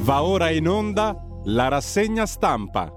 Va ora in onda la rassegna stampa.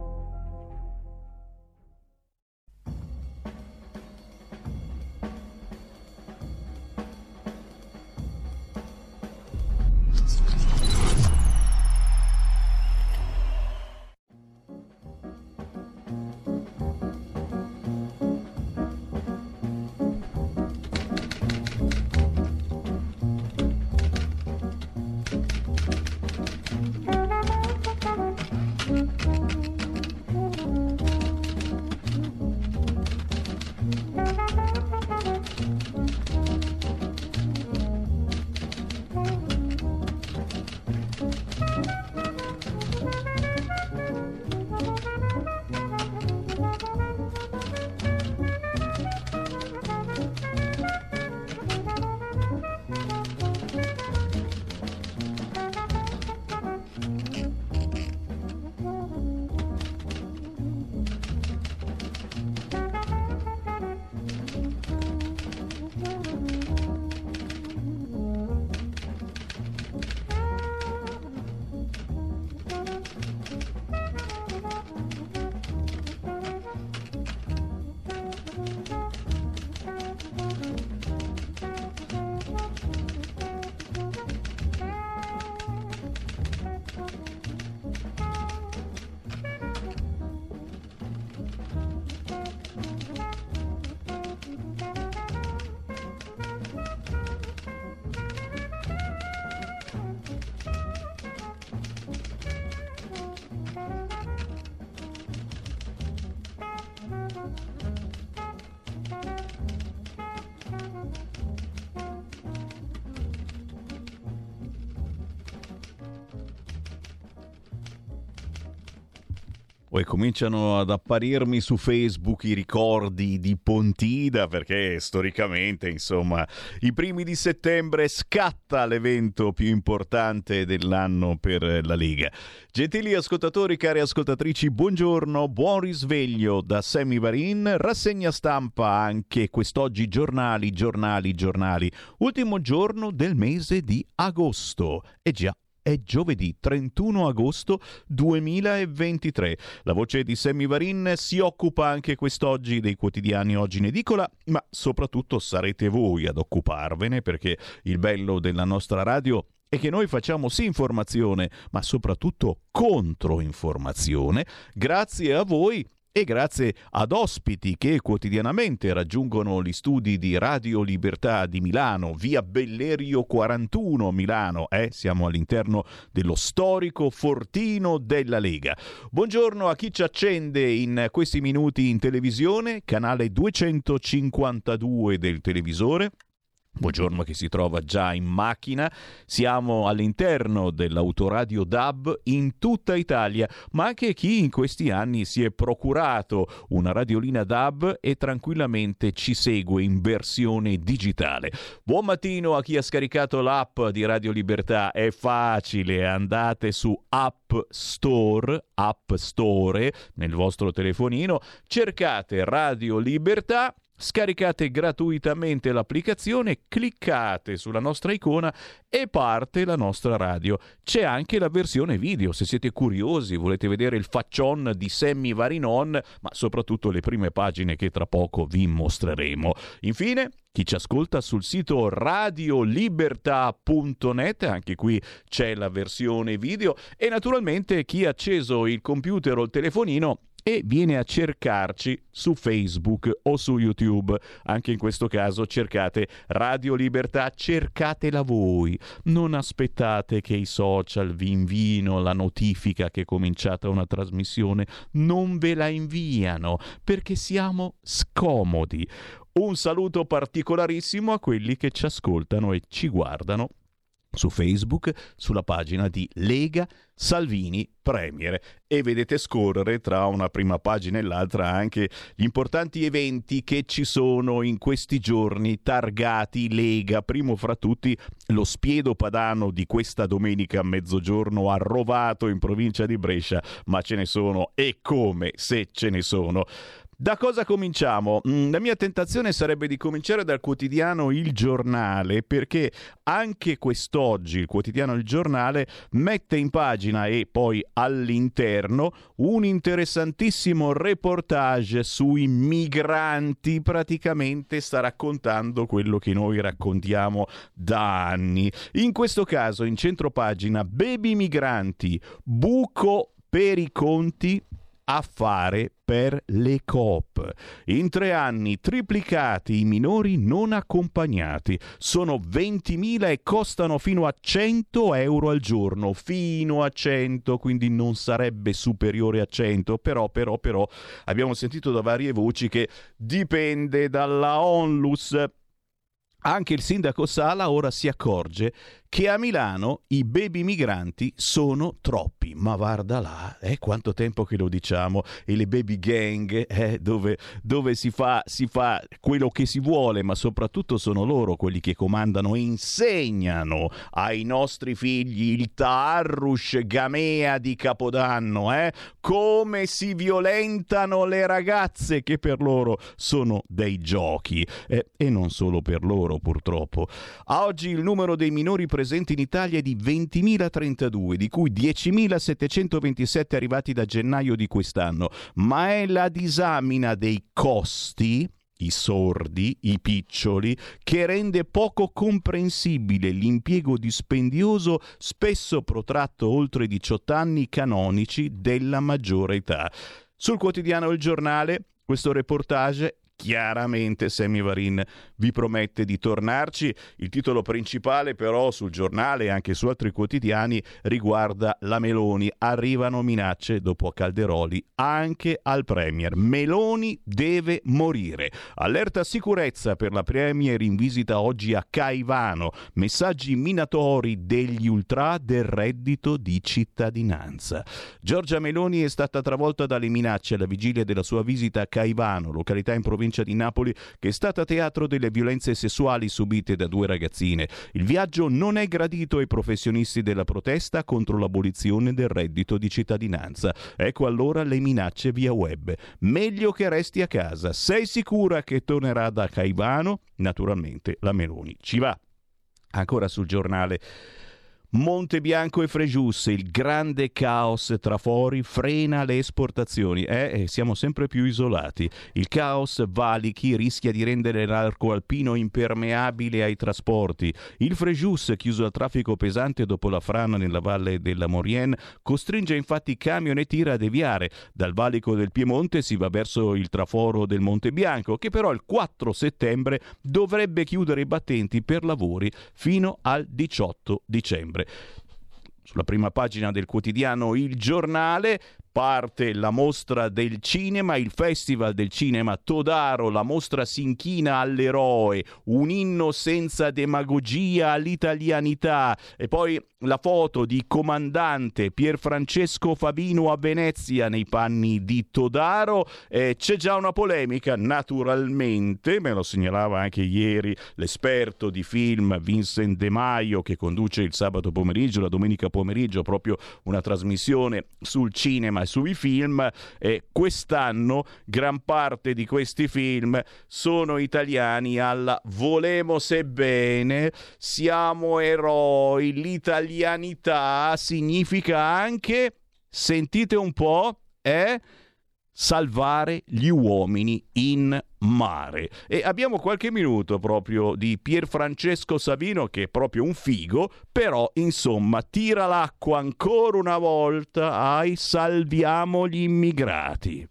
Poi cominciano ad apparirmi su Facebook i ricordi di Pontida, perché storicamente, insomma, i primi di settembre scatta l'evento più importante dell'anno per la Lega. Gentili ascoltatori, cari ascoltatrici, buongiorno, buon risveglio da Sammy Varin, rassegna stampa anche quest'oggi, giornali. Ultimo giorno del mese di agosto. E già, è giovedì 31 agosto 2023. La voce di Sammy Varin si occupa anche quest'oggi dei quotidiani oggi in edicola, ma soprattutto sarete voi ad occuparvene, perché il bello della nostra radio è che noi facciamo sì informazione, ma soprattutto controinformazione, grazie a voi e grazie ad ospiti che quotidianamente raggiungono gli studi di Radio Libertà di Milano, via Bellerio 41 Milano. Siamo all'interno dello storico fortino della Lega. Buongiorno a chi ci accende in questi minuti in televisione, canale 252 del televisore. Buongiorno a chi si trova già in macchina. Siamo all'interno dell'autoradio DAB in tutta Italia, ma anche chi in questi anni si è procurato una radiolina DAB e tranquillamente ci segue in versione digitale. Buon mattino a chi ha scaricato l'app di Radio Libertà. È facile, andate su App Store nel vostro telefonino, cercate Radio Libertà, scaricate gratuitamente l'applicazione, cliccate sulla nostra icona e parte la nostra radio. C'è anche la versione video, se siete curiosi, volete vedere il faccion di Sammy Varinon, ma soprattutto le prime pagine che tra poco vi mostreremo. Infine, chi ci ascolta sul sito radiolibertà.net, anche qui c'è la versione video, e naturalmente chi ha acceso il computer o il telefonino e viene a cercarci su Facebook o su YouTube. Anche in questo caso cercate Radio Libertà, cercatela voi. Non aspettate che i social vi invino la notifica che è cominciata una trasmissione. Non ve la inviano perché siamo scomodi. Un saluto particolarissimo a quelli che ci ascoltano e ci guardano su Facebook, sulla pagina di Lega Salvini Premier, e vedete scorrere tra una prima pagina e l'altra anche gli importanti eventi che ci sono in questi giorni targati Lega. Primo fra tutti lo spiedo padano di questa domenica a mezzogiorno a Rovato in provincia di Brescia, ma ce ne sono e come se ce ne sono. Da cosa cominciamo? La mia tentazione sarebbe di cominciare dal quotidiano Il Giornale, perché anche quest'oggi il quotidiano Il Giornale mette in pagina e poi all'interno un interessantissimo reportage sui migranti. Praticamente sta raccontando quello che noi raccontiamo da anni. In questo caso, in centropagina, baby migranti, buco per i conti, affare per le coop. In 3 anni triplicati i minori non accompagnati. Sono 20.000 e costano fino a 100 euro al giorno. Fino a 100, quindi non sarebbe superiore a 100. Però, abbiamo sentito da varie voci che dipende dalla Onlus. Anche il sindaco Sala ora si accorge che a Milano i baby migranti sono troppi. Ma guarda là, quanto tempo che lo diciamo, e le baby gang, dove si fa quello che si vuole, ma soprattutto sono loro quelli che comandano e insegnano ai nostri figli il Taarrush Gamea di Capodanno, come si violentano le ragazze, che per loro sono dei giochi, e non solo per loro purtroppo. A oggi il numero dei minori presenti in Italia è di 20.032, di cui 10.727 arrivati da gennaio di quest'anno, ma è la disamina dei costi, i sordi, i piccioli, che rende poco comprensibile l'impiego dispendioso, spesso protratto oltre 18 anni canonici della maggiore età. Sul quotidiano Il Giornale questo reportage chiaramente Sammy Varin vi promette di tornarci. Il titolo principale però sul Giornale e anche su altri quotidiani riguarda la Meloni. Arrivano minacce dopo Calderoli anche al Premier. Meloni deve morire. Allerta sicurezza per la Premier in visita oggi a Caivano. Messaggi minatori degli ultra del reddito di cittadinanza. Giorgia Meloni è stata travolta dalle minacce alla vigilia della sua visita a Caivano, località in provincia di Napoli, che è stata teatro delle violenze sessuali subite da 2 ragazzine. Il viaggio non è gradito ai professionisti della protesta contro l'abolizione del reddito di cittadinanza. Ecco allora le minacce via web. Meglio che resti a casa. Sei sicura che tornerà da Caivano? Naturalmente la Meloni ci va. Ancora sul Giornale. Montebianco e Frejus, il grande caos trafori frena le esportazioni. Siamo sempre più isolati. Il caos valichi rischia di rendere l'arco alpino impermeabile ai trasporti. Il Frejus, chiuso al traffico pesante dopo la frana nella valle della Maurienne, costringe infatti camion e tir a deviare. Dal valico del Piemonte si va verso il traforo del Montebianco, che però il 4 settembre dovrebbe chiudere i battenti per lavori fino al 18 dicembre. Sulla prima pagina del quotidiano Il Giornale parte la mostra del cinema, il Festival del Cinema Todaro. La mostra si inchina all'eroe, un inno senza demagogia all'italianità. E poi la foto di comandante Pierfrancesco Favino a Venezia nei panni di Todaro. C'è già una polemica, naturalmente, me lo segnalava anche ieri l'esperto di film Vincent De Maio, che conduce il sabato pomeriggio, la domenica pomeriggio, proprio una trasmissione sul cinema e sui film. Quest'anno gran parte di questi film sono italiani alla Volemos bene, siamo eroi. L'italianità significa anche, sentite un po', salvare gli uomini in mare. E abbiamo qualche minuto proprio di Pierfrancesco Savino, che è proprio un figo, però insomma tira l'acqua ancora una volta ai salviamo gli immigrati.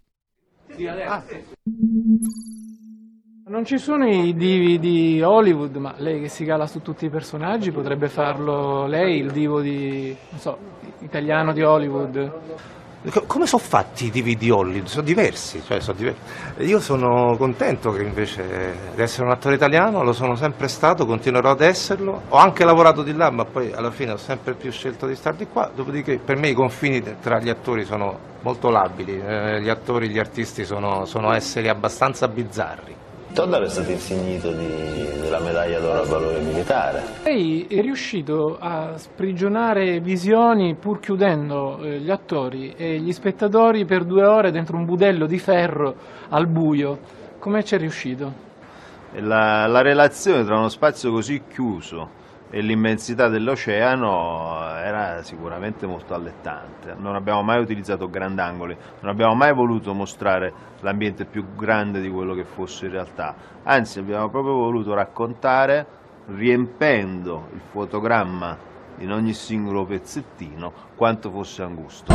Non ci sono i divi di Hollywood, ma lei che si cala su tutti i personaggi potrebbe farlo lei, il divo di, non so, italiano di Hollywood. Come sono fatti i divi di Hollywood? Sono diversi, Io sono contento che invece di essere un attore italiano, lo sono sempre stato, continuerò ad esserlo. Ho anche lavorato di là, ma poi alla fine ho sempre più scelto di star di qua. Dopodiché per me i confini tra gli attori sono molto labili. Gli attori, gli artisti sono esseri abbastanza bizzarri. Todaro è stato insignito della medaglia d'oro al valore militare. Lei è riuscito a sprigionare visioni pur chiudendo gli attori e gli spettatori per 2 ore dentro un budello di ferro al buio. Come ci è riuscito? La relazione tra uno spazio così chiuso e l'immensità dell'oceano era sicuramente molto allettante. Non abbiamo mai utilizzato grandangoli, non abbiamo mai voluto mostrare l'ambiente più grande di quello che fosse in realtà, anzi abbiamo proprio voluto raccontare, riempendo il fotogramma in ogni singolo pezzettino, quanto fosse angusto.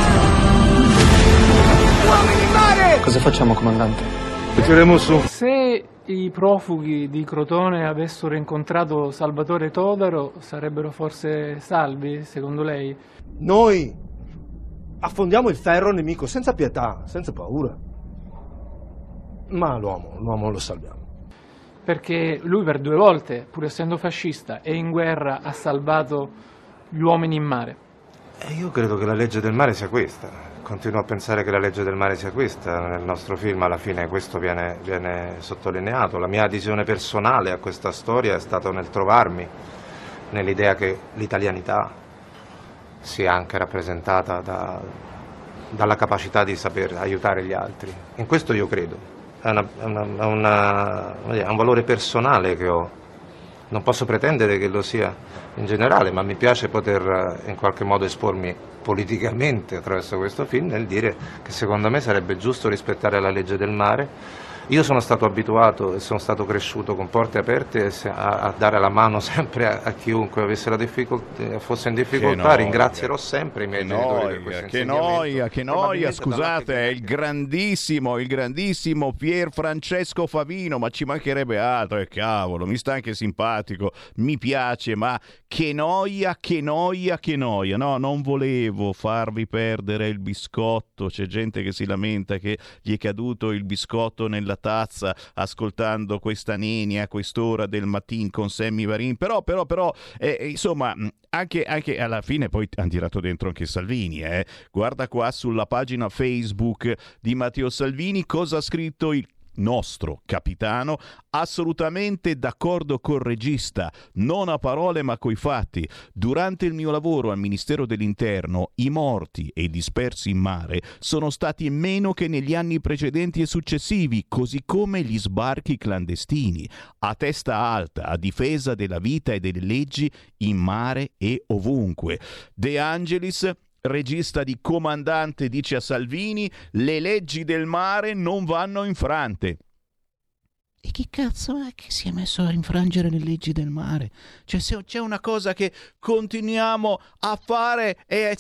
Cosa facciamo, comandante? Tireremo su. Se i profughi di Crotone avessero incontrato Salvatore Todaro, sarebbero forse salvi, secondo lei? Noi affondiamo il ferro nemico senza pietà, senza paura. Ma l'uomo lo salviamo. Perché lui per 2 volte, pur essendo fascista e in guerra, ha salvato gli uomini in mare. E io credo che la legge del mare sia questa. Continuo a pensare che la legge del mare sia questa. Nel nostro film alla fine questo viene sottolineato. La mia adesione personale a questa storia è stata nel trovarmi nell'idea che l'italianità sia anche rappresentata dalla capacità di saper aiutare gli altri. In questo io credo. È un valore personale che ho. Non posso pretendere che lo sia in generale, ma mi piace poter in qualche modo espormi politicamente attraverso questo film nel dire che secondo me sarebbe giusto rispettare la legge del mare. Io sono stato abituato e sono stato cresciuto con porte aperte a dare la mano sempre a chiunque avesse fosse in difficoltà. Ringrazierò sempre i miei genitori per questo insegnamento. Che noia, scusate, è il grandissimo Pier Francesco Favino, ma ci mancherebbe altro, cavolo, mi sta anche simpatico, mi piace, ma che noia, no, non volevo farvi perdere il biscotto, c'è gente che si lamenta che gli è caduto il biscotto nella tazza ascoltando questa nenia a quest'ora del mattino con Sammy Varin, però insomma anche alla fine poi hanno tirato dentro anche Salvini, guarda qua sulla pagina Facebook di Matteo Salvini cosa ha scritto il nostro capitano: assolutamente d'accordo col regista, non a parole ma coi fatti. Durante il mio lavoro al Ministero dell'Interno i morti e i dispersi in mare sono stati meno che negli anni precedenti e successivi, così come gli sbarchi clandestini, a testa alta, a difesa della vita e delle leggi in mare e ovunque. De Angelis, regista di Comandante, dice a Salvini: le leggi del mare non vanno infrante. E chi cazzo è che si è messo a infrangere le leggi del mare? Cioè, se c'è una cosa che continuiamo a fare è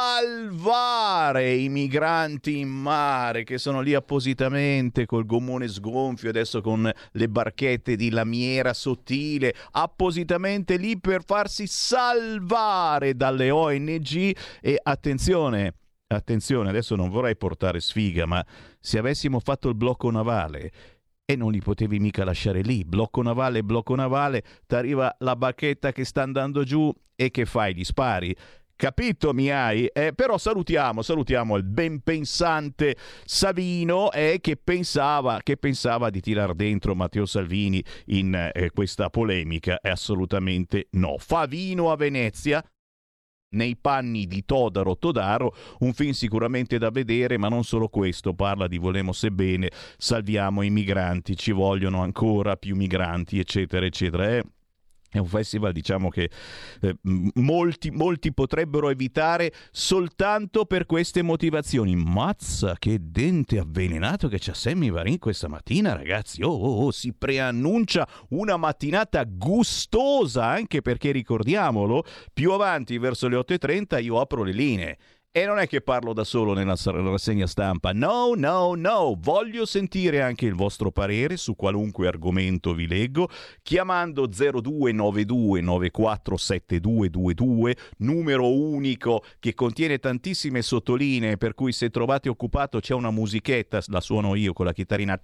salvare i migranti in mare che sono lì appositamente col gommone sgonfio, adesso con le barchette di lamiera sottile, appositamente lì per farsi salvare dalle ONG. E attenzione, adesso non vorrei portare sfiga, ma se avessimo fatto il blocco navale e non li potevi mica lasciare lì, blocco navale, t'arriva la barchetta che sta andando giù e che fai? Gli spari? Capito mi hai? Però salutiamo il ben pensante Savino che pensava di tirar dentro Matteo Salvini in questa polemica. Assolutamente no. Favino a Venezia, nei panni di Todaro, un film sicuramente da vedere, ma non solo questo, parla di volemo sebbene, salviamo i migranti, ci vogliono ancora più migranti, eccetera, eccetera. È un festival, diciamo, che molti potrebbero evitare soltanto per queste motivazioni. Mazza, che dente avvelenato che c'ha Sammy Varin questa mattina, ragazzi. Si preannuncia una mattinata gustosa, anche perché, ricordiamolo, più avanti verso le 8:30 io apro le linee. E non è che parlo da solo nella rassegna stampa, no, voglio sentire anche il vostro parere su qualunque argomento vi leggo, chiamando 0292 947222, numero unico che contiene tantissime sottolinee, per cui se trovate occupato c'è una musichetta, la suono io con la chitarrina,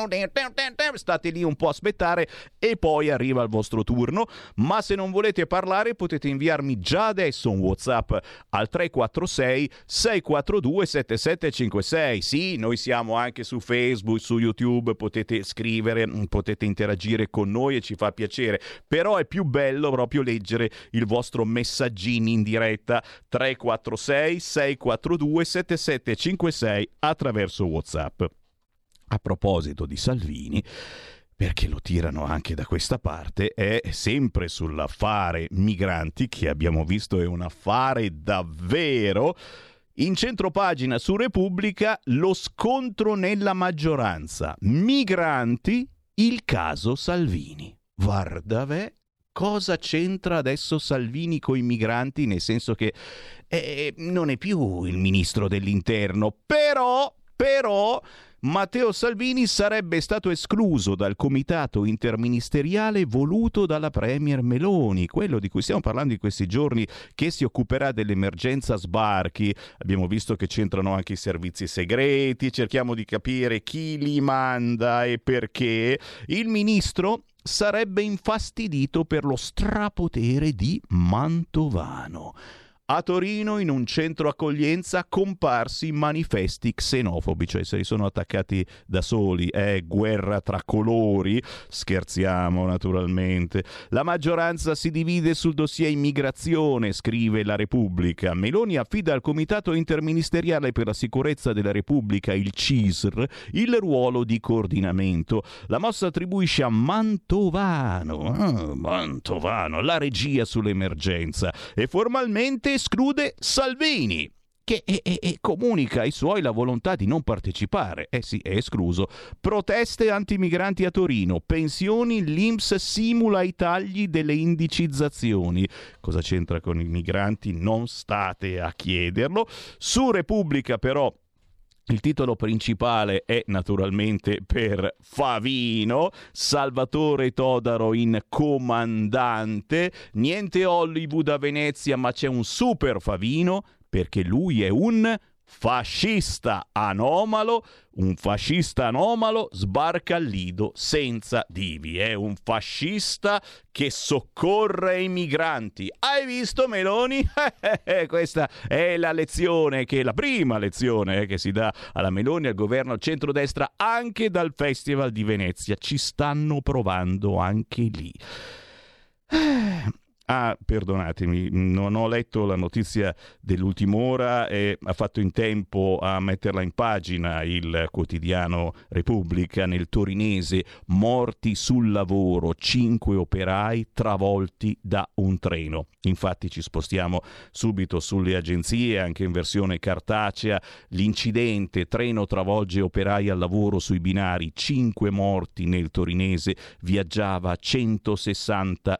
state lì un po' a aspettare e poi arriva il vostro turno. Ma se non volete parlare potete inviarmi già adesso un WhatsApp al 346 346 642 7756. Sì, noi siamo anche su Facebook, su YouTube, potete scrivere, potete interagire con noi e ci fa piacere, però è più bello proprio leggere il vostro messaggino in diretta 346 642 7756 attraverso WhatsApp. A proposito di Salvini, perché lo tirano anche da questa parte, è sempre sull'affare migranti, che abbiamo visto è un affare davvero. In centropagina su Repubblica, lo scontro nella maggioranza. Migranti, il caso Salvini. Guarda, cosa c'entra adesso Salvini con i migranti? Nel senso che non è più il ministro dell'interno, però Matteo Salvini sarebbe stato escluso dal comitato interministeriale voluto dalla premier Meloni, quello di cui stiamo parlando in questi giorni, che si occuperà dell'emergenza sbarchi. Abbiamo visto che c'entrano anche i servizi segreti, cerchiamo di capire chi li manda e perché. Il ministro sarebbe infastidito per lo strapotere di Mantovano. A Torino, in un centro accoglienza, comparsi manifesti xenofobi, cioè se li sono attaccati da soli, guerra tra colori, scherziamo naturalmente. La maggioranza si divide sul dossier immigrazione, scrive La Repubblica. Meloni affida al Comitato Interministeriale per la Sicurezza della Repubblica, il CISR, il ruolo di coordinamento. La mossa attribuisce a Mantovano la regia sull'emergenza e formalmente esclude Salvini, che comunica ai suoi la volontà di non partecipare. Sì, è escluso. Proteste antimigranti a Torino, pensioni, l'INPS simula i tagli delle indicizzazioni. Cosa c'entra con i migranti? Non state a chiederlo. Su Repubblica però il titolo principale è naturalmente per Favino, Salvatore Todaro in comandante, niente Hollywood a Venezia ma c'è un super Favino perché lui è un fascista anomalo. Un fascista anomalo sbarca al Lido senza divi. È un fascista che soccorre i migranti. Hai visto, Meloni? Questa è la lezione, la prima lezione che si dà alla Meloni, al governo centrodestra, anche dal Festival di Venezia. Ci stanno provando anche lì. Perdonatemi, non ho letto la notizia dell'ultima ora e ha fatto in tempo a metterla in pagina il quotidiano Repubblica. Nel torinese, morti sul lavoro, 5 operai travolti da un treno. Infatti ci spostiamo subito sulle agenzie, anche in versione cartacea. L'incidente, treno travolge operai al lavoro sui binari, 5 morti nel torinese, viaggiava a 160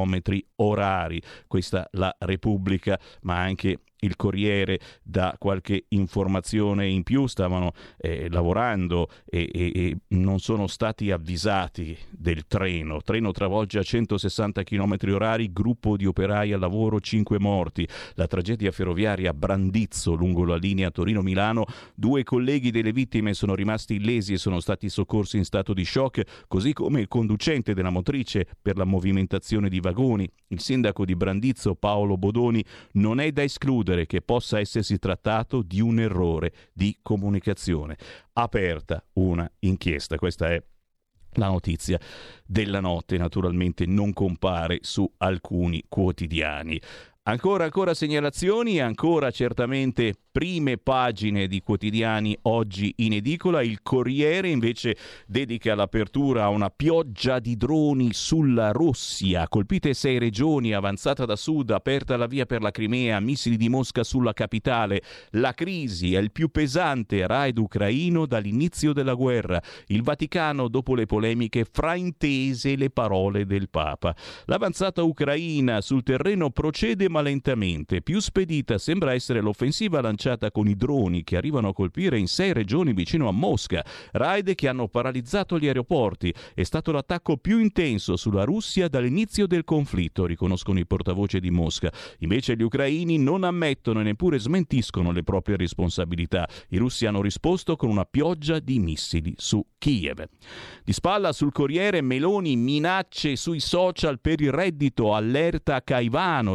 km/h. Questa la Repubblica, ma anche il Corriere dà qualche informazione in più. Stavano lavorando e non sono stati avvisati del treno. Treno travolge a 160 km/h, gruppo di operai al lavoro, 5 morti. La tragedia ferroviaria a Brandizzo, lungo la linea Torino-Milano. 2 colleghi delle vittime sono rimasti illesi e sono stati soccorsi in stato di shock, così come il conducente della motrice per la movimentazione di vagoni. Il sindaco di Brandizzo, Paolo Bodoni, non è da escludere che possa essersi trattato di un errore di comunicazione. Aperta una inchiesta. Questa è la notizia della notte, naturalmente non compare su alcuni quotidiani. Ancora segnalazioni, ancora certamente prime pagine di quotidiani oggi in edicola. Il Corriere invece dedica l'apertura a una pioggia di droni sulla Russia. Colpite 6 regioni, avanzata da sud, aperta la via per la Crimea, missili di Mosca sulla capitale. La crisi è il più pesante raid ucraino dall'inizio della guerra. Il Vaticano, dopo le polemiche, fraintese le parole del Papa. L'avanzata ucraina sul terreno procede ma lentamente. Più spedita sembra essere l'offensiva lanciata con i droni che arrivano a colpire in 6 regioni vicino a Mosca. Raid che hanno paralizzato gli aeroporti. È stato l'attacco più intenso sulla Russia dall'inizio del conflitto, riconoscono i portavoce di Mosca. Invece gli ucraini non ammettono e neppure smentiscono le proprie responsabilità. I russi hanno risposto con una pioggia di missili su Kiev. Di spalla sul Corriere, Meloni minacce sui social per il reddito, allerta a Caivano, dove oggi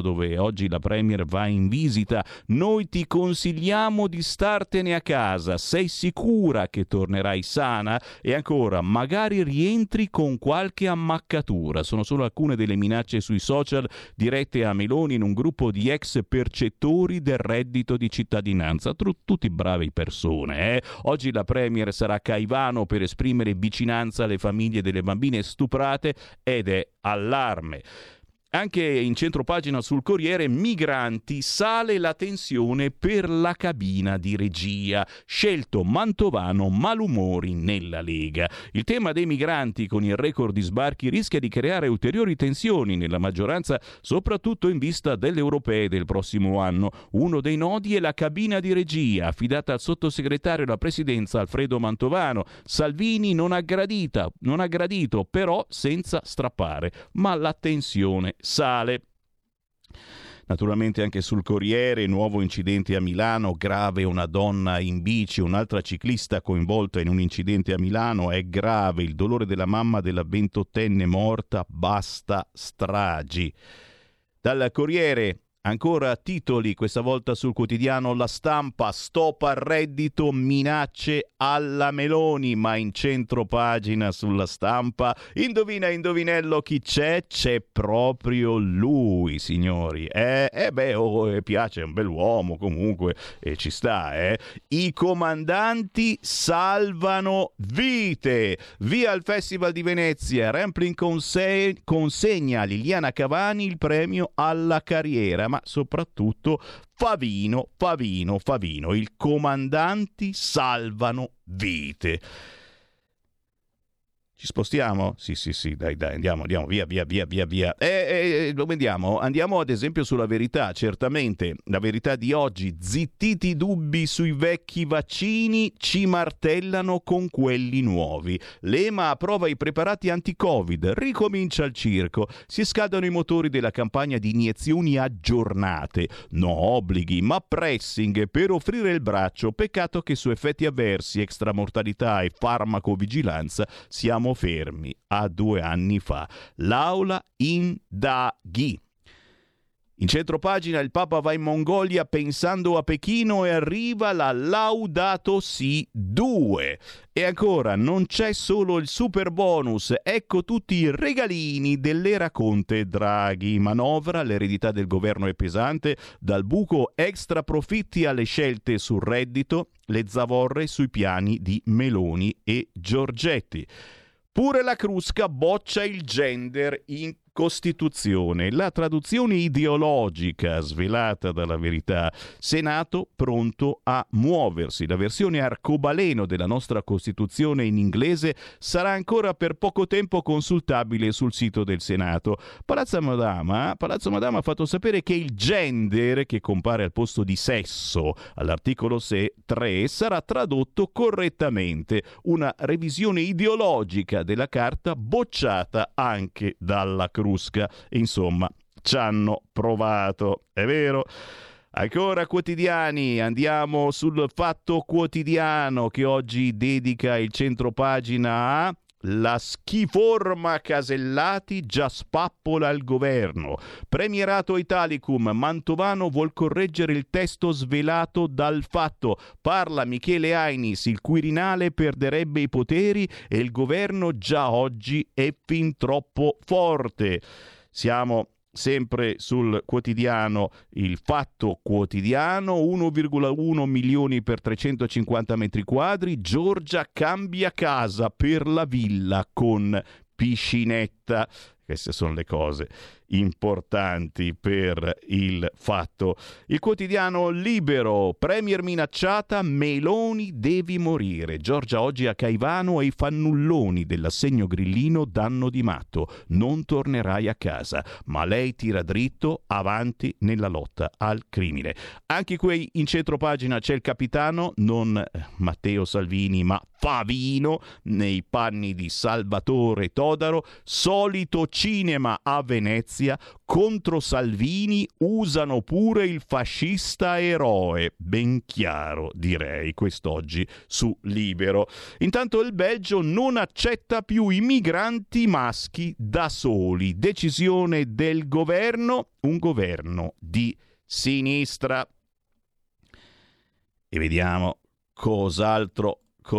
oggi la Premier va in visita. Noi ti consigliamo di startene a casa. Sei sicura che tornerai sana? E ancora, magari rientri con qualche ammaccatura. Sono solo alcune delle minacce sui social dirette a Meloni in un gruppo di ex percettori del reddito di cittadinanza. Tutti bravi persone, eh? Oggi la Premier sarà a Caivano per esprimere vicinanza alle famiglie delle bambine stuprate ed è allarme. Anche in centropagina sul Corriere, migranti, sale la tensione per la cabina di regia. Scelto Mantovano, malumori nella Lega. Il tema dei migranti con il record di sbarchi rischia di creare ulteriori tensioni nella maggioranza, soprattutto in vista delle europee del prossimo anno. Uno dei nodi è la cabina di regia, affidata al sottosegretario alla presidenza Alfredo Mantovano. Salvini non ha gradito, però senza strappare, ma la tensione sale. Naturalmente anche sul Corriere, nuovo incidente a Milano, grave una donna in bici, un'altra ciclista coinvolta in un incidente a Milano, è grave il dolore della mamma della 28enne morta, basta stragi. Dal Corriere ancora titoli, questa volta sul quotidiano La Stampa, stop al reddito, minacce alla Meloni, ma in centro pagina sulla Stampa, indovinello chi c'è? C'è proprio lui, signori. Piace, è un bell'uomo comunque, e ci sta, I comandanti salvano vite. Via al Festival di Venezia, Rampling consegna a Liliana Cavani il premio alla carriera, ma soprattutto Favino, i comandanti salvano vite. Ci spostiamo? Sì, dai, andiamo, via. Dove andiamo? Andiamo ad esempio sulla Verità, certamente. La Verità di oggi, zittiti dubbi sui vecchi vaccini, ci martellano con quelli nuovi. L'EMA approva i preparati anti-Covid, ricomincia il circo. Si scaldano i motori della campagna di iniezioni aggiornate. No obblighi, ma pressing per offrire il braccio. Peccato che su effetti avversi, extramortalità e farmacovigilanza siamo fermi a 2 anni fa. L'aula indaghi. In centropagina il Papa va in Mongolia pensando a Pechino e arriva la Laudato Si 2. E ancora, non c'è solo il super bonus, ecco tutti i regalini dell'era Conte Draghi. Manovra, l'eredità del governo è pesante, dal buco extra profitti alle scelte sul reddito, le zavorre sui piani di Meloni e Giorgetti. Pure la Crusca boccia il gender in Costituzione, la traduzione ideologica svelata dalla Verità. Senato pronto a muoversi. La versione arcobaleno della nostra Costituzione in inglese sarà ancora per poco tempo consultabile sul sito del Senato. Palazzo Madama ha fatto sapere che il gender, che compare al posto di sesso all'articolo 3, sarà tradotto correttamente. Una revisione ideologica della Carta bocciata anche dalla Crusca. Insomma, ci hanno provato, è vero. Ancora quotidiani, andiamo sul Fatto Quotidiano che oggi dedica il centropagina a la schiforma Casellati già spappola il governo. Premierato Italicum, Mantovano vuol correggere il testo svelato dal Fatto. Parla Michele Ainis, il Quirinale perderebbe i poteri e il governo già oggi è fin troppo forte. Siamo sempre sul quotidiano Il Fatto Quotidiano, 1,1 milioni per 350 metri quadri, Giorgia cambia casa per la villa con piscinetta. Queste sono le cose importanti per il Fatto. Il quotidiano Libero, Premier minacciata, Meloni devi morire. Giorgia oggi a Caivano e i fannulloni dell'assegno grillino danno di matto. Non tornerai a casa, ma lei tira dritto avanti nella lotta al crimine. Anche qui in centropagina c'è il capitano, non Matteo Salvini, ma Favino, nei panni di Salvatore Todaro, solito cinema a Venezia, contro Salvini usano pure il fascista eroe. Ben chiaro, direi, quest'oggi su Libero. Intanto il Belgio non accetta più i migranti maschi da soli. Decisione del governo, un governo di sinistra. E vediamo cos'altro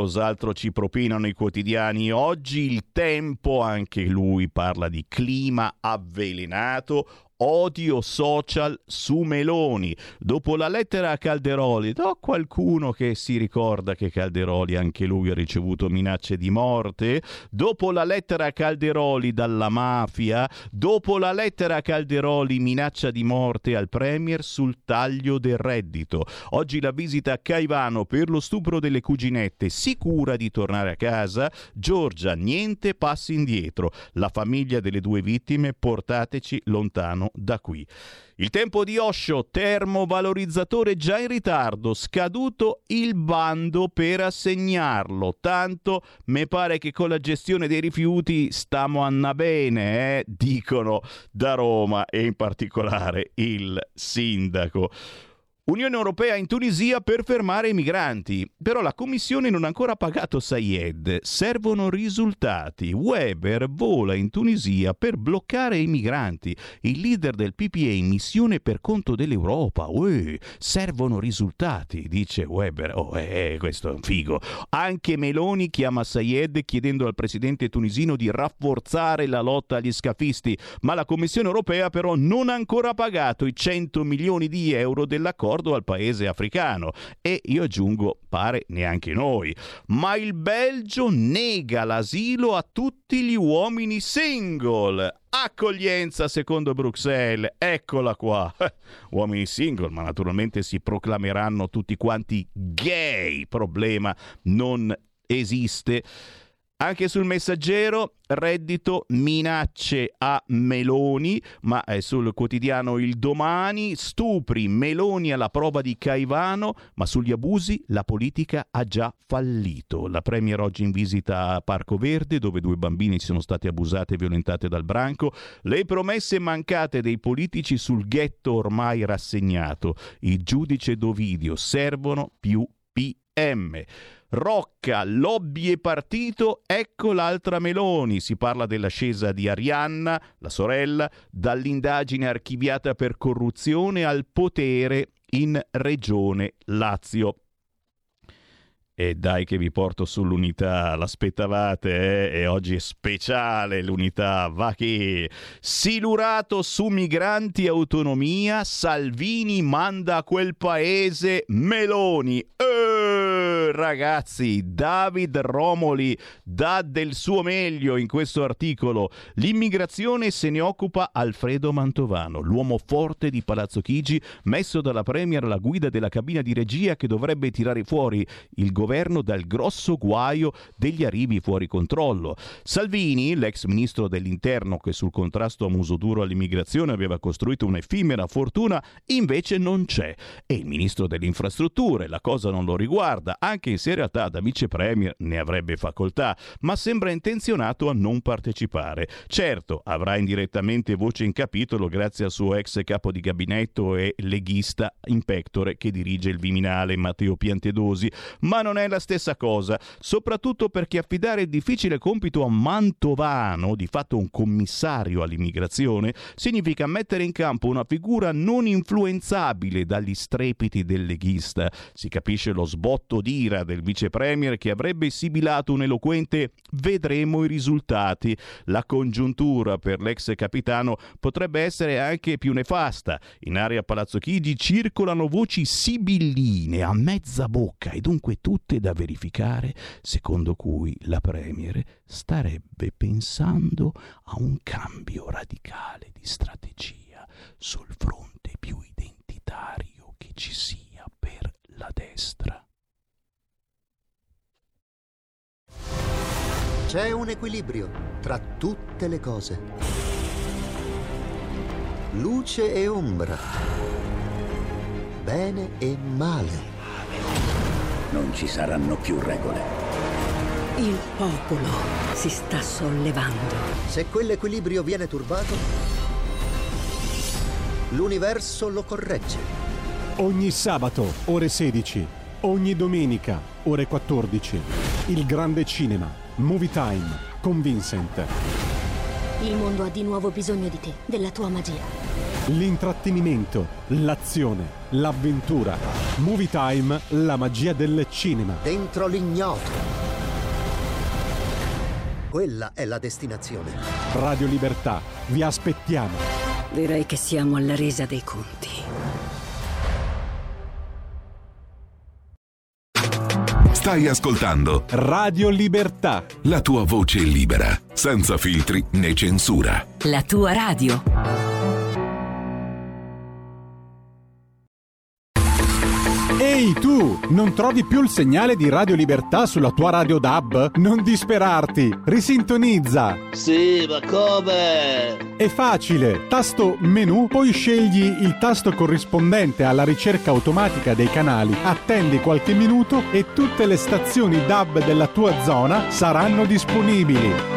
ci propinano i quotidiani oggi. Il Tempo, anche lui parla di clima avvelenato, odio social su Meloni. Dopo la lettera a Calderoli, qualcuno che si ricorda che Calderoli anche lui ha ricevuto minacce di morte? Dopo la lettera a Calderoli dalla mafia, dopo la lettera a Calderoli minaccia di morte al premier sul taglio del reddito. Oggi la visita a Caivano per lo stupro delle cuginette, sicura di tornare a casa? Giorgia, niente passi indietro. La famiglia delle 2 vittime, portateci lontano da qui. Il Tempo di Osho, termovalorizzatore già in ritardo, scaduto il bando per assegnarlo. Tanto me pare che con la gestione dei rifiuti stiamo andando bene, dicono da Roma e in particolare il sindaco. Unione Europea in Tunisia per fermare i migranti. Però la Commissione non ha ancora pagato Sayed. Servono risultati. Weber vola in Tunisia per bloccare i migranti. Il leader del PPE in missione per conto dell'Europa. Servono risultati, dice Weber. Questo è un figo. Anche Meloni chiama Sayed chiedendo al presidente tunisino di rafforzare la lotta agli scafisti. Ma la Commissione Europea però non ha ancora pagato i 100 milioni di euro dell'accordo al paese africano, e io aggiungo, pare neanche noi. Ma il Belgio nega l'asilo a tutti gli uomini single. Accoglienza secondo Bruxelles, eccola qua. Uomini single, ma naturalmente si proclameranno tutti quanti gay. Problema non esiste. Anche sul Messaggero, reddito, minacce a Meloni, ma sul quotidiano Il Domani, stupri, Meloni alla prova di Caivano, ma sugli abusi la politica ha già fallito. La premier oggi in visita a Parco Verde, dove 2 bambini sono state abusate e violentate dal branco. Le promesse mancate dei politici sul ghetto ormai rassegnato. Il giudice Dovidio, servono più PM. Rocca, lobby e partito, ecco l'altra Meloni. Si parla dell'ascesa di Arianna, la sorella, dall'indagine archiviata per corruzione al potere in Regione Lazio. E dai che vi porto sull'Unità, l'aspettavate, e oggi è speciale l'Unità, va che... Silurato su migranti e autonomia, Salvini manda a quel paese Meloni. Ragazzi, David Romoli dà del suo meglio in questo articolo. L'immigrazione se ne occupa Alfredo Mantovano, l'uomo forte di Palazzo Chigi, messo dalla Premier alla guida della cabina di regia che dovrebbe tirare fuori il governo dal grosso guaio degli arrivi fuori controllo. Salvini, l'ex ministro dell'Interno che sul contrasto a muso duro all'immigrazione aveva costruito un'effimera fortuna, invece non c'è. E il ministro delle infrastrutture, la cosa non lo riguarda, anche se in realtà da vice premier ne avrebbe facoltà, ma sembra intenzionato a non partecipare. Certo, avrà indirettamente voce in capitolo grazie al suo ex capo di gabinetto e leghista in pectore che dirige il Viminale, Matteo Piantedosi, ma non è la stessa cosa, soprattutto perché affidare il difficile compito a Mantovano, di fatto un commissario all'immigrazione, significa mettere in campo una figura non influenzabile dagli strepiti del leghista. Si capisce lo sbotto d'ira del vice premier che avrebbe sibilato un eloquente "vedremo i risultati". La congiuntura per l'ex capitano potrebbe essere anche più nefasta. In area Palazzo Chigi circolano voci sibilline a mezza bocca e dunque tutte da verificare, secondo cui la premier starebbe pensando a un cambio radicale di strategia sul fronte più identitario che ci sia per la destra. C'è un equilibrio tra tutte le cose. Luce e ombra. Bene e male. Non ci saranno più regole. Il popolo si sta sollevando. Se quell'equilibrio viene turbato, l'universo lo corregge. Ogni sabato, ore 16. Ogni domenica, ore 14. Il grande cinema. Movie Time con Vincent. Il mondo ha di nuovo bisogno di te, della tua magia. L'intrattenimento, l'azione, l'avventura. Movie Time, la magia del cinema. Dentro l'ignoto. Quella è la destinazione. Radio Libertà, vi aspettiamo. Direi che siamo alla resa dei conti. Stai ascoltando Radio Libertà. La tua voce libera, senza filtri né censura. La tua radio. Ehi tu, non trovi più il segnale di Radio Libertà sulla tua radio DAB? Non disperarti, risintonizza. Sì, ma come? È facile, tasto menu, poi scegli il tasto corrispondente alla ricerca automatica dei canali, attendi qualche minuto e tutte le stazioni DAB della tua zona saranno disponibili.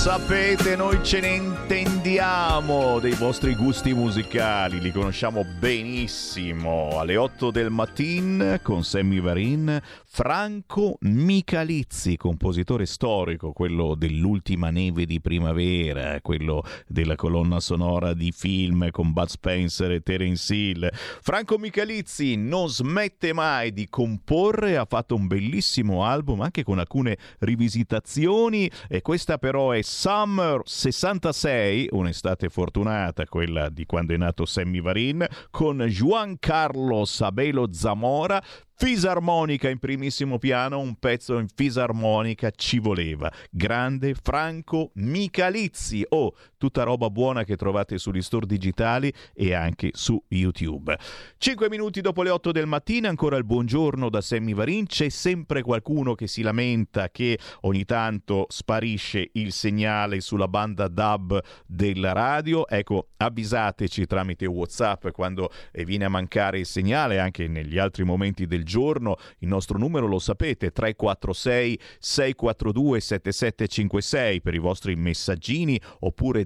sapete, noi ce ne intendiamo dei vostri gusti musicali, li conosciamo benissimo. Alle 8 del mattino con Sammy Varin, Franco Michalizzi, compositore storico, quello dell'Ultima neve di primavera, quello della colonna sonora di film con Bud Spencer e Terence Hill. Franco Michalizzi non smette mai di comporre, ha fatto un bellissimo album anche con alcune rivisitazioni, e questa però è Summer 66, un'estate fortunata, quella di quando è nato Sammy Varin, con Juan Carlos Abelo Zamora. Fisarmonica in primissimo piano, un pezzo in fisarmonica ci voleva. Grande Franco Michalizzi. Oh, tutta roba buona che trovate sugli store digitali e anche su YouTube. 5 minuti dopo le 8 del mattino, ancora il buongiorno da Sammy Varin. C'è sempre qualcuno che si lamenta che ogni tanto sparisce il segnale sulla banda DAB della radio. Ecco, avvisateci tramite WhatsApp quando viene a mancare il segnale, anche negli altri momenti del giorno. Il nostro numero lo sapete, 346 642 7756 per i vostri messaggini, oppure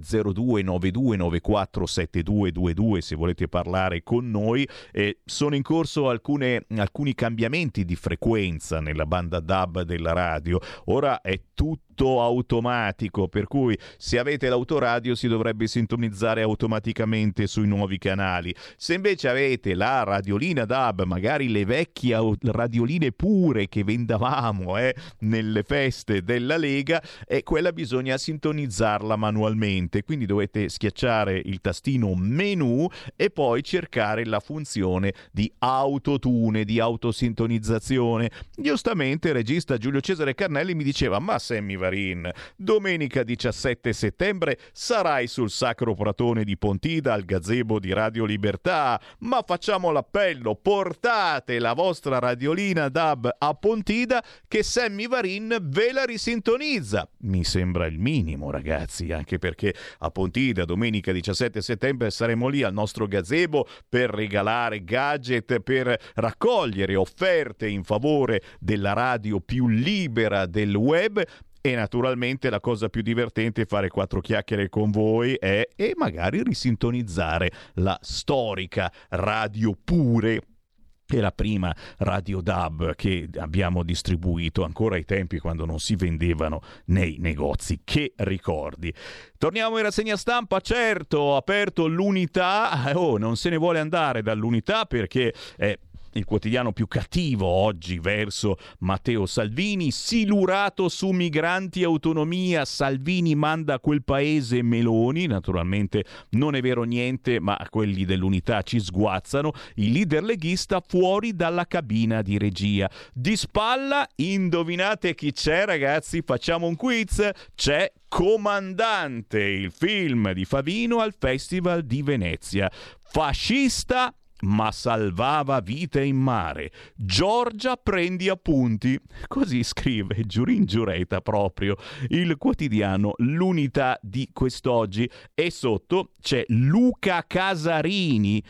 0292947222 se volete parlare con noi. Sono in corso alcuni cambiamenti di frequenza nella banda DAB della radio. Ora è tutto automatico, per cui se avete l'autoradio si dovrebbe sintonizzare automaticamente sui nuovi canali. Se invece avete la radiolina DAB, magari le vecchie radioline pure che vendavamo nelle feste della Lega, quella bisogna sintonizzarla manualmente, quindi dovete schiacciare il tastino menu e poi cercare la funzione di autotune, di autosintonizzazione. Giustamente il regista Giulio Cesare Carnelli mi diceva: ma Sammy Varin, domenica 17 settembre sarai sul Sacro Pratone di Pontida al gazebo di Radio Libertà, ma facciamo l'appello, portate la vostra radiolina DAB a Pontida che Sammy Varin ve la risintonizza. Mi sembra il minimo, ragazzi, anche perché a Pontida domenica 17 settembre saremo lì al nostro gazebo per regalare gadget, per raccogliere offerte in favore della radio più libera del web. E naturalmente la cosa più divertente è fare 4 chiacchiere con voi e magari risintonizzare la storica Radio Pure, che è la prima radio DAB che abbiamo distribuito ancora ai tempi quando non si vendevano nei negozi. Che ricordi! Torniamo in rassegna stampa. Certo, ho aperto l'Unità. Non se ne vuole andare dall'Unità perché il quotidiano più cattivo oggi verso Matteo Salvini, silurato su migranti e autonomia. Salvini manda a quel paese Meloni. Naturalmente non è vero niente, ma quelli dell'Unità ci sguazzano. Il leader leghista fuori dalla cabina di regia. Di spalla, indovinate chi c'è, ragazzi? Facciamo un quiz. C'è Comandante, il film di Favino al Festival di Venezia. Fascista, ma salvava vite in mare. Giorgia, prendi appunti. Così scrive Giurin Giureta proprio il quotidiano L'Unità di quest'oggi. E sotto c'è Luca Casarini.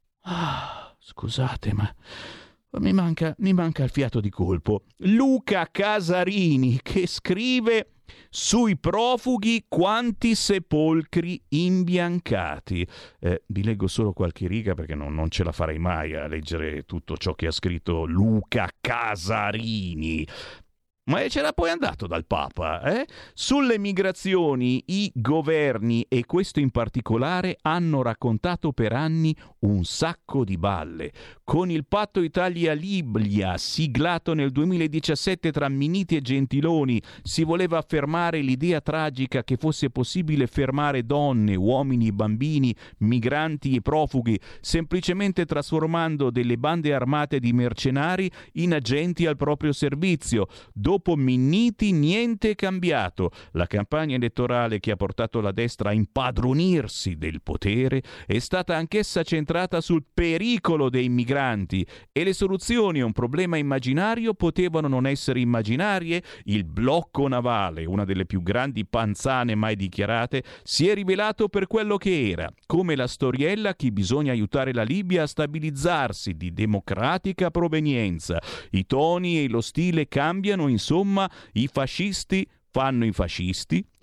Scusate, ma mi manca il fiato di colpo. Luca Casarini che scrive: sui profughi quanti sepolcri imbiancati. Vi leggo solo qualche riga perché non ce la farei mai a leggere tutto ciò che ha scritto Luca Casarini. Ma c'era poi andato dal Papa, Sulle migrazioni i governi, e questo in particolare, hanno raccontato per anni un sacco di balle. Con il patto Italia-Libia, siglato nel 2017 tra Minniti e Gentiloni, si voleva affermare l'idea tragica che fosse possibile fermare donne, uomini, bambini, migranti e profughi, semplicemente trasformando delle bande armate di mercenari in agenti al proprio servizio. Dopo Minniti niente è cambiato. La campagna elettorale che ha portato la destra a impadronirsi del potere è stata anch'essa centrata sul pericolo dei migranti, e le soluzioni a un problema immaginario potevano non essere immaginarie. Il blocco navale, una delle più grandi panzane mai dichiarate, si è rivelato per quello che era, come la storiella che bisogna aiutare la Libia a stabilizzarsi, di democratica provenienza. I toni e lo stile cambiano, insomma, i fascisti fanno i fascisti,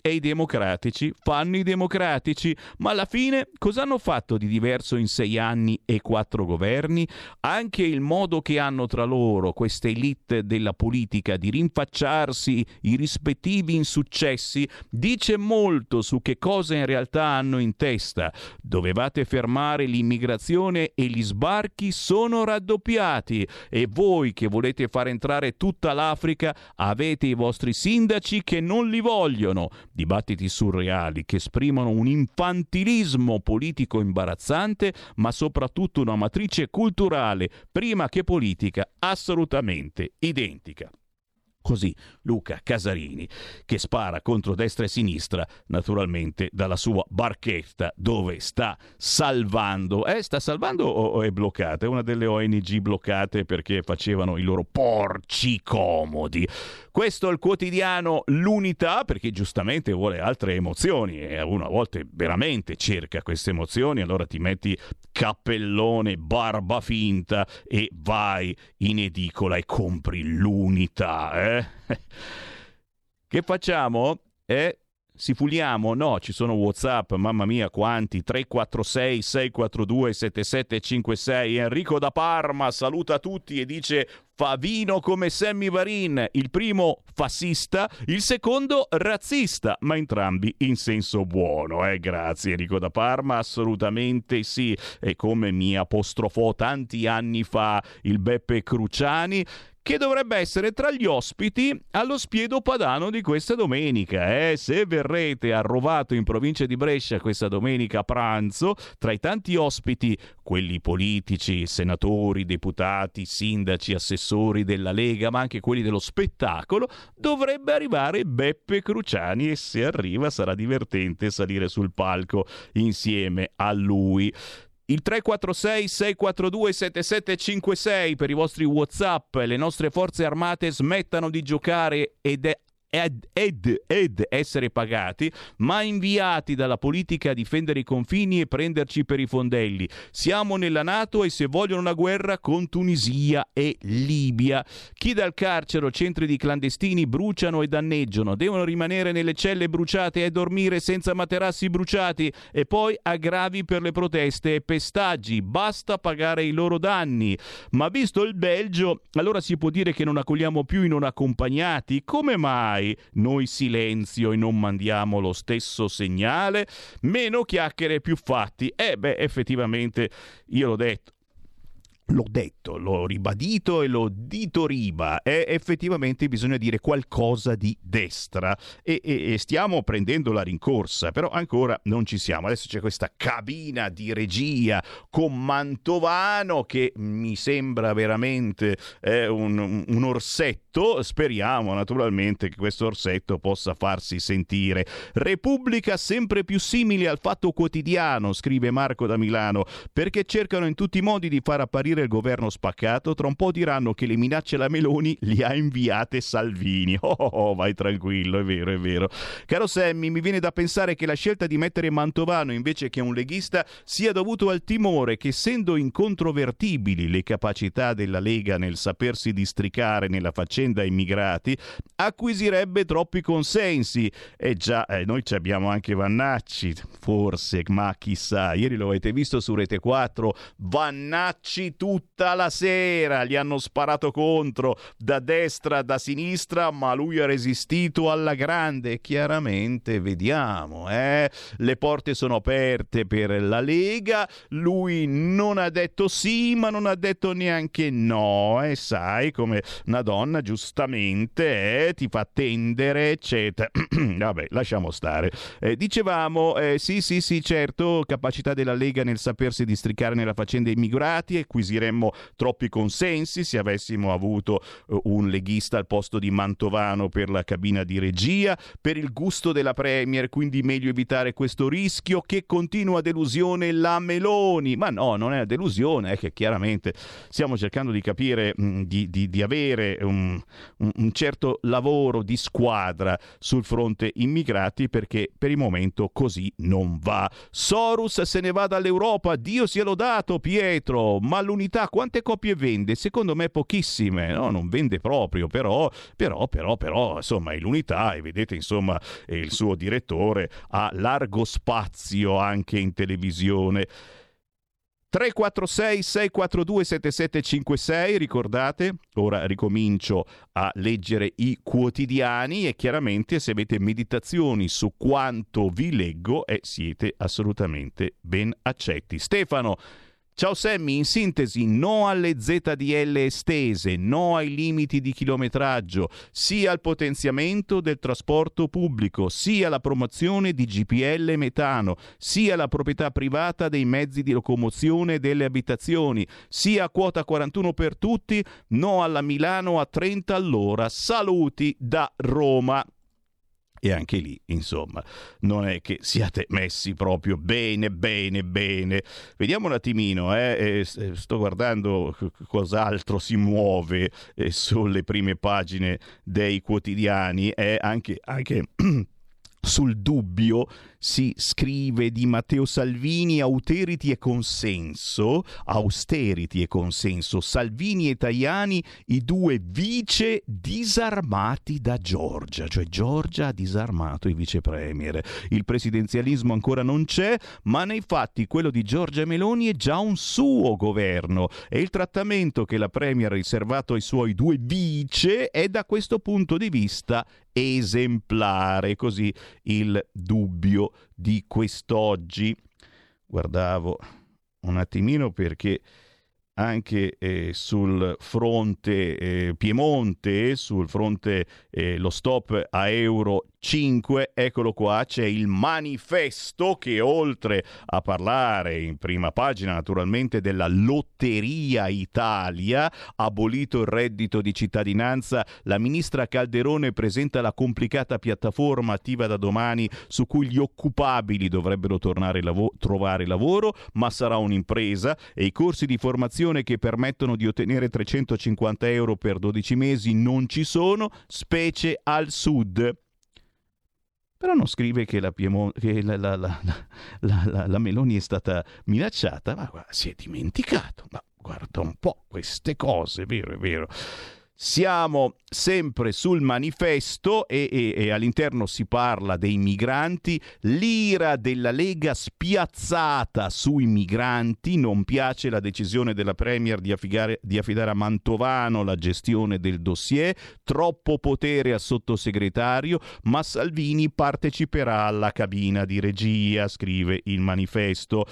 e i democratici fanno i democratici. Ma alla fine cosa hanno fatto di diverso in 6 anni e 4 governi? Anche il modo che hanno tra loro queste elite della politica di rinfacciarsi i rispettivi insuccessi dice molto su che cosa in realtà hanno in testa. Dovevate fermare l'immigrazione e gli sbarchi sono raddoppiati, e voi che volete far entrare tutta l'Africa avete i vostri sindaci che non li vogliono. Dibattiti surreali che esprimono un infantilismo politico imbarazzante, ma soprattutto una matrice culturale, prima che politica, assolutamente identica. Così Luca Casarini, che spara contro destra e sinistra, naturalmente dalla sua barchetta dove sta salvando. Sta salvando o è bloccata? È una delle ONG bloccate perché facevano i loro porci comodi. Questo è il quotidiano L'Unità, perché giustamente vuole altre emozioni e uno a volte veramente cerca queste emozioni, allora ti metti cappellone, barba finta e vai in edicola e compri L'Unità, Che facciamo? Sifuliamo? No, ci sono WhatsApp, mamma mia quanti, 346 642 7756. Enrico da Parma saluta tutti e dice: fa vino come Sammy Varin, il primo fascista, il secondo razzista, ma entrambi in senso buono. Grazie Enrico da Parma, assolutamente sì. E come mi apostrofò tanti anni fa il Beppe Cruciani, che dovrebbe essere tra gli ospiti allo Spiedo Padano di questa domenica. Se verrete a Rovato in provincia di Brescia questa domenica a pranzo, tra i tanti ospiti, quelli politici, senatori, deputati, sindaci, assessori della Lega, ma anche quelli dello spettacolo, dovrebbe arrivare Beppe Cruciani, e se arriva sarà divertente salire sul palco insieme a lui. Il 346 642 7756 per i vostri WhatsApp. Le nostre forze armate smettano di giocare ed essere pagati, ma inviati dalla politica a difendere i confini e prenderci per i fondelli. Siamo nella NATO e se vogliono una guerra con Tunisia e Libia. Chi dal carcere o centri di clandestini bruciano e danneggiano devono rimanere nelle celle bruciate e dormire senza materassi bruciati, e poi aggravi per le proteste e pestaggi. Basta pagare i loro danni. Ma visto il Belgio, allora si può dire che non accogliamo più i non accompagnati? Come mai? Noi silenzio e non mandiamo lo stesso segnale? Meno chiacchiere, più fatti. Effettivamente io l'ho detto, l'ho ribadito e l'ho dito riba. Effettivamente bisogna dire qualcosa di destra e stiamo prendendo la rincorsa, però ancora non ci siamo. Adesso c'è questa cabina di regia con Mantovano che mi sembra veramente un orsetto. Speriamo naturalmente che questo orsetto possa farsi sentire. Repubblica sempre più simile al Fatto Quotidiano, scrive Marco da Milano, perché cercano in tutti i modi di far apparire il governo spaccato. Tra un po' diranno che le minacce alla Meloni li ha inviate Salvini. Vai tranquillo, è vero. Caro Sammy, mi viene da pensare che la scelta di mettere Mantovano invece che un leghista sia dovuto al timore che, essendo incontrovertibili le capacità della Lega nel sapersi districare nella faccenda immigrati, acquisirebbe troppi consensi. Noi ci abbiamo anche Vannacci, forse, ma chissà. Ieri lo avete visto su Rete 4, Vannacci tutta la sera, gli hanno sparato contro da destra, da sinistra, ma lui ha resistito alla grande. Chiaramente vediamo, le porte sono aperte per la Lega, lui non ha detto sì, ma non ha detto neanche no, sai, come una donna giustamente ti fa tendere, eccetera. Vabbè, lasciamo stare. Dicevamo, sì, certo, capacità della Lega nel sapersi districare nella faccenda immigrati, acquisiremmo troppi consensi se avessimo avuto un leghista al posto di Mantovano per la cabina di regia, per il gusto della Premier, quindi meglio evitare questo rischio. Che continua delusione la Meloni. Ma no, non è una delusione, è che chiaramente stiamo cercando di capire, di avere un certo lavoro di squadra sul fronte immigrati, perché per il momento così non va. Soros se ne va dall'Europa, Dio sia lodato Pietro, ma l'Unità unità, quante copie vende? Secondo me pochissime, no? Non vende proprio, però, insomma, è l'Unità e vedete, insomma, il suo direttore ha largo spazio anche in televisione. 346 642 7756, ricordate, ora ricomincio a leggere i quotidiani e chiaramente se avete meditazioni su quanto vi leggo siete assolutamente ben accetti. Stefano: ciao Sammy, in sintesi, no alle ZDL estese, no ai limiti di chilometraggio, sì al potenziamento del trasporto pubblico, sì alla promozione di GPL e metano, sì alla proprietà privata dei mezzi di locomozione e delle abitazioni, sì a quota 41 per tutti, no alla Milano a 30 all'ora. Saluti da Roma. E anche lì, insomma, non è che siate messi proprio bene. Vediamo un attimino, sto guardando cos'altro si muove sulle prime pagine dei quotidiani, anche sul Dubbio si scrive di Matteo Salvini, austerity e consenso, Salvini e Tajani, i due vice disarmati da Giorgia, cioè Giorgia ha disarmato i vice premier. Il presidenzialismo ancora non c'è, ma nei fatti quello di Giorgia Meloni è già un suo governo e il trattamento che la premier ha riservato ai suoi due vice è da questo punto di vista esemplare. Così il Dubbio di quest'oggi. Guardavo un attimino perché anche sul fronte Piemonte, sul fronte lo stop a Euro 5, eccolo qua, c'è il manifesto che oltre a parlare in prima pagina naturalmente della Lotteria Italia, abolito il reddito di cittadinanza, la ministra Calderone presenta la complicata piattaforma attiva da domani su cui gli occupabili dovrebbero tornare trovare lavoro, ma sarà un'impresa, e i corsi di formazione che permettono di ottenere 350 euro per 12 mesi non ci sono, specie al sud. Però non scrive che la Meloni è stata minacciata, ma si è dimenticato. Ma guarda un po' queste cose, vero, è vero. Siamo sempre sul manifesto e all'interno si parla dei migranti, l'ira della Lega spiazzata sui migranti, non piace la decisione della Premier di affidare a Mantovano la gestione del dossier, troppo potere al sottosegretario, ma Salvini parteciperà alla cabina di regia, scrive il manifesto.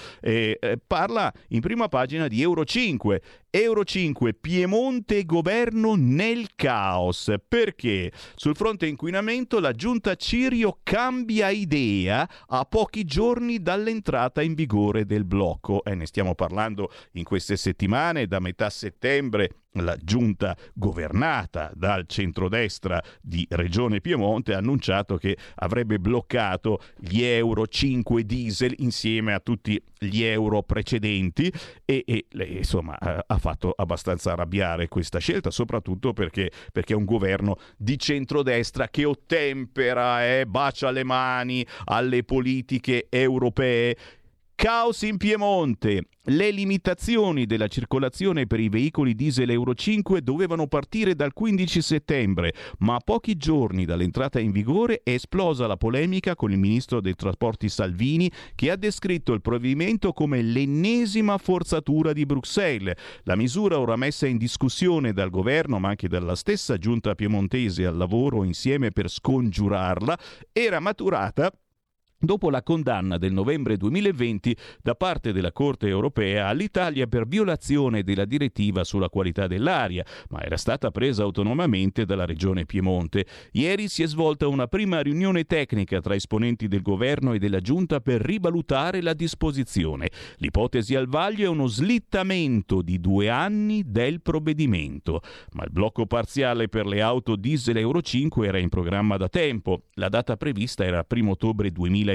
Parla in prima pagina di Euro 5. Euro 5, Piemonte e governo nel caos. Perché? Sul fronte inquinamento la giunta Cirio cambia idea a pochi giorni dall'entrata in vigore del blocco. Ne stiamo parlando in queste settimane, da metà settembre. La giunta governata dal centrodestra di Regione Piemonte ha annunciato che avrebbe bloccato gli Euro 5 diesel insieme a tutti gli euro precedenti e insomma ha fatto abbastanza arrabbiare questa scelta, soprattutto perché è un governo di centrodestra che ottempera, bacia le mani alle politiche europee. Caos in Piemonte. Le limitazioni della circolazione per i veicoli diesel Euro 5 dovevano partire dal 15 settembre, ma a pochi giorni dall'entrata in vigore è esplosa la polemica con il ministro dei trasporti Salvini, che ha descritto il provvedimento come l'ennesima forzatura di Bruxelles. La misura, ora messa in discussione dal governo ma anche dalla stessa giunta piemontese al lavoro insieme per scongiurarla, era maturata dopo la condanna del novembre 2020 da parte della Corte europea all'Italia per violazione della direttiva sulla qualità dell'aria, ma era stata presa autonomamente dalla Regione Piemonte. Ieri si è svolta una prima riunione tecnica tra esponenti del governo e della Giunta per rivalutare la disposizione. L'ipotesi al vaglio è uno slittamento di 2 anni del provvedimento, ma il blocco parziale per le auto diesel Euro 5 era in programma da tempo. La data prevista era 1 ottobre 2025.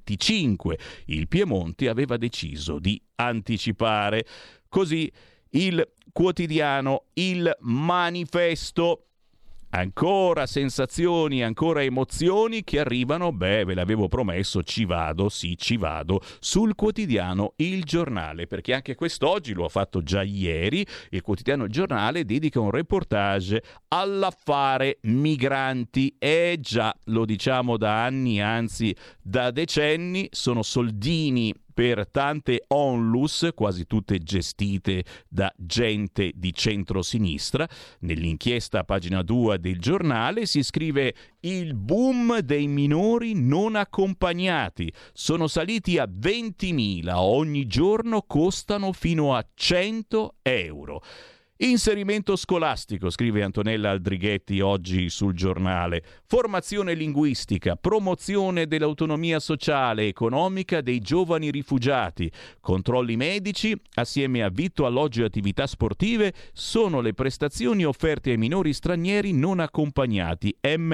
Il Piemonte aveva deciso di anticipare. Così il quotidiano Il Manifesto. Ancora sensazioni, ancora emozioni che arrivano, ve l'avevo promesso, ci vado, sul quotidiano Il Giornale, perché anche quest'oggi, lo ha fatto già ieri, il quotidiano Il Giornale dedica un reportage all'affare migranti. Già, lo diciamo da anni, anzi da decenni, sono soldini per tante onlus, quasi tutte gestite da gente di centrosinistra. Nell'inchiesta a pagina 2 del Giornale si scrive: il boom dei minori non accompagnati. Sono saliti a 20.000, ogni giorno costano fino a 100 euro. Inserimento scolastico, scrive Antonella Aldrighetti oggi sul Giornale. Formazione linguistica, promozione dell'autonomia sociale e economica dei giovani rifugiati, controlli medici, assieme a vitto, alloggio e attività sportive, sono le prestazioni offerte ai minori stranieri non accompagnati.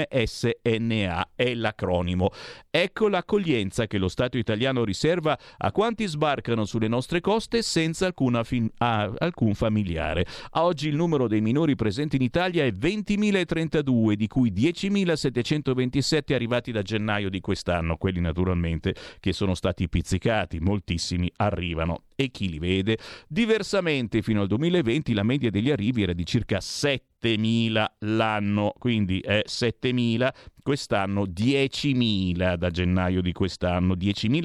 MSNA è l'acronimo. Ecco l'accoglienza che lo Stato italiano riserva a quanti sbarcano sulle nostre coste senza alcun familiare. A oggi il numero dei minori presenti in Italia è 20.032, di cui 10.727 arrivati da gennaio di quest'anno, quelli naturalmente che sono stati pizzicati, moltissimi arrivano. E chi li vede? Diversamente, fino al 2020 la media degli arrivi era di circa 7.000 l'anno, quindi 7.000, quest'anno 10.000 da gennaio di quest'anno,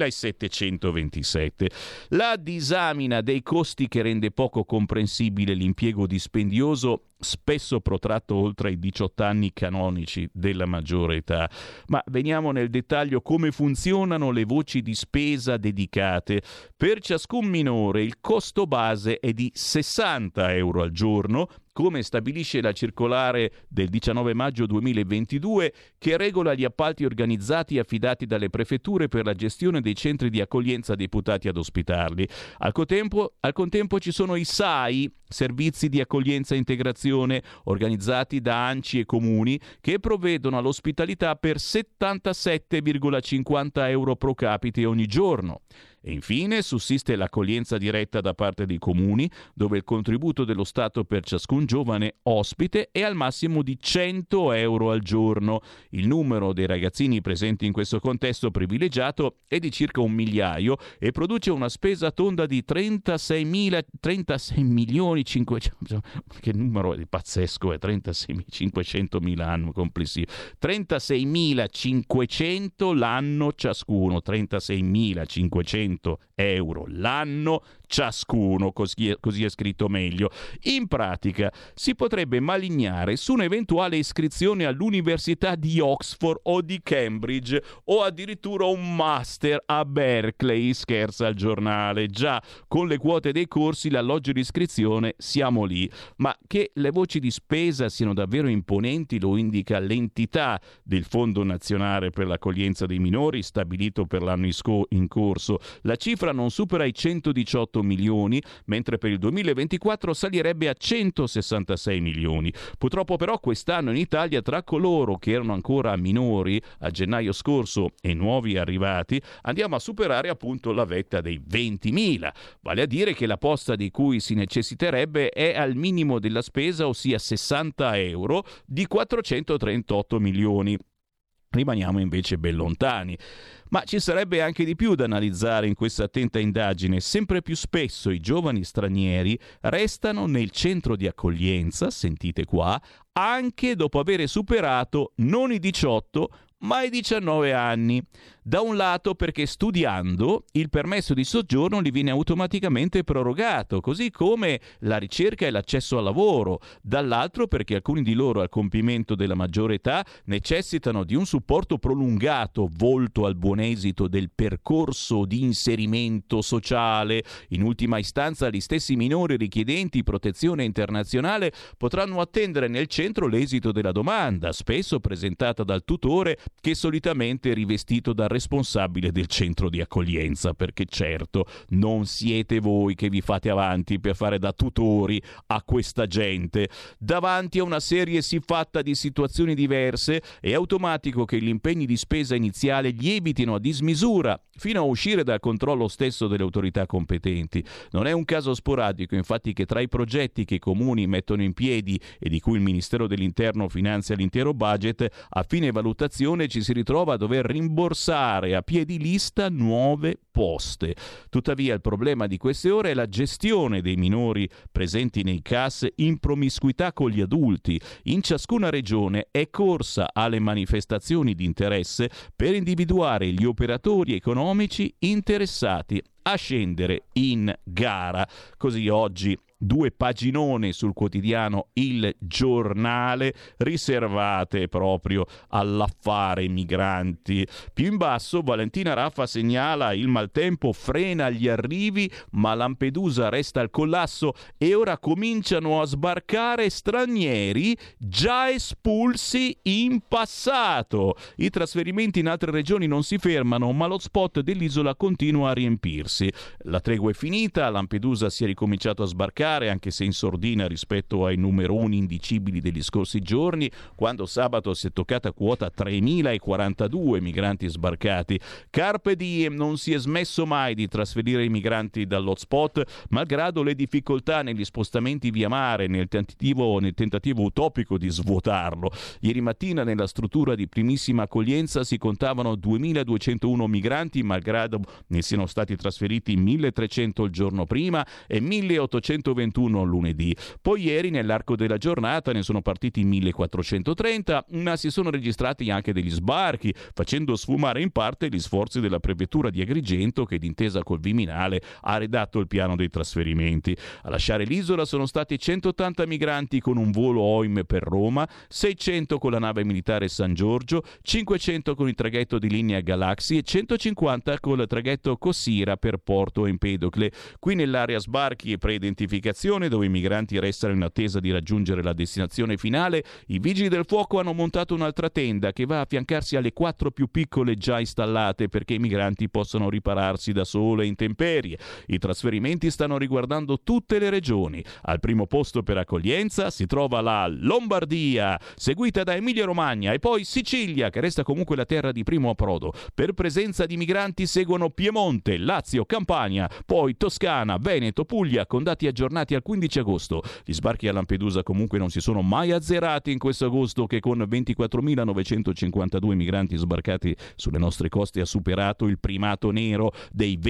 10.727. La disamina dei costi che rende poco comprensibile l'impiego dispendioso spesso protratto oltre i 18 anni canonici della maggiore età. Ma veniamo nel dettaglio come funzionano le voci di spesa dedicate. Per ciascun minore il costo base è di 60 euro al giorno, come stabilisce la circolare del 19 maggio 2022 che regola gli appalti organizzati e affidati dalle prefetture per la gestione dei centri di accoglienza deputati ad ospitarli. Al contempo ci sono i SAI, servizi di accoglienza e integrazione, organizzati da ANCI e comuni, che provvedono all'ospitalità per 77,50 euro pro capite ogni giorno. E infine sussiste l'accoglienza diretta da parte dei comuni, dove il contributo dello Stato per ciascun giovane ospite è al massimo di 100 euro al giorno. Il numero dei ragazzini presenti in questo contesto privilegiato è di circa 1 migliaio e produce una spesa tonda di 36 milioni 500, che numero è pazzesco, è 36.500.000 anno complessivo, 36.500 l'anno ciascuno, 36.500 euro l'anno ciascuno, così è scritto meglio. In pratica si potrebbe malignare su un'eventuale iscrizione all'università di Oxford o di Cambridge o addirittura un master a Berkeley, scherza il Giornale. Già con le quote dei corsi, l'alloggio di iscrizione siamo lì, ma che le voci di spesa siano davvero imponenti lo indica l'entità del Fondo Nazionale per l'Accoglienza dei Minori stabilito per l'anno in corso. La cifra non supera i 118 milioni, mentre per il 2024 salirebbe a 166 milioni. Purtroppo però quest'anno in Italia, tra coloro che erano ancora minori a gennaio scorso e nuovi arrivati, andiamo a superare appunto la vetta dei 20.000, vale a dire che la posta di cui si necessiterebbe è al minimo della spesa, ossia 60 euro di 438 milioni. Rimaniamo invece ben lontani. Ma ci sarebbe anche di più da analizzare in questa attenta indagine. Sempre più spesso i giovani stranieri restano nel centro di accoglienza, sentite qua, anche dopo avere superato non i 18 ma i 19 anni. Da un lato perché studiando il permesso di soggiorno gli viene automaticamente prorogato, così come la ricerca e l'accesso al lavoro. Dall'altro perché alcuni di loro al compimento della maggiore età necessitano di un supporto prolungato volto al buon esito del percorso di inserimento sociale. In ultima istanza gli stessi minori richiedenti protezione internazionale potranno attendere nel centro l'esito della domanda, spesso presentata dal tutore che solitamente è rivestito dal responsabile del centro di accoglienza, perché certo non siete voi che vi fate avanti per fare da tutori a questa gente. Davanti a una serie siffatta di situazioni diverse è automatico che gli impegni di spesa iniziale lievitino a dismisura fino a uscire dal controllo stesso delle autorità competenti. Non è un caso sporadico, infatti, che tra i progetti che i comuni mettono in piedi e di cui il Ministero dell'Interno finanzia l'intero budget, a fine valutazione ci si ritrova a dover rimborsare a piedi lista nuove poste. Tuttavia il problema di queste ore è la gestione dei minori presenti nei CAS in promiscuità con gli adulti. In ciascuna regione è corsa alle manifestazioni di interesse per individuare gli operatori economici interessati a scendere in gara. Così oggi 2 paginone sul quotidiano Il Giornale riservate proprio all'affare migranti. Più in basso Valentina Raffa segnala: il maltempo frena gli arrivi ma Lampedusa resta al collasso e ora cominciano a sbarcare stranieri già espulsi in passato. I trasferimenti in altre regioni non si fermano, ma lo spot dell'isola continua a riempirsi. La tregua è finita, a Lampedusa si è ricominciato a sbarcare, anche se in sordina rispetto ai numeroni indicibili degli scorsi giorni, quando sabato si è toccata quota 3.042 migranti sbarcati. Carpe Diem non si è smesso mai di trasferire i migranti dall'hotspot, malgrado le difficoltà negli spostamenti via mare, nel tentativo utopico di svuotarlo. Ieri mattina nella struttura di primissima accoglienza si contavano 2.201 migranti, malgrado ne siano stati trasferiti 1.300 il giorno prima e 1.821 lunedì. Poi ieri nell'arco della giornata ne sono partiti 1.430, ma si sono registrati anche degli sbarchi, facendo sfumare in parte gli sforzi della prefettura di Agrigento, che d'intesa col Viminale ha redatto il piano dei trasferimenti. A lasciare l'isola sono stati 180 migranti con un volo OIM per Roma, 600 con la nave militare San Giorgio, 500 con il traghetto di linea Galaxy e 150 con il traghetto Cossira per Porto Empedocle. Qui nell'area sbarchi e preidentificazione, dove i migranti restano in attesa di raggiungere la destinazione finale, i vigili del fuoco hanno montato un'altra tenda che va a affiancarsi alle 4 più piccole già installate, perché i migranti possano ripararsi da sole intemperie. I trasferimenti stanno riguardando tutte le regioni. Al primo posto per accoglienza si trova la Lombardia, seguita da Emilia-Romagna e poi Sicilia, che resta comunque la terra di primo approdo. Per presenza di migranti seguono Piemonte, Lazio, Campania, poi Toscana, Veneto, Puglia, con dati aggiornati al 15 agosto. Gli sbarchi a Lampedusa comunque non si sono mai azzerati in questo agosto, che con 24.952 migranti sbarcati sulle nostre coste ha superato il primato nero dei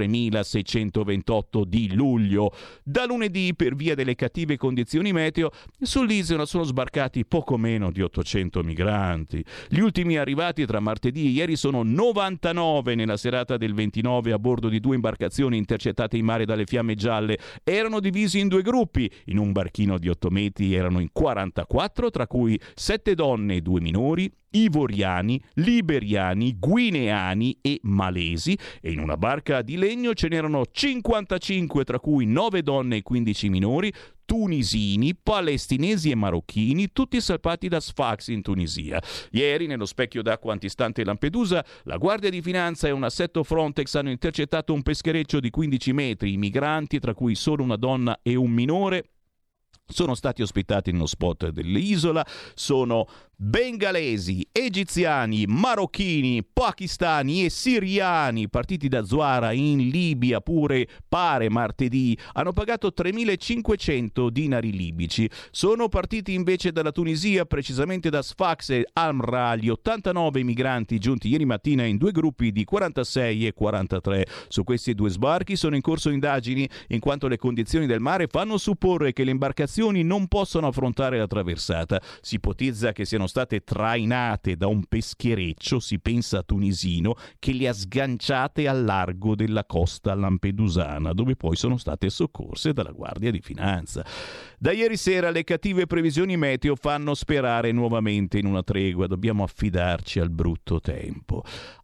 23.628 di luglio. Da lunedì, per via delle cattive condizioni meteo, sull'isola sono sbarcati poco meno di 800 migranti. Gli ultimi arrivati tra martedì e ieri sono 99 nella serata del 29 a bordo di 2 imbarcazioni intercettate in mare dalle fiamme gialle. Erano divisi in 2 gruppi. In un barchino di 8 metri erano in 44, tra cui 7 donne e 2 minori, ivoriani, liberiani, guineani e malesi, e in una barca di legno ce n'erano 55, tra cui 9 donne e 15 minori, tunisini, palestinesi e marocchini, tutti salpati da Sfax in Tunisia. Ieri, nello specchio d'acqua antistante Lampedusa, la Guardia di Finanza e un assetto Frontex hanno intercettato un peschereccio di 15 metri. I migranti, tra cui solo una donna e un minore, sono stati ospitati nello spot dell'isola. Sono bengalesi, egiziani, marocchini, pakistani e siriani, partiti da Zuara in Libia pure pare martedì. Hanno pagato 3.500 dinari libici. Sono partiti invece dalla Tunisia, precisamente da Sfax e Amra, gli 89 migranti giunti ieri mattina in 2 gruppi di 46 e 43. Su questi 2 sbarchi sono in corso indagini, in quanto le condizioni del mare fanno supporre che le imbarcazioni non possono affrontare la traversata. Si ipotizza che siano state trainate da un peschereccio, si pensa tunisino, che le ha sganciate al largo della costa lampedusana, dove poi sono state soccorse dalla Guardia di Finanza. Da ieri sera le cattive previsioni meteo fanno sperare nuovamente in una tregua. Dobbiamo affidarci al brutto tempo.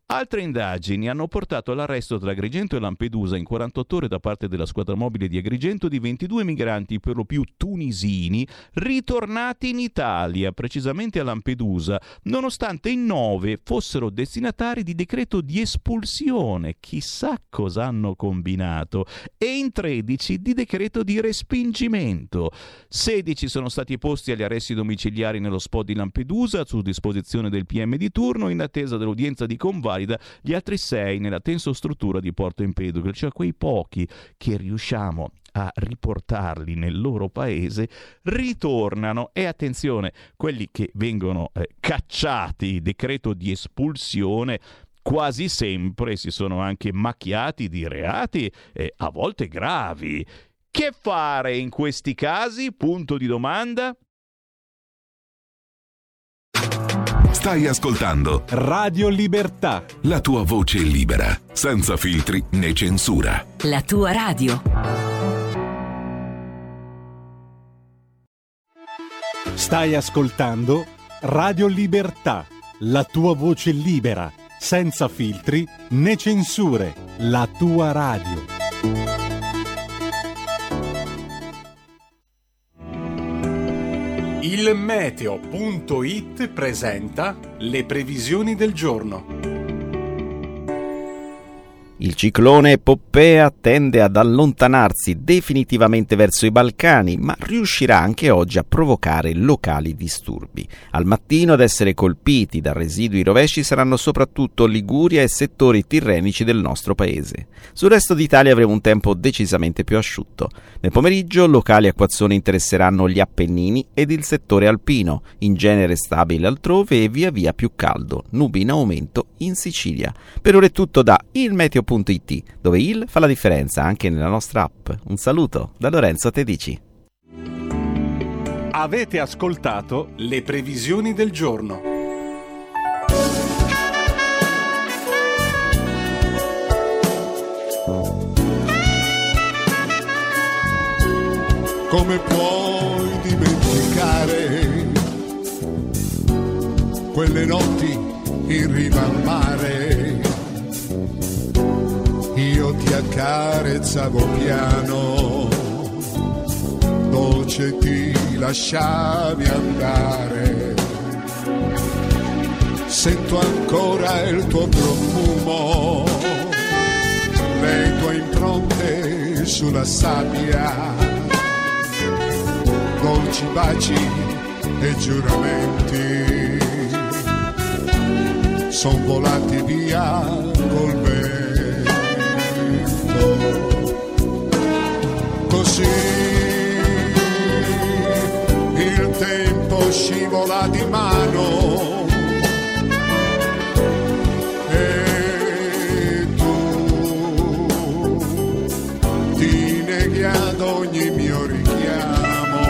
Altre indagini hanno portato all'arresto tra Agrigento e Lampedusa in 48 ore da parte della squadra mobile di Agrigento di 22 migranti, per lo più tunisini, ritornati in Italia, precisamente a Lampedusa, nonostante in 9 fossero destinatari di decreto di espulsione, chissà cosa hanno combinato, e in 13 di decreto di respingimento. 16 sono stati posti agli arresti domiciliari nello spot di Lampedusa su disposizione del PM di turno in attesa dell'udienza di convalida, gli altri 6 nella tensostruttura di Porto Empedocle, cioè quei pochi che riusciamo a riportarli nel loro paese ritornano. E attenzione, quelli che vengono cacciati, decreto di espulsione, quasi sempre si sono anche macchiati di reati a volte gravi. Che fare in questi casi? Punto di domanda. Stai ascoltando Radio Libertà, la tua voce libera, senza filtri né censura. La tua radio. Stai ascoltando Radio Libertà, la tua voce libera, senza filtri né censure. La tua radio. Il meteo.it presenta le previsioni del giorno. Il ciclone Poppea tende ad allontanarsi definitivamente verso i Balcani, ma riuscirà anche oggi a provocare locali disturbi. Al mattino ad essere colpiti da residui rovesci saranno soprattutto Liguria e settori tirrenici del nostro paese. Sul resto d'Italia avremo un tempo decisamente più asciutto. Nel pomeriggio locali acquazzoni interesseranno gli Appennini ed il settore alpino, in genere stabile altrove e via via più caldo, nubi in aumento in Sicilia. Per ora è tutto da ilmeteo.it, dove il fa la differenza anche nella nostra app. Un saluto da Lorenzo Tedici. Avete ascoltato le previsioni del giorno. Come puoi dimenticare quelle notti in riva al mare? Io ti accarezzavo piano, dolce ti lasciavi andare. Sento ancora il tuo profumo, le tue impronte sulla sabbia, dolci baci e giuramenti son volati via col vento. Così il tempo scivola di mano e tu ti neghi ad ogni mio richiamo.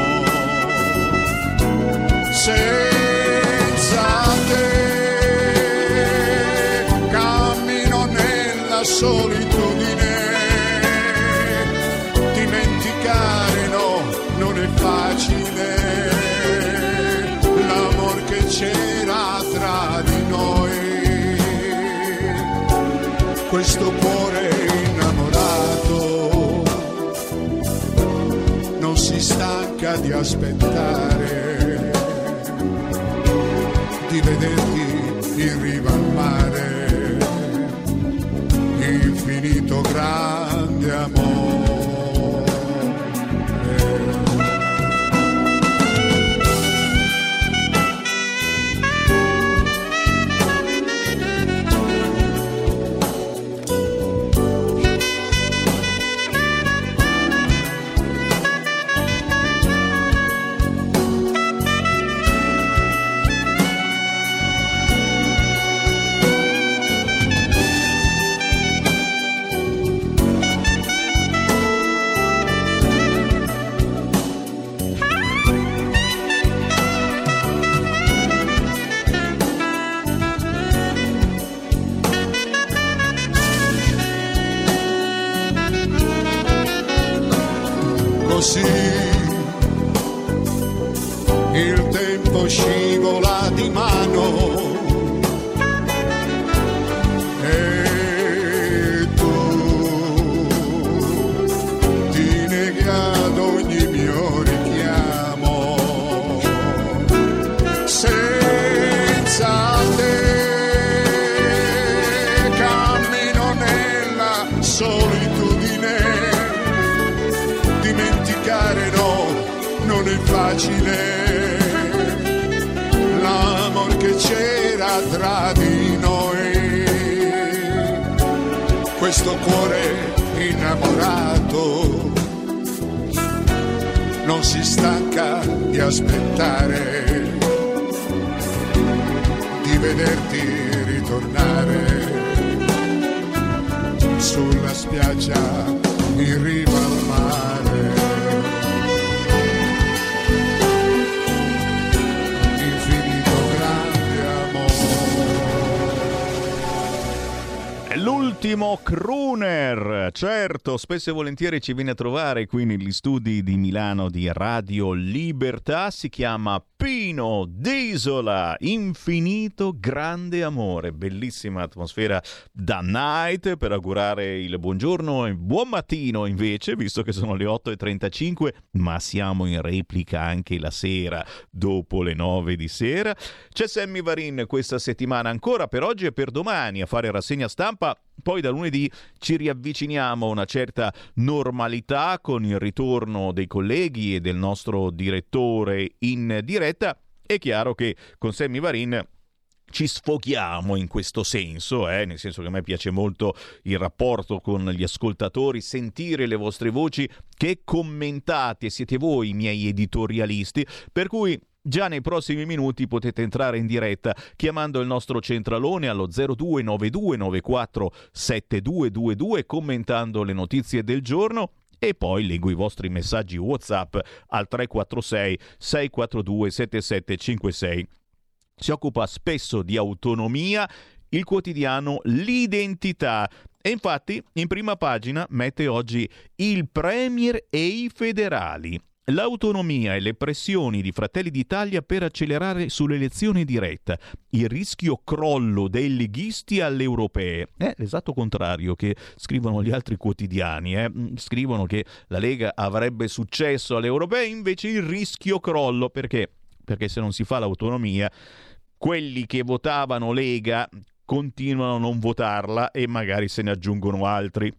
Senza te cammino nella solitudine. Dimenticare no, non è facile. L'amor che c'era tra di noi, questo cuore innamorato non si stanca di aspettare, di vederti in riva al mare, infinito grande amore. Così il tempo scivola di mano è facile, l'amor che c'era tra di noi, questo cuore innamorato non si stanca di aspettare, di vederti ritornare sulla spiaggia in riva al mare. Infinito grande amore. L'ultimo crooner, certo, spesso e volentieri ci viene a trovare qui negli studi di Milano di Radio Libertà, si chiama Pino D'Isola, Infinito grande amore, bellissima atmosfera da night per augurare il buongiorno e buon mattino invece, visto che sono le 8:35, ma siamo in replica anche la sera, dopo le 9 di sera. C'è Sammy Varin questa settimana ancora per oggi e per domani a fare rassegna stampa. Poi da lunedì ci riavviciniamo a una certa normalità con il ritorno dei colleghi e del nostro direttore in diretta. È chiaro che con Sammy Varin ci sfoghiamo in questo senso, nel senso che a me piace molto il rapporto con gli ascoltatori, sentire le vostre voci che commentate, siete voi i miei editorialisti, per cui già nei prossimi minuti potete entrare in diretta chiamando il nostro centralone allo 0292947222 commentando le notizie del giorno e poi leggo i vostri messaggi WhatsApp al 346 642 7756. Si occupa spesso di autonomia il quotidiano L'Identità e infatti in prima pagina mette oggi il Premier e i federali. L'autonomia e le pressioni di Fratelli d'Italia per accelerare sull'elezione diretta. Il rischio crollo dei leghisti alle europee. È l'esatto contrario che scrivono gli altri quotidiani. Scrivono che la Lega avrebbe successo alle europee, invece il rischio crollo. Perché? Perché se non si fa l'autonomia, quelli che votavano Lega continuano a non votarla e magari se ne aggiungono altri.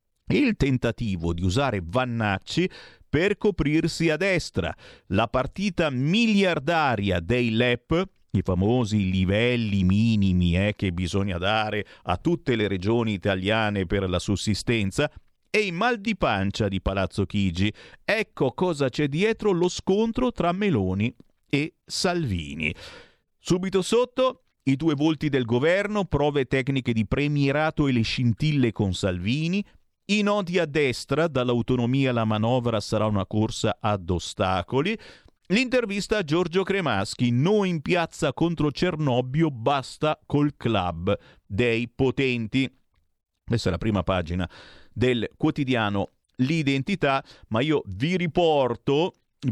Il tentativo di usare Vannacci per coprirsi a destra, la partita miliardaria dei LEP, i famosi livelli minimi che bisogna dare a tutte le regioni italiane per la sussistenza, e i mal di pancia di Palazzo Chigi. Ecco cosa c'è dietro lo scontro tra Meloni e Salvini. Subito sotto i due volti del governo, prove tecniche di premierato e le scintille con Salvini. I nodi a destra, dall'autonomia alla manovra sarà una corsa ad ostacoli. L'intervista a Giorgio Cremaschi, no in piazza contro Cernobbio, basta col club dei potenti. Questa è la prima pagina del quotidiano L'Identità, ma io vi riporto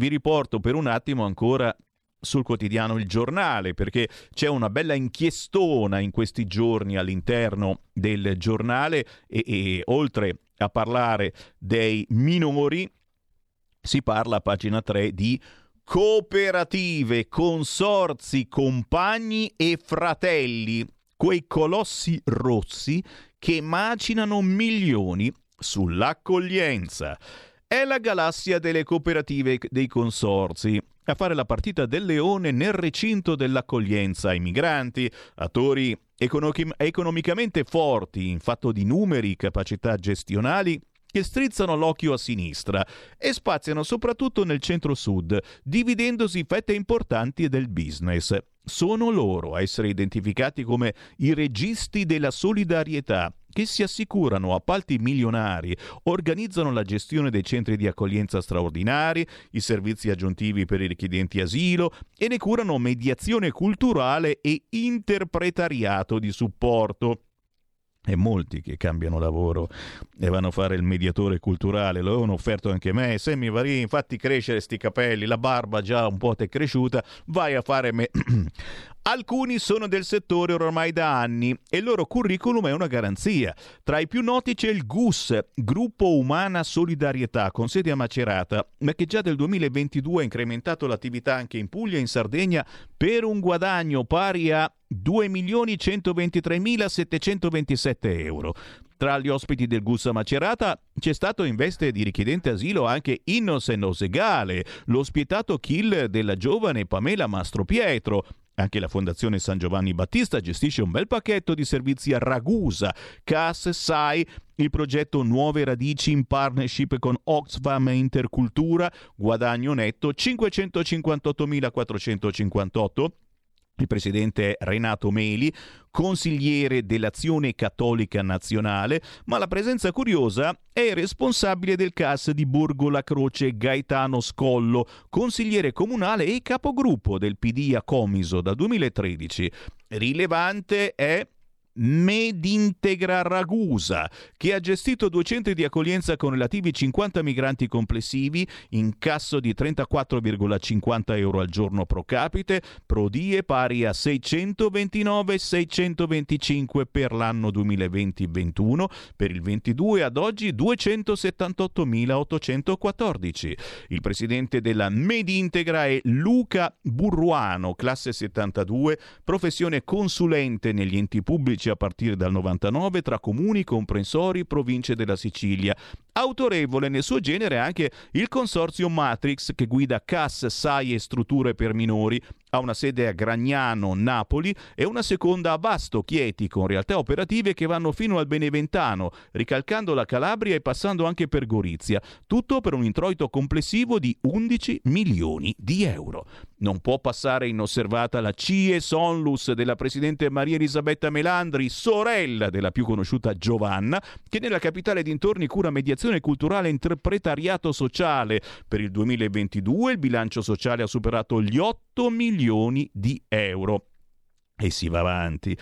per un attimo ancora sul quotidiano Il Giornale, perché c'è una bella inchiestona in questi giorni all'interno del giornale e oltre a parlare dei minori si parla a pagina 3 di cooperative, consorzi, compagni e fratelli, quei colossi rossi che macinano milioni sull'accoglienza. È la galassia delle cooperative e dei consorzi a fare la partita del leone nel recinto dell'accoglienza ai migranti, attori economicamente forti in fatto di numeri, capacità gestionali, che strizzano l'occhio a sinistra e spaziano soprattutto nel centro-sud, dividendosi fette importanti del business. Sono loro a essere identificati come i registi della solidarietà, che si assicurano appalti milionari, organizzano la gestione dei centri di accoglienza straordinari, i servizi aggiuntivi per i richiedenti asilo e ne curano mediazione culturale e interpretariato di supporto. E molti che cambiano lavoro e vanno a fare il mediatore culturale, lo hanno offerto anche me. Sammy Varin, fatti crescere sti capelli, la barba già un po' t'è cresciuta, vai a fare Alcuni sono del settore ormai da anni e il loro curriculum è una garanzia. Tra i più noti c'è il GUS, Gruppo Umana Solidarietà, con sede a Macerata, ma che già del 2022 ha incrementato l'attività anche in Puglia e in Sardegna per un guadagno pari a 2.123.727 euro. Tra gli ospiti del GUS a Macerata c'è stato in veste di richiedente asilo anche Innocent Osegale, lo spietato kill della giovane Pamela Mastropietro. Anche la Fondazione San Giovanni Battista gestisce un bel pacchetto di servizi a Ragusa, CAS, SAI, il progetto Nuove Radici in partnership con Oxfam e Intercultura, guadagno netto 558.458. Il presidente Renato Meli, consigliere dell'Azione Cattolica Nazionale, ma la presenza curiosa è il responsabile del CAS di Borgo La Croce, Gaetano Scollo, consigliere comunale e capogruppo del PD a Comiso dal 2013. Rilevante è Medintegra Ragusa, che ha gestito 2 centri di accoglienza con relativi 50 migranti complessivi, incasso di 34,50 euro al giorno pro capite, prodie pari a 629,625 per l'anno 2020-21, per il 22 ad oggi 278.814. Il presidente della Medintegra è Luca Burruano, classe 72, professione consulente negli enti pubblici a partire dal 99 tra comuni, comprensori, province della Sicilia. Autorevole nel suo genere anche il consorzio Matrix, che guida CAS, SAI e strutture per minori. Ha una sede a Gragnano, Napoli, e una seconda a Vasto, Chieti, con realtà operative che vanno fino al Beneventano, ricalcando la Calabria e passando anche per Gorizia. Tutto per un introito complessivo di 11 milioni di euro. Non può passare inosservata la CIE Onlus della presidente Maria Elisabetta Melandri, sorella della più conosciuta Giovanna, che nella capitale dintorni cura mediazione culturale e interpretariato sociale. Per il 2022 il bilancio sociale ha superato gli 8 milioni di euro. E si va avanti.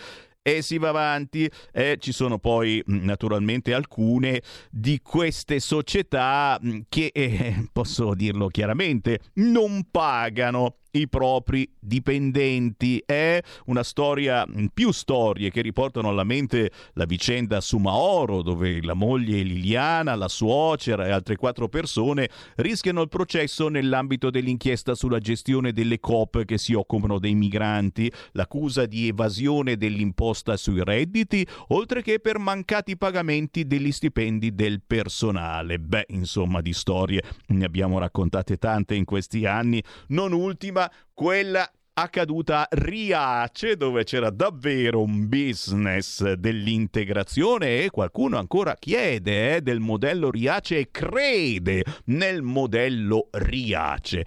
Ci sono poi naturalmente alcune di queste società che, posso dirlo chiaramente, non pagano i propri dipendenti. È una storia, più storie che riportano alla mente la vicenda Sumaoro, dove la moglie Liliana, la suocera e altre 4 persone rischiano il processo nell'ambito dell'inchiesta sulla gestione delle coop che si occupano dei migranti, l'accusa di evasione dell'imposta sui redditi, oltre che per mancati pagamenti degli stipendi del personale. Insomma, di storie ne abbiamo raccontate tante in questi anni, non ultima quella accaduta a Riace, dove c'era davvero un business dell'integrazione e qualcuno ancora chiede del modello Riace e crede nel modello Riace.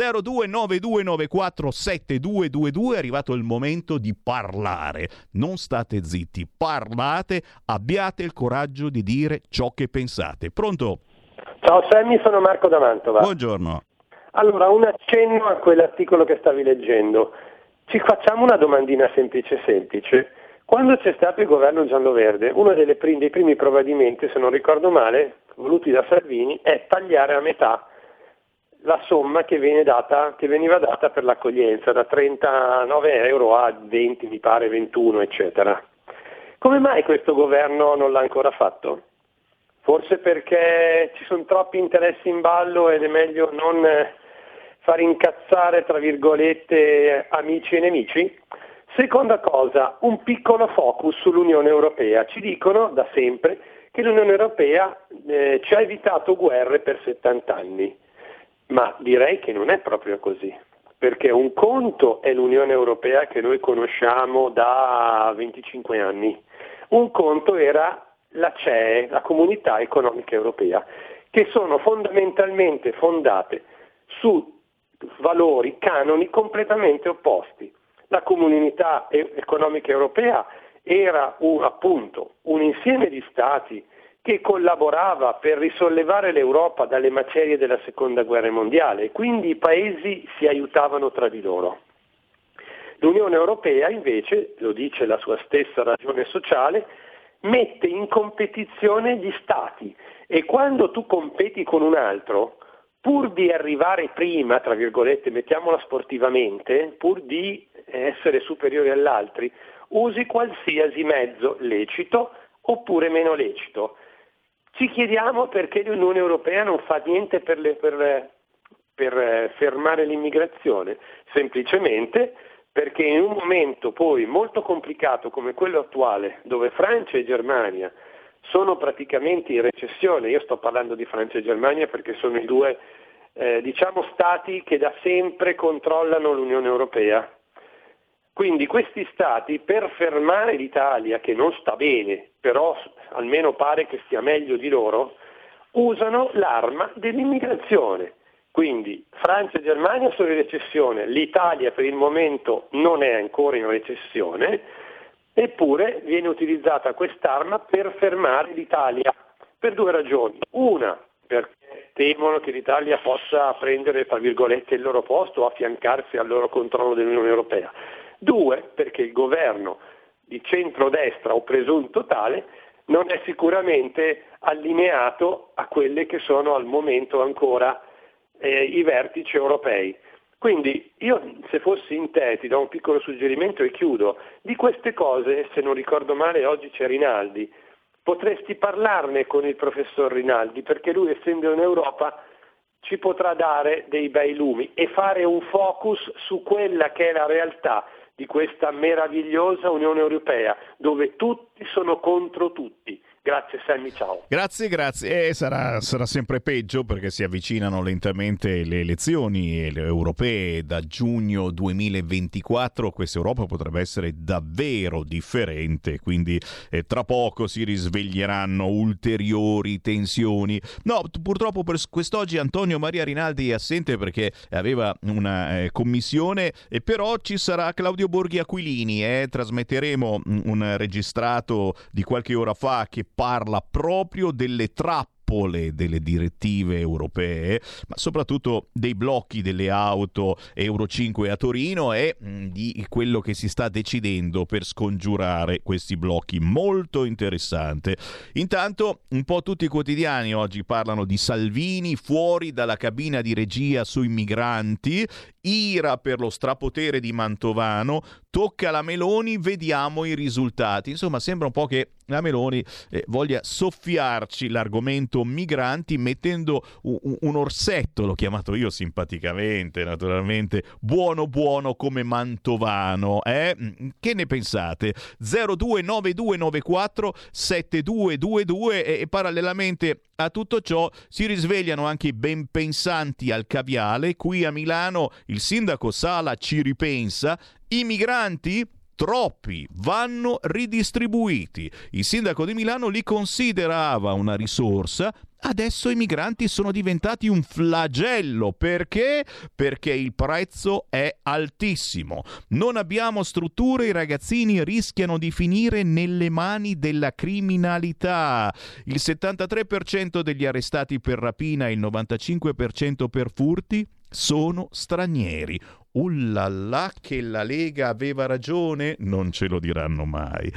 0292947222, è arrivato il momento di parlare. Non state zitti, parlate, abbiate il coraggio di dire ciò che pensate. Pronto? Ciao Sammy, sono Marco da Mantova. Buongiorno. Allora, un accenno a quell'articolo che stavi leggendo. Ci facciamo una domandina semplice. Quando c'è stato il governo giallo-verde, uno dei primi provvedimenti, se non ricordo male, voluti da Salvini, è tagliare a metà la somma che veniva data per l'accoglienza, da 39 euro a 20, mi pare 21, eccetera. Come mai questo governo non l'ha ancora fatto? Forse perché ci sono troppi interessi in ballo ed è meglio non far incazzare, tra virgolette, amici e nemici? Seconda cosa, un piccolo focus sull'Unione Europea. Ci dicono da sempre che l'Unione Europea ci ha evitato guerre per 70 anni, ma direi che non è proprio così, perché un conto è l'Unione Europea che noi conosciamo da 25 anni, un conto era la CEE, la Comunità Economica Europea, che sono fondamentalmente fondate su valori, canoni completamente opposti. La Comunità Economica Europea era appunto un insieme di stati che collaborava per risollevare l'Europa dalle macerie della Seconda Guerra Mondiale, e quindi i paesi si aiutavano tra di loro. L'Unione Europea invece, lo dice la sua stessa ragione sociale, mette in competizione gli stati, e quando tu competi con un altro, pur di arrivare prima, tra virgolette, mettiamola sportivamente, pur di essere superiore agli altri, usi qualsiasi mezzo lecito oppure meno lecito. Ci chiediamo perché l'Unione Europea non fa niente per fermare l'immigrazione, semplicemente perché in un momento poi molto complicato come quello attuale, dove Francia e Germania sono praticamente in recessione, io sto parlando di Francia e Germania perché sono i due stati che da sempre controllano l'Unione Europea. Quindi questi stati, per fermare l'Italia, che non sta bene, però almeno pare che stia meglio di loro, usano l'arma dell'immigrazione. Quindi Francia e Germania sono in recessione, l'Italia per il momento non è ancora in recessione, eppure viene utilizzata quest'arma per fermare l'Italia per due ragioni. Una, perché temono che l'Italia possa prendere, tra virgolette, il loro posto o affiancarsi al loro controllo dell'Unione Europea. Due, perché il governo di centrodestra o presunto tale non è sicuramente allineato a quelle che sono al momento ancora i vertici europei. Quindi io, se fossi in te, ti do un piccolo suggerimento e chiudo. Di queste cose, se non ricordo male, oggi c'è Rinaldi, potresti parlarne con il professor Rinaldi, perché lui, essendo in Europa, ci potrà dare dei bei lumi e fare un focus su quella che è la realtà di questa meravigliosa Unione Europea, dove tutti sono contro tutti. Grazie Sammy, ciao. Grazie. Sarà sempre peggio perché si avvicinano lentamente le elezioni europee da giugno 2024. Questa Europa potrebbe essere davvero differente, quindi tra poco si risveglieranno ulteriori tensioni. No, purtroppo per quest'oggi Antonio Maria Rinaldi è assente perché aveva una commissione, e però ci sarà Claudio Borghi Aquilini. Trasmetteremo un registrato di qualche ora fa che parla proprio delle trappole delle direttive europee, ma soprattutto dei blocchi delle auto Euro 5 a Torino e di quello che si sta decidendo per scongiurare questi blocchi. Molto interessante. Intanto un po' tutti i quotidiani oggi parlano di Salvini fuori dalla cabina di regia sui migranti, ira per lo strapotere di Mantovano, tocca la Meloni, vediamo i risultati. Insomma, sembra un po' che la Meloni voglia soffiarci l'argomento migranti mettendo un orsetto, l'ho chiamato io simpaticamente, naturalmente, buono come Mantovano. Che ne pensate? 029294 7222 e parallelamente a tutto ciò si risvegliano anche i ben pensanti al caviale. Qui a Milano il sindaco Sala ci ripensa, i migranti troppi, vanno ridistribuiti. Il sindaco di Milano li considerava una risorsa, adesso i migranti sono diventati un flagello. Perché? Perché il prezzo è altissimo. Non abbiamo strutture, i ragazzini rischiano di finire nelle mani della criminalità. Il 73% degli arrestati per rapina e il 95% per furti sono stranieri. Ullala, che la Lega aveva ragione? Non ce lo diranno mai.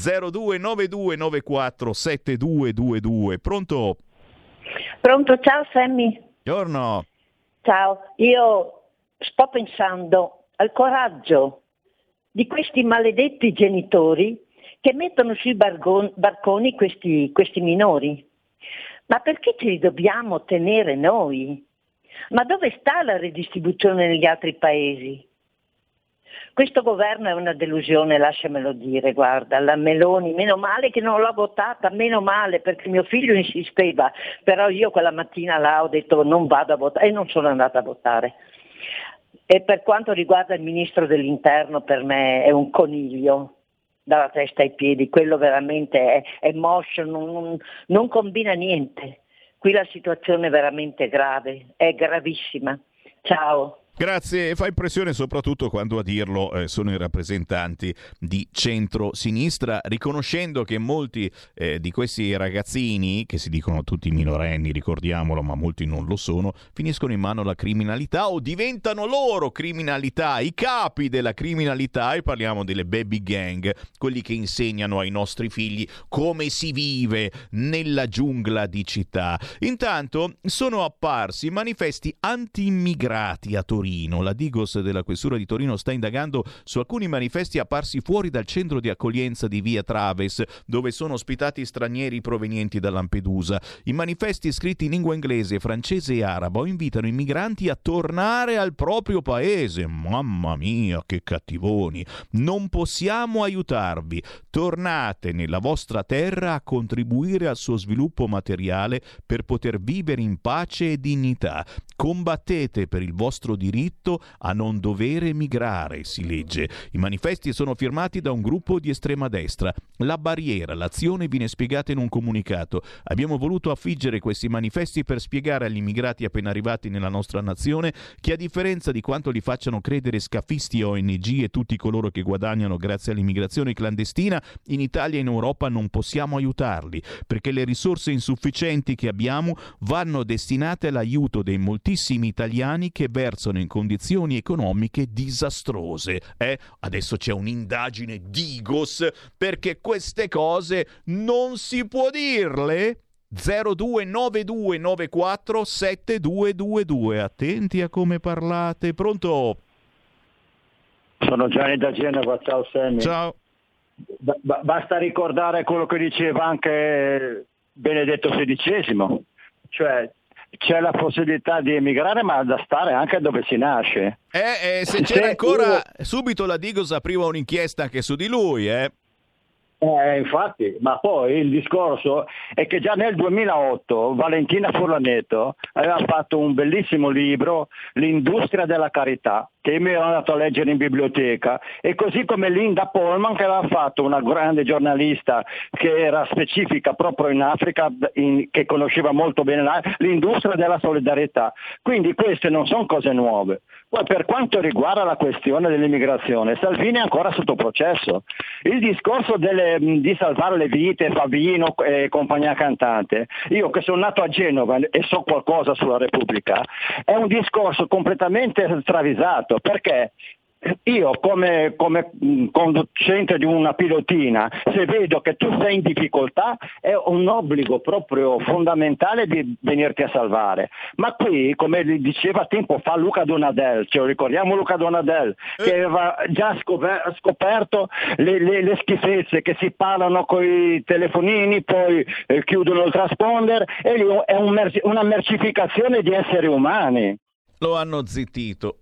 029294 7222. Pronto? Pronto, ciao Sammy. Buongiorno. Ciao, io sto pensando al coraggio di questi maledetti genitori che mettono sui barconi questi minori. Ma perché ce li dobbiamo tenere noi? Ma dove sta la redistribuzione negli altri paesi? Questo governo è una delusione, lasciamelo dire, guarda, la Meloni, meno male che non l'ho votata, meno male, perché mio figlio insisteva, però io quella mattina là ho detto non vado a votare e non sono andata a votare. E per quanto riguarda il ministro dell'interno, per me è un coniglio dalla testa ai piedi, quello veramente è moscio, non combina niente. Qui la situazione è veramente grave, è gravissima. Ciao. Grazie, fa impressione soprattutto quando a dirlo sono i rappresentanti di centro-sinistra, riconoscendo che molti di questi ragazzini, che si dicono tutti minorenni, ricordiamolo, ma molti non lo sono, finiscono in mano alla criminalità o diventano loro criminalità, i capi della criminalità, e parliamo delle baby gang, quelli che insegnano ai nostri figli come si vive nella giungla di città. Intanto sono apparsi manifesti anti-immigrati a Torino. Torino. La Digos della Questura di Torino sta indagando su alcuni manifesti apparsi fuori dal centro di accoglienza di Via Traves, dove sono ospitati stranieri provenienti da Lampedusa. I manifesti, scritti in lingua inglese, francese e arabo, invitano i migranti a tornare al proprio paese. Mamma mia, che cattivoni! Non possiamo aiutarvi. Tornate nella vostra terra a contribuire al suo sviluppo materiale per poter vivere in pace e dignità. Combattete per il vostro diritto a non dover emigrare, si legge. I manifesti sono firmati da un gruppo di estrema destra. La barriera, l'azione viene spiegata in un comunicato. Abbiamo voluto affiggere questi manifesti per spiegare agli immigrati appena arrivati nella nostra nazione che, a differenza di quanto li facciano credere scafisti, ONG e tutti coloro che guadagnano grazie all'immigrazione clandestina, in Italia e in Europa non possiamo aiutarli, perché le risorse insufficienti che abbiamo vanno destinate all'aiuto dei moltissimi italiani che versano in condizioni economiche disastrose. Adesso c'è un'indagine Digos perché queste cose non si può dirle. 0292947222. Attenti a come parlate. Pronto? Sono Gianni da Genova, ciao Sammy. Ciao. Basta ricordare quello che diceva anche Benedetto XVI, cioè c'è la possibilità di emigrare, ma da stare anche dove si nasce. Se c'era ancora, subito la Digos apriva un'inchiesta anche su di lui, Infatti, ma poi il discorso è che già nel 2008 Valentina Furlanetto aveva fatto un bellissimo libro, L'industria della carità, che mi ero andato a leggere in biblioteca, e così come Linda Polman, che aveva fatto, una grande giornalista che era specifica proprio in Africa, che conosceva molto bene l'industria della solidarietà. Quindi queste non sono cose nuove. Poi per quanto riguarda la questione dell'immigrazione, Salvini è ancora sotto processo. Il discorso di salvare le vite, Favino e compagnia cantante, io che sono nato a Genova e so qualcosa sulla Repubblica, è un discorso completamente travisato, perché io come conducente di una pilotina, se vedo che tu sei in difficoltà, è un obbligo proprio fondamentale di venirti a salvare. Ma qui, come diceva tempo fa Luca Donadel, ce lo ricordiamo Luca Donadel, che aveva già scoperto le schifezze, che si parlano coi telefonini, poi chiudono il transponder, e lì è una mercificazione di esseri umani. Lo hanno zittito.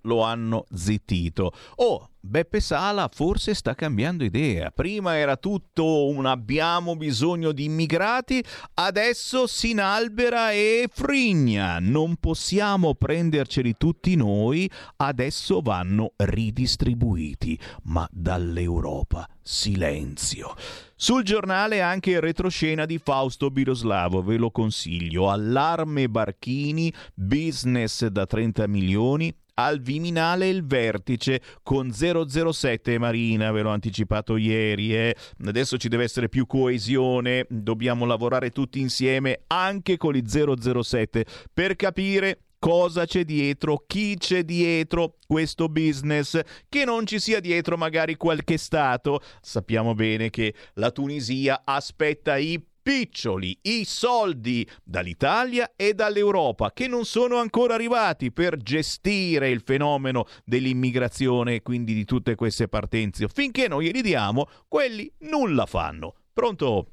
Beppe Sala forse sta cambiando idea. Prima era tutto un abbiamo bisogno di immigrati, adesso si inalbera e frigna. Non possiamo prenderceli tutti noi, adesso vanno ridistribuiti. Ma dall'Europa silenzio. Sul giornale anche il retroscena di Fausto Biloslavo, ve lo consiglio. Allarme barchini, business da 30 milioni, al Viminale il vertice con 007 Marina, ve l'ho anticipato ieri. Adesso ci deve essere più coesione, dobbiamo lavorare tutti insieme anche con i 007 per capire cosa c'è dietro, chi c'è dietro questo business, che non ci sia dietro magari qualche stato. Sappiamo bene che la Tunisia aspetta i piccioli, i soldi dall'Italia e dall'Europa, che non sono ancora arrivati per gestire il fenomeno dell'immigrazione e quindi di tutte queste partenze. Finché non glieli diamo, quelli nulla fanno. Pronto?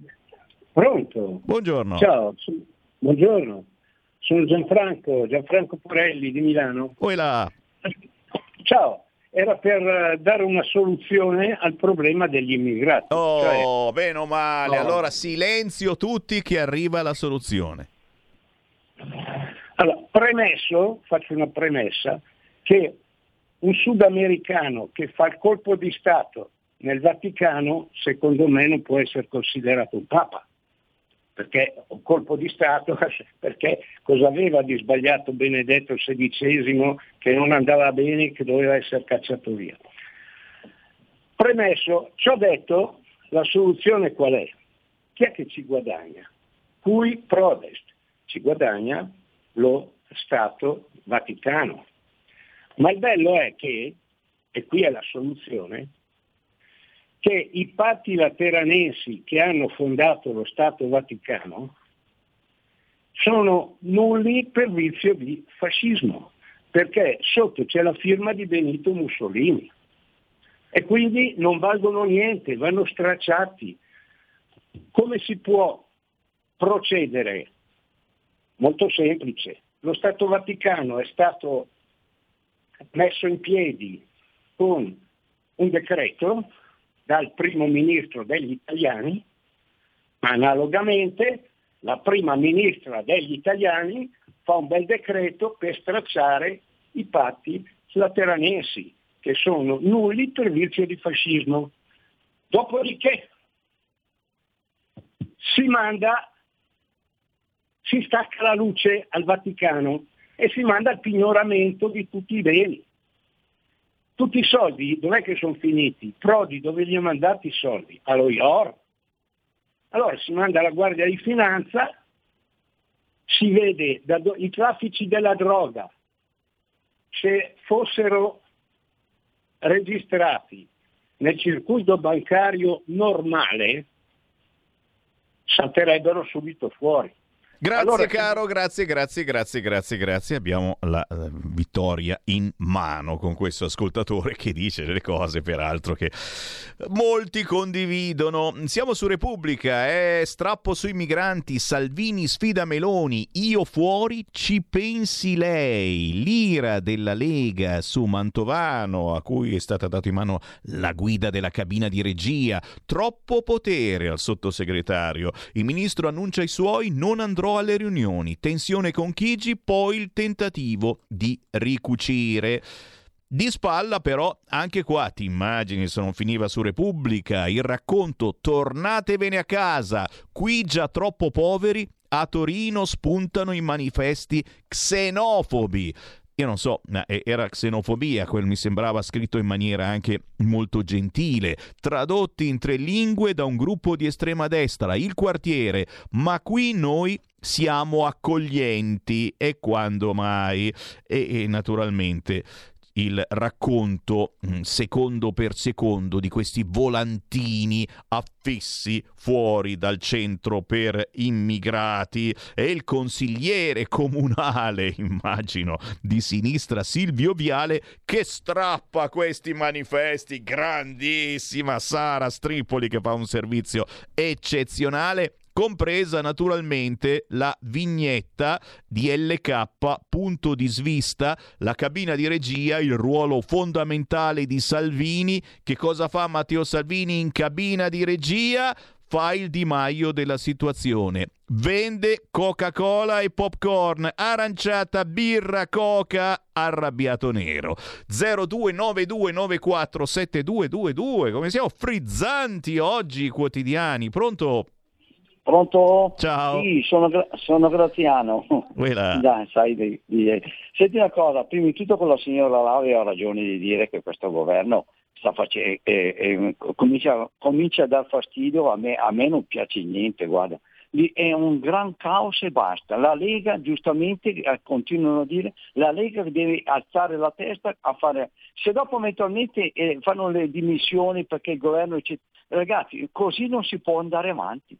Pronto? Buongiorno. Ciao, buongiorno. Sono Gianfranco Porelli di Milano. Là. Ciao. Era per dare una soluzione al problema degli immigrati. Bene o male. No. Allora silenzio tutti, che arriva la soluzione. Allora, faccio una premessa, che un sudamericano che fa il colpo di Stato nel Vaticano, secondo me non può essere considerato un papa. Perché un colpo di Stato, perché cosa aveva di sbagliato Benedetto XVI che non andava bene, che doveva essere cacciato via? Premesso, ciò detto, la soluzione qual è? Chi è che ci guadagna? Cui prodest? Ci guadagna lo Stato Vaticano. Ma il bello è che, e qui è la soluzione, che i patti lateranensi che hanno fondato lo Stato Vaticano sono nulli per vizio di fascismo, perché sotto c'è la firma di Benito Mussolini e quindi non valgono niente, vanno stracciati. Come si può procedere? Molto semplice. Lo Stato Vaticano è stato messo in piedi con un decreto dal primo ministro degli italiani, ma analogamente la prima ministra degli italiani fa un bel decreto per stracciare i patti lateranensi, che sono nulli per vizio di fascismo. Dopodiché si stacca la luce al Vaticano e si manda il pignoramento di tutti i beni. Tutti i soldi, dov'è che sono finiti? Prodi, dove gli ha mandati i soldi? Allo IOR. Allora si manda la Guardia di Finanza, si vede i traffici della droga, se fossero registrati nel circuito bancario normale, salterebbero subito fuori. Grazie allora, caro, grazie. Abbiamo la vittoria in mano con questo ascoltatore che dice delle cose peraltro che molti condividono. Siamo su Repubblica, strappo sui migranti, Salvini sfida Meloni, io fuori, ci pensi lei, l'ira della Lega su Mantovano a cui è stata data in mano la guida della cabina di regia, troppo potere al sottosegretario, il ministro annuncia i suoi, non andrò alle riunioni, tensione con Chigi, poi il tentativo di ricucire. Di spalla però anche qua ti immagini se non finiva su Repubblica il racconto tornatevene a casa, qui già troppo poveri, a Torino spuntano i manifesti xenofobi. Io non so, era xenofobia, quel mi sembrava scritto in maniera anche molto gentile, tradotti in 3 lingue da un gruppo di estrema destra, Il Quartiere, ma qui noi siamo accoglienti, e quando mai? E naturalmente il racconto secondo per secondo di questi volantini affissi fuori dal centro per immigrati, e il consigliere comunale, immagino, di sinistra Silvio Viale, che strappa questi manifesti, grandissima Sara Stripoli che fa un servizio eccezionale, compresa naturalmente la vignetta di LK, punto di svista, la cabina di regia, il ruolo fondamentale di Salvini. Che cosa fa Matteo Salvini in cabina di regia? Fa il Di Maio della situazione. Vende Coca-Cola e popcorn, aranciata, birra, coca, arrabbiato nero. 0292947222. Come siamo frizzanti oggi i quotidiani. Pronto? Pronto? Ciao. Sì, sono Graziano. Dai, sai, senti una cosa, prima di tutto con la signora Laurea ha ragione di dire che questo governo sta facendo comincia a dar fastidio, a me non piace niente, guarda. È un gran caos e basta. La Lega, giustamente, continuano a dire, la Lega deve alzare la testa a fare, se dopo eventualmente fanno le dimissioni perché il governo ragazzi, così non si può andare avanti,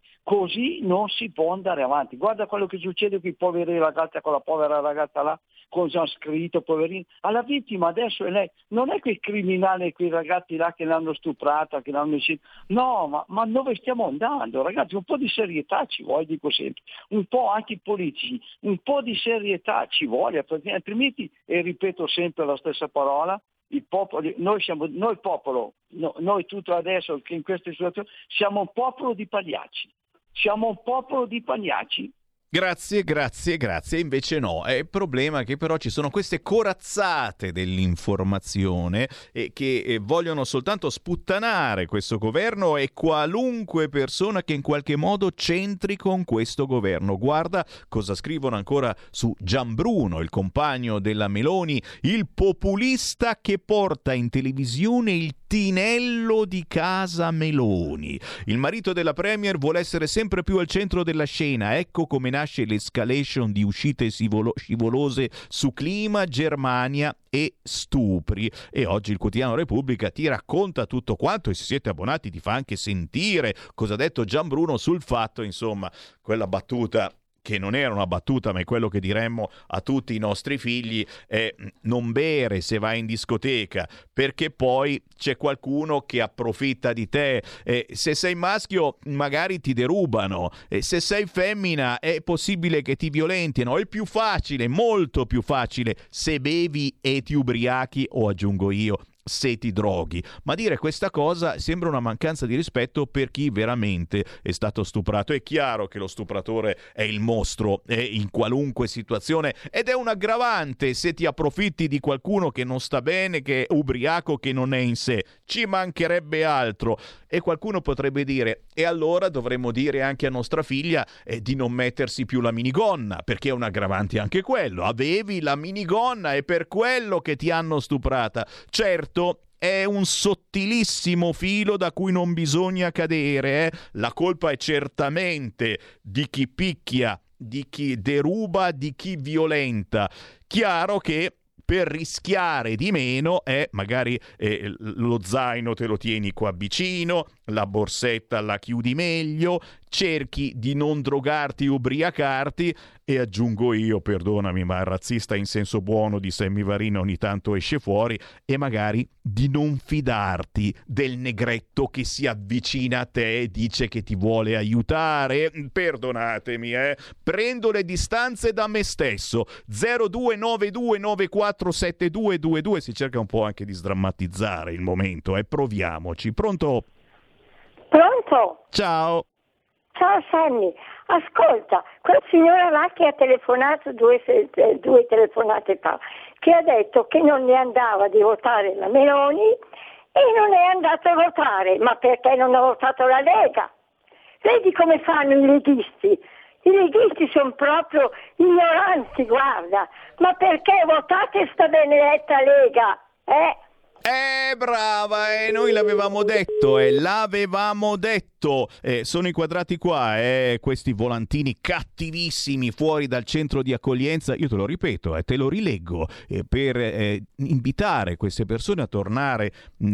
guarda quello che succede con i poveri ragazzi, con la povera ragazza là, cosa ha scritto, poverino, alla vittima adesso è lei, non è quei criminali, quei ragazzi là che l'hanno stuprata, che l'hanno ucciso, no, ma dove stiamo andando, ragazzi? Un po' di serietà ci vuole, dico sempre, un po' anche i politici, un po' di serietà ci vuole, perché altrimenti, e ripeto sempre la stessa parola, il popolo, noi popolo, noi tutto adesso che in queste situazioni siamo un popolo di pagliacci. Grazie. Invece no, è il problema che però ci sono queste corazzate dell'informazione che vogliono soltanto sputtanare questo governo e qualunque persona che in qualche modo c'entri con questo governo. Guarda cosa scrivono ancora su Gianbruno, il compagno della Meloni, il populista che porta in televisione il tinello di casa Meloni. Il marito della Premier vuole essere sempre più al centro della scena. Ecco come nasce l'escalation di uscite scivolose su clima, Germania e stupri. E oggi il quotidiano Repubblica ti racconta tutto quanto, e se siete abbonati ti fa anche sentire cosa ha detto Gianbruno sul fatto, insomma, quella battuta che non era una battuta, ma è quello che diremmo a tutti i nostri figli, è non bere se vai in discoteca, perché poi c'è qualcuno che approfitta di te. Se sei maschio magari ti derubano, se sei femmina è possibile che ti violentino. È più facile, molto più facile, se bevi e ti ubriachi, o aggiungo io, se ti droghi. Ma dire questa cosa sembra una mancanza di rispetto per chi veramente è stato stuprato. È chiaro che lo stupratore è il mostro in qualunque situazione, ed è un aggravante se ti approfitti di qualcuno che non sta bene, che è ubriaco, che non è in sé. Ci mancherebbe altro. E qualcuno potrebbe dire: e allora dovremmo dire anche a nostra figlia di non mettersi più la minigonna, perché è un aggravante anche quello. Avevi la minigonna, è per quello che ti hanno stuprata. Certo, è un sottilissimo filo da cui non bisogna cadere. La colpa è certamente di chi picchia, di chi deruba, di chi violenta. Chiaro che per rischiare di meno, magari lo zaino te lo tieni qua vicino, la borsetta la chiudi meglio, cerchi di non drogarti, ubriacarti, e aggiungo io, perdonami, ma il razzista in senso buono di Sammy Varin ogni tanto esce fuori, e magari di non fidarti del negretto che si avvicina a te e dice che ti vuole aiutare. Perdonatemi, prendo le distanze da me stesso. 0292947222, si cerca un po' anche di sdrammatizzare il momento, proviamoci. Pronto? Pronto? Ciao. Ciao Sammy, ascolta, quel signore là che ha telefonato due telefonate fa, che ha detto che non ne andava di votare la Meloni e non è andato a votare, ma perché non ha votato la Lega? Vedi come fanno i leghisti? I leghisti sono proprio ignoranti, guarda, ma perché votate sta benedetta Lega, brava, noi l'avevamo detto, sono inquadrati qua, questi volantini cattivissimi fuori dal centro di accoglienza. Io te lo ripeto, te lo rileggo, per invitare queste persone a tornare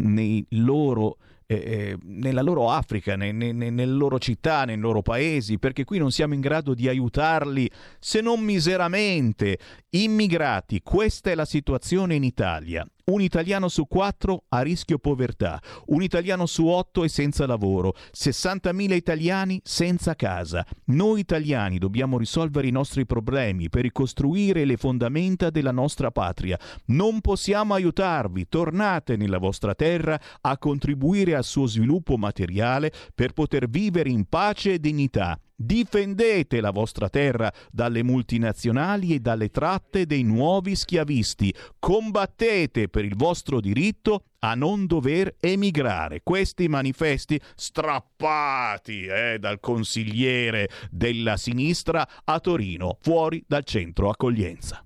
nella loro Africa, nelle loro città, nei loro paesi, perché qui non siamo in grado di aiutarli se non miseramente. Immigrati, questa è la situazione in Italia. Un italiano su 4 a rischio povertà, un italiano su 8 è senza lavoro, 60.000 italiani senza casa. Noi italiani dobbiamo risolvere i nostri problemi per ricostruire le fondamenta della nostra patria. Non possiamo aiutarvi, tornate nella vostra terra a contribuire al suo sviluppo materiale per poter vivere in pace e dignità. Difendete la vostra terra dalle multinazionali e dalle tratte dei nuovi schiavisti. Combattete per il vostro diritto a non dover emigrare. Questi manifesti strappati dal consigliere della sinistra a Torino, fuori dal centro accoglienza.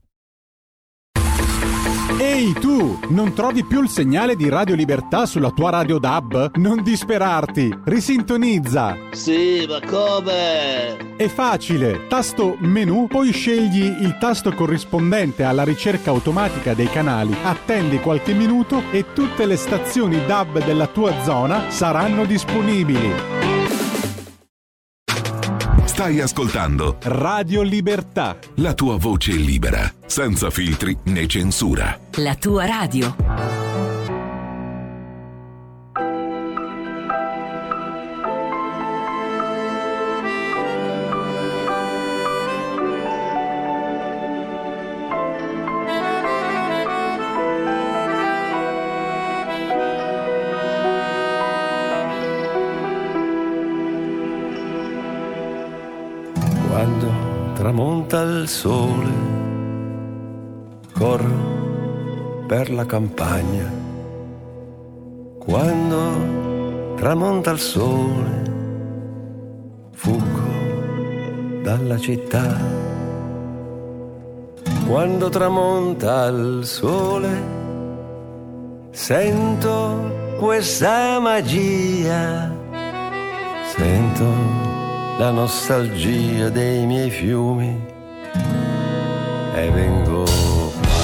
Ehi tu, non trovi più il segnale di Radio Libertà sulla tua radio DAB? Non disperarti, risintonizza! Sì, ma come? È facile, tasto menu, poi scegli il tasto corrispondente alla ricerca automatica dei canali, attendi qualche minuto e tutte le stazioni DAB della tua zona saranno disponibili. Stai ascoltando Radio Libertà, la tua voce libera, senza filtri né censura. La tua radio. Quando tramonta il sole, corro per la campagna. Quando tramonta il sole, fuggo dalla città. Quando tramonta il sole, sento questa magia, sento la nostalgia dei miei fiumi e vengo qua.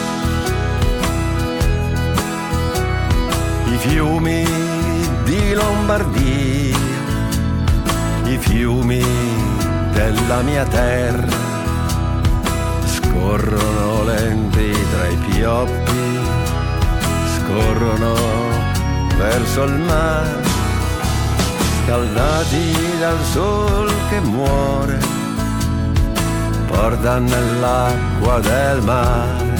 I fiumi di Lombardia, i fiumi della mia terra scorrono lenti tra i pioppi, scorrono verso il mare, scaldati dal sol che muore, portano nell'acqua del mare,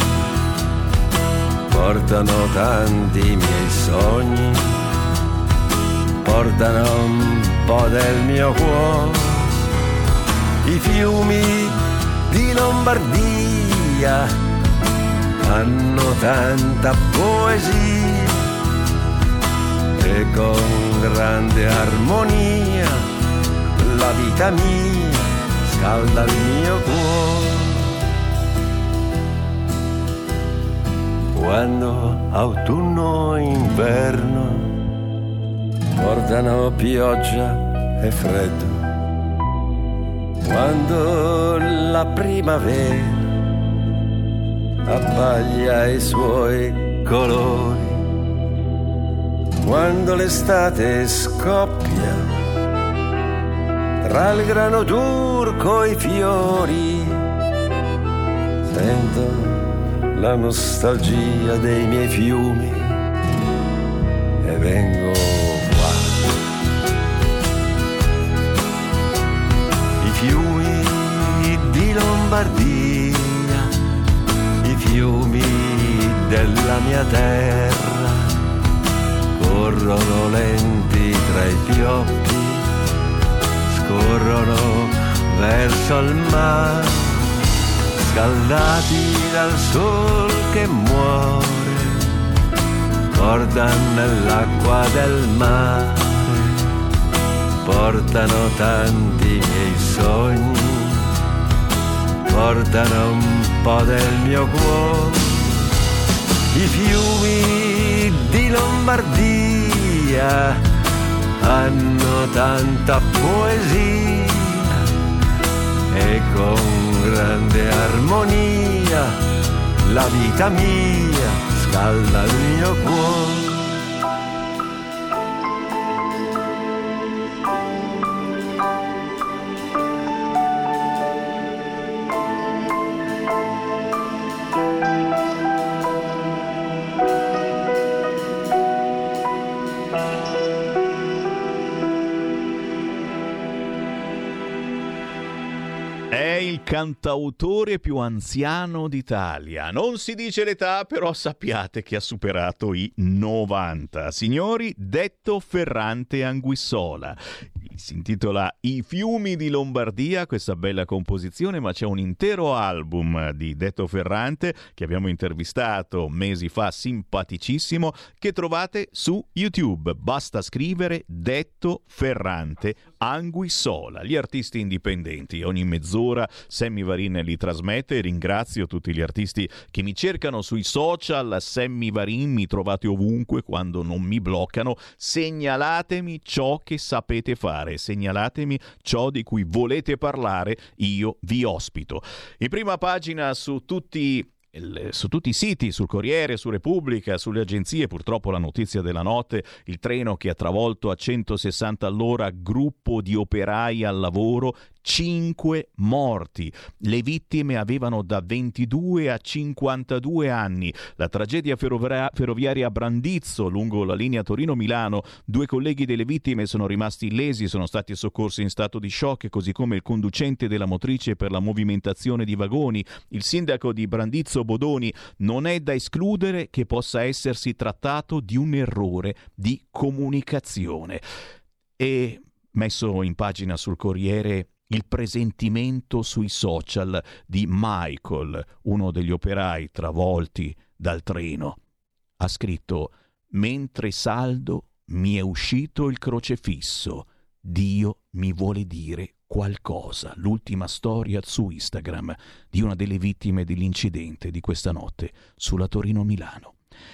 portano tanti miei sogni, portano un po' del mio cuore, i fiumi di Lombardia hanno tanta poesia e con grande armonia la vita mia scalda il mio cuore. Quando autunno e inverno portano pioggia e freddo, quando la primavera abbaglia i suoi colori, quando l'estate scoppia tra il grano turco e i fiori, sento la nostalgia dei miei fiumi e vengo qua. I fiumi di Lombardia, i fiumi della mia terra, corrono lenti tra i pioppi, scorrono verso il mare, scaldati dal sol che muore, portano nell'acqua del mare, portano tanti miei sogni, portano un po' del mio cuore, i fiumi di Lombardia hanno tanta poesia e con grande armonia la vita mia scalda il mio cuore. Cantautore più anziano d'Italia. Non si dice l'età, però sappiate che ha superato i 90. Signori, Detto Ferrante Anguissola. Si intitola I fiumi di Lombardia, questa bella composizione, ma c'è un intero album di Detto Ferrante che abbiamo intervistato mesi fa, simpaticissimo, che trovate su YouTube. Basta scrivere Detto Ferrante Anguissola. Gli artisti indipendenti, ogni mezz'ora Sammy Varin li trasmette. Ringrazio tutti gli artisti che mi cercano sui social. Sammy Varin, mi trovate ovunque quando non mi bloccano. Segnalatemi ciò che sapete fare, segnalatemi ciò di cui volete parlare, io vi ospito. In prima pagina su tutti i siti, sul Corriere, su Repubblica, sulle agenzie, purtroppo la notizia della notte, il treno che ha travolto a 160 all'ora gruppo di operai al lavoro, 5 morti. Le vittime avevano da 22 a 52 anni. La tragedia ferroviaria a Brandizzo, lungo la linea Torino-Milano. 2 colleghi delle vittime sono rimasti illesi, sono stati soccorsi in stato di shock, così come il conducente della motrice per la movimentazione di vagoni. Il sindaco di Brandizzo Bodoni: non è da escludere che possa essersi trattato di un errore di comunicazione. E messo in pagina sul Corriere il presentimento sui social di Michael, uno degli operai travolti dal treno. Ha scritto: mentre saldo mi è uscito il crocefisso, Dio mi vuole dire qualcosa. L'ultima storia su Instagram di una delle vittime dell'incidente di questa notte sulla Torino-Milano.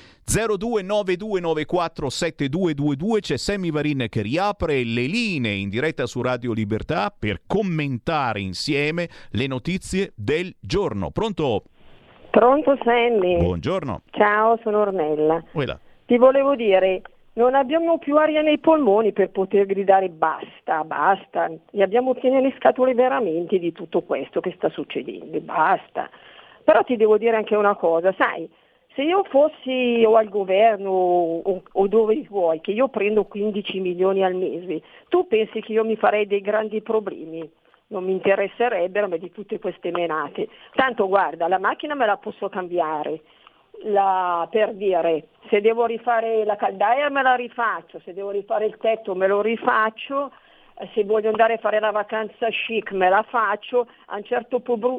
0292947222. C'è Sammy Varin che riapre le linee in diretta su Radio Libertà per commentare insieme le notizie del giorno. Pronto? Pronto Sammy? Buongiorno. Ciao, sono Ornella. Uela. Ti volevo dire, Non abbiamo più aria nei polmoni per poter gridare basta, basta. E abbiamo piene le scatole veramente di tutto questo che sta succedendo, basta. Però ti devo dire anche una cosa, sai, se io fossi o al governo o dove vuoi, che io prendo 15 milioni al mese, tu pensi che io mi farei dei grandi problemi? Non mi interesserebbero di tutte queste menate. Tanto guarda, la macchina me la posso cambiare. Per dire, se devo rifare la caldaia me la rifaccio, se devo rifare il tetto me lo rifaccio, se voglio andare a fare la vacanza chic me la faccio. A un certo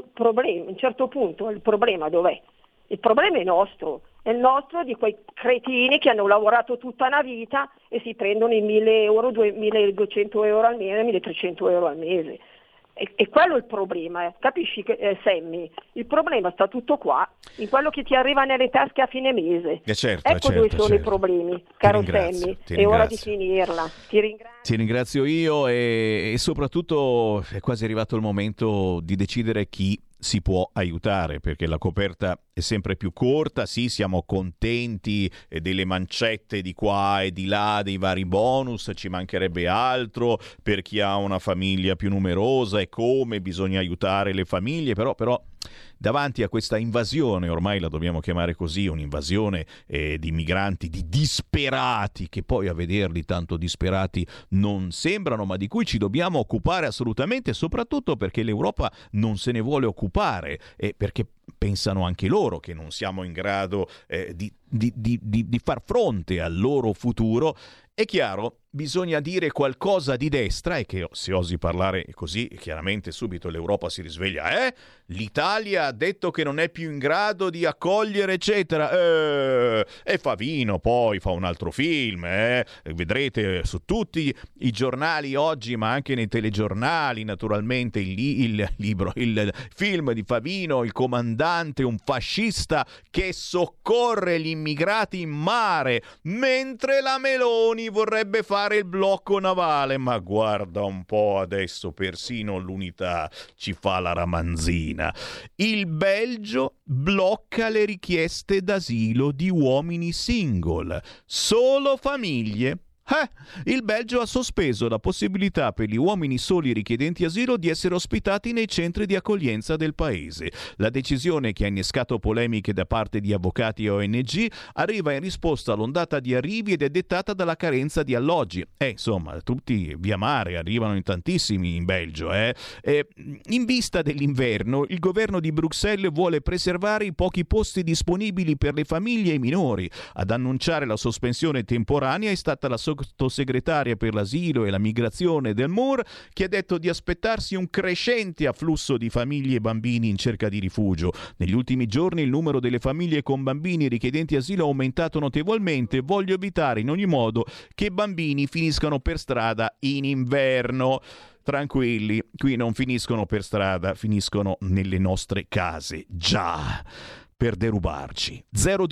punto il problema dov'è? Il problema è il nostro di quei cretini che hanno lavorato tutta una vita e si prendono i 1.000 euro, 1.200 euro al mese, 1.300 euro al mese. E quello è il problema, capisci Sammy? Il problema sta tutto qua, in quello che ti arriva nelle tasche a fine mese. Ecco dove sono i problemi, caro Sammy. È ora di finirla. Ti ringrazio io e soprattutto è quasi arrivato il momento di decidere chi si può aiutare, perché la coperta è sempre più corta. Sì, siamo contenti delle mancette di qua e di là, dei vari bonus, ci mancherebbe altro per chi ha una famiglia più numerosa e come bisogna aiutare le famiglie, però davanti a questa invasione, ormai la dobbiamo chiamare così, un'invasione di migranti, di disperati, che poi a vederli tanto disperati non sembrano, ma di cui ci dobbiamo occupare assolutamente, soprattutto perché l'Europa non se ne vuole occupare e perché pensano anche loro che non siamo in grado di far fronte al loro futuro. È chiaro, bisogna dire qualcosa di destra, e che se osi parlare così chiaramente subito l'Europa si risveglia. L'Italia ha detto che non è più in grado di accogliere eccetera, e Favino poi fa un altro film, vedrete su tutti i giornali oggi, ma anche nei telegiornali naturalmente il film di Favino, il comandante, un fascista che soccorre gli immigrati in mare, mentre la Meloni vorrebbe fare il blocco navale. Ma guarda un po', adesso persino l'Unità ci fa la ramanzina. Il Belgio blocca le richieste d'asilo di uomini single, solo famiglie. Il Belgio ha sospeso la possibilità per gli uomini soli richiedenti asilo di essere ospitati nei centri di accoglienza del paese. La decisione, che ha innescato polemiche da parte di avvocati e ONG, arriva in risposta all'ondata di arrivi ed è dettata dalla carenza di alloggi. Insomma, tutti via mare, arrivano in tantissimi in Belgio. In vista dell'inverno, il governo di Bruxelles vuole preservare i pochi posti disponibili per le famiglie e i minori. Ad annunciare la sospensione temporanea è stata la sottosegretaria per l'asilo e la migrazione del MUR, che ha detto di aspettarsi un crescente afflusso di famiglie e bambini in cerca di rifugio. Negli ultimi giorni il numero delle famiglie con bambini richiedenti asilo è aumentato notevolmente. Voglio evitare in ogni modo che bambini finiscano per strada in inverno. Tranquilli, qui non finiscono per strada, finiscono nelle nostre case. Già! Per derubarci.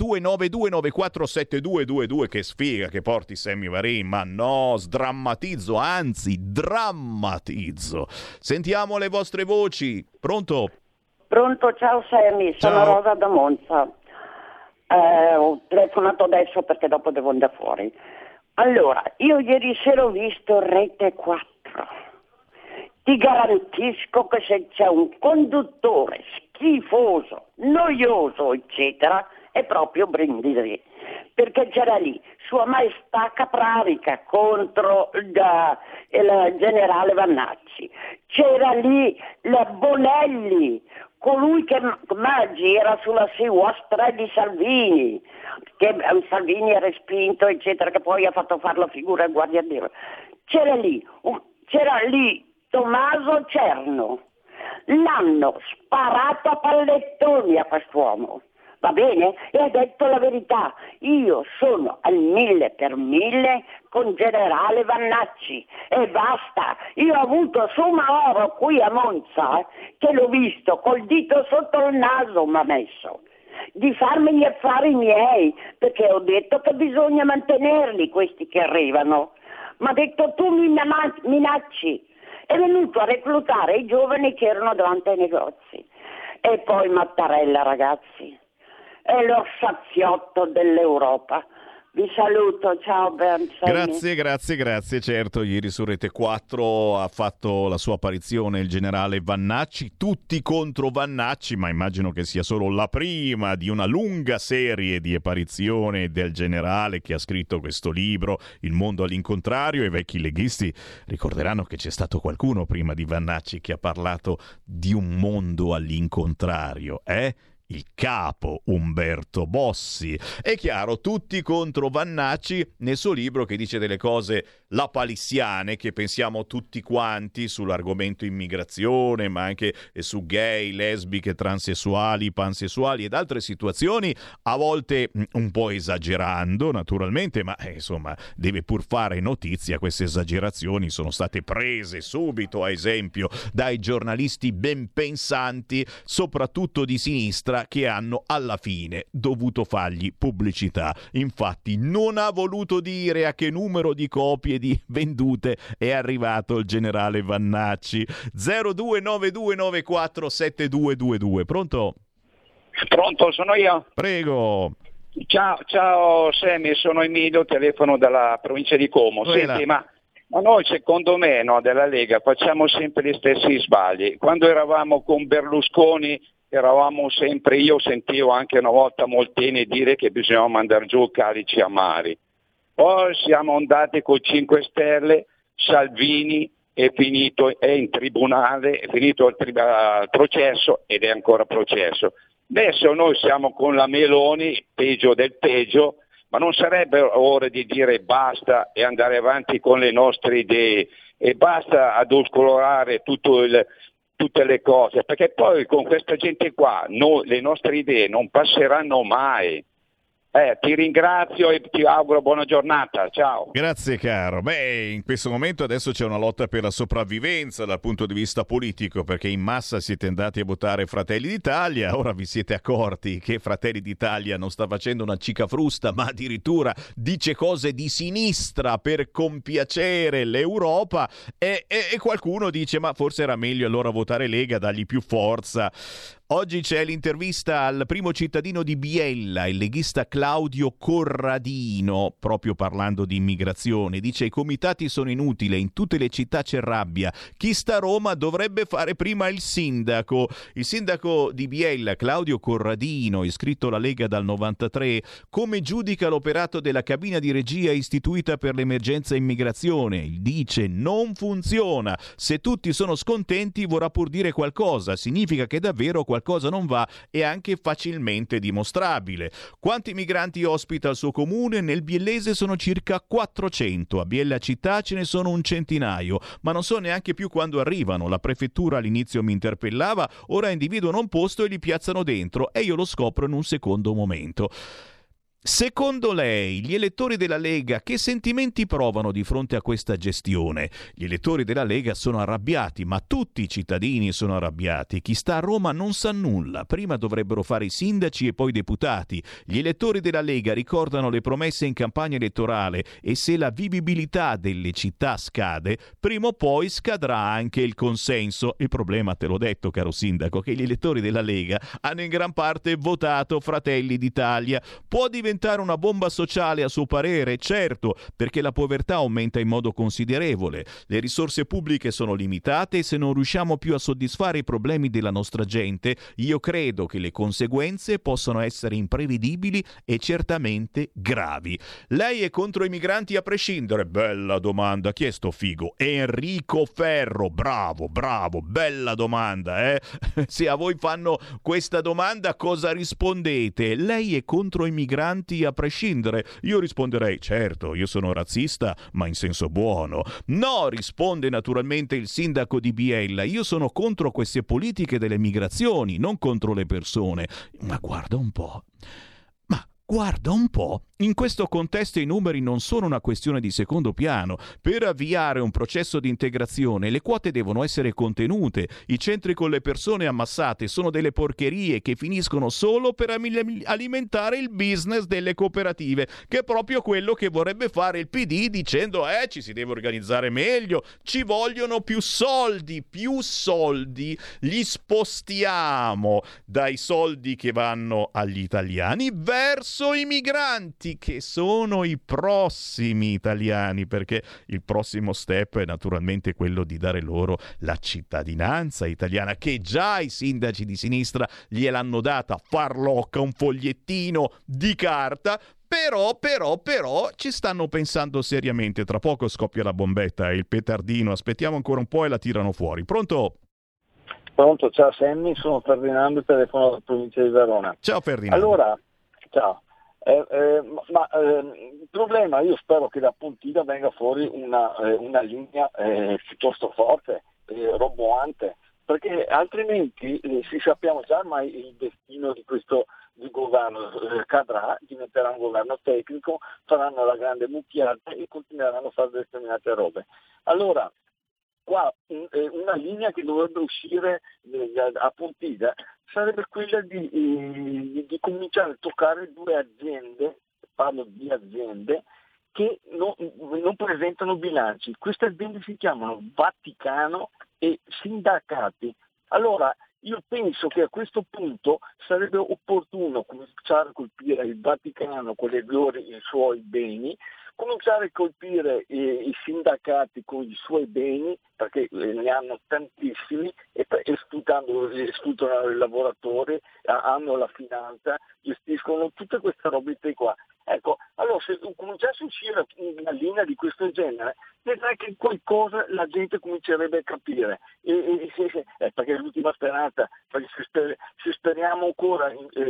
0292947222. Che sfiga che porti Sammy Varin, ma no, sdrammatizzo, anzi drammatizzo. Sentiamo le vostre voci. Pronto? Pronto, ciao Sammy, sono Rosa da Monza. Ho telefonato adesso perché dopo devo andare fuori. Allora, io ieri sera ho visto Rete 4. Ti garantisco che se c'è un conduttore schifoso, noioso, eccetera, è proprio Brindisi, perché c'era lì Sua Maestà Caprarica contro il generale Vannacci, c'era lì la Bonelli, colui che Maggi era sulla Sea-Watch 3 di Salvini, che Salvini ha respinto, eccetera, che poi ha fatto fare la figura del guardiadino. C'era lì Tommaso Cerno. L'hanno sparato a pallettoni a quest'uomo, va bene? E ha detto la verità: io sono al 1000% con generale Vannacci e basta. Io ho avuto Soumahoro qui a Monza, che l'ho visto col dito sotto il naso, mi ha messo di farmi gli affari miei, perché ho detto che bisogna mantenerli questi che arrivano. Ma ha detto: tu mi minacci. È venuto a reclutare i giovani che erano davanti ai negozi. E poi Mattarella, ragazzi, è l'orsaziotto dell'Europa. Vi saluto, ciao Bernd. Grazie. Certo, ieri su Rete 4 ha fatto la sua apparizione il generale Vannacci, tutti contro Vannacci, ma immagino che sia solo la prima di una lunga serie di apparizioni del generale che ha scritto questo libro, Il mondo all'incontrario. I vecchi leghisti ricorderanno che c'è stato qualcuno prima di Vannacci che ha parlato di un mondo all'incontrario, il capo Umberto Bossi. È chiaro, tutti contro Vannacci nel suo libro, che dice delle cose lapalissiane che pensiamo tutti quanti sull'argomento immigrazione, ma anche su gay, lesbiche, transessuali, pansessuali ed altre situazioni, a volte un po' esagerando naturalmente, ma insomma deve pur fare notizia. Queste esagerazioni sono state prese subito a esempio dai giornalisti ben pensanti, soprattutto di sinistra, che hanno alla fine dovuto fargli pubblicità. Infatti non ha voluto dire a che numero di copie di vendute è arrivato il generale Vannacci. 0292947222. Pronto? Pronto, sono io. Prego. Ciao Sammy, sono Emilio, telefono dalla provincia di Como. Senti, ma noi secondo me della Lega facciamo sempre gli stessi sbagli. Quando eravamo con Berlusconi eravamo sempre, io sentivo anche una volta Molteni dire che bisognava mandare giù calici amari. Poi siamo andati col 5 Stelle, Salvini è in tribunale, è finito il processo ed è ancora processo. Adesso noi siamo con la Meloni, peggio del peggio, ma non sarebbe ora di dire basta e andare avanti con le nostre idee e basta adulcorare tutte le cose, perché poi con questa gente qua le nostre idee non passeranno mai. Ti ringrazio e ti auguro buona giornata, ciao. Grazie caro. In questo momento adesso c'è una lotta per la sopravvivenza dal punto di vista politico, perché in massa siete andati a votare Fratelli d'Italia, ora vi siete accorti che Fratelli d'Italia non sta facendo una cicafrusta, ma addirittura dice cose di sinistra per compiacere l'Europa e qualcuno dice ma forse era meglio allora votare Lega, dargli più forza. Oggi c'è l'intervista al primo cittadino di Biella, il leghista Claudio Corradino, proprio parlando di immigrazione. Dice: i comitati sono inutili, in tutte le città c'è rabbia. Chi sta a Roma dovrebbe fare prima il sindaco. Il sindaco di Biella, Claudio Corradino, iscritto alla Lega dal 93, come giudica l'operato della cabina di regia istituita per l'emergenza immigrazione? Dice: non funziona. Se tutti sono scontenti vorrà pur dire qualcosa, significa che davvero qualcosa non va, è anche facilmente dimostrabile. Quanti migranti ospita il suo comune? Nel biellese sono circa 400, a Biella città ce ne sono un centinaio, ma non so neanche più quando arrivano. La prefettura all'inizio mi interpellava, ora individuano un posto e li piazzano dentro e io lo scopro in un secondo momento. Secondo lei, gli elettori della Lega che sentimenti provano di fronte a questa gestione? Gli elettori della Lega sono arrabbiati, ma tutti i cittadini sono arrabbiati. Chi sta a Roma non sa nulla. Prima dovrebbero fare i sindaci e poi i deputati. Gli elettori della Lega ricordano le promesse in campagna elettorale e se la vivibilità delle città scade, prima o poi scadrà anche il consenso. Il problema, te l'ho detto, caro sindaco, che gli elettori della Lega hanno in gran parte votato Fratelli d'Italia. Può diventare una bomba sociale a suo parere? Certo, perché la povertà aumenta in modo considerevole, le risorse pubbliche sono limitate e se non riusciamo più a soddisfare i problemi della nostra gente, io credo che le conseguenze possano essere imprevedibili e certamente gravi. Lei è contro i migranti a prescindere? Bella domanda. Chi è sto figo? Enrico Ferro. Bravo, bella domanda, Se a voi fanno questa domanda cosa rispondete? Lei è contro i migranti a prescindere? Io risponderei: certo, io sono razzista, ma in senso buono. No, risponde naturalmente il sindaco di Biella, io sono contro queste politiche delle migrazioni, non contro le persone. Ma guarda un po'. In questo contesto i numeri non sono una questione di secondo piano. Per avviare un processo di integrazione le quote devono essere contenute. I centri con le persone ammassate sono delle porcherie che finiscono solo per alimentare il business delle cooperative, che è proprio quello che vorrebbe fare il PD dicendo ci si deve organizzare meglio, ci vogliono più soldi, li spostiamo dai soldi che vanno agli italiani verso verso i migranti, che sono i prossimi italiani, perché il prossimo step è naturalmente quello di dare loro la cittadinanza italiana, che già i sindaci di sinistra gliel'hanno data, farlocca, un fogliettino di carta. Però ci stanno pensando seriamente. Tra poco scoppia la bombetta e il petardino, aspettiamo ancora un po' e la tirano fuori. Pronto? Pronto, ciao Sammy, sono Ferdinando, telefono dalla provincia di Verona. Ciao Ferdinando. Allora, ciao. Il problema, io spero che da Pontida venga fuori una linea piuttosto forte, roboante, perché altrimenti sappiamo già ormai il destino di questo di governo cadrà, diventerà un governo tecnico, faranno la grande mucchiata e continueranno a fare determinate robe. Allora, qua una linea che dovrebbe uscire a Pontida sarebbe quella di cominciare a toccare due aziende, parlo di aziende, che non presentano bilanci. Queste aziende si chiamano Vaticano e Sindacati. Allora, io penso che a questo punto sarebbe opportuno cominciare a colpire il Vaticano con i suoi beni, cominciare a colpire i sindacati con i suoi beni, perché ne hanno tantissimi, e sfruttano i lavoratori, hanno la finanza, gestiscono tutte queste robe qua. Ecco, allora se cominciasse a uscire una linea di questo genere, vedrai che qualcosa la gente comincerebbe a capire, perché è l'ultima speranza, perché se speriamo ancora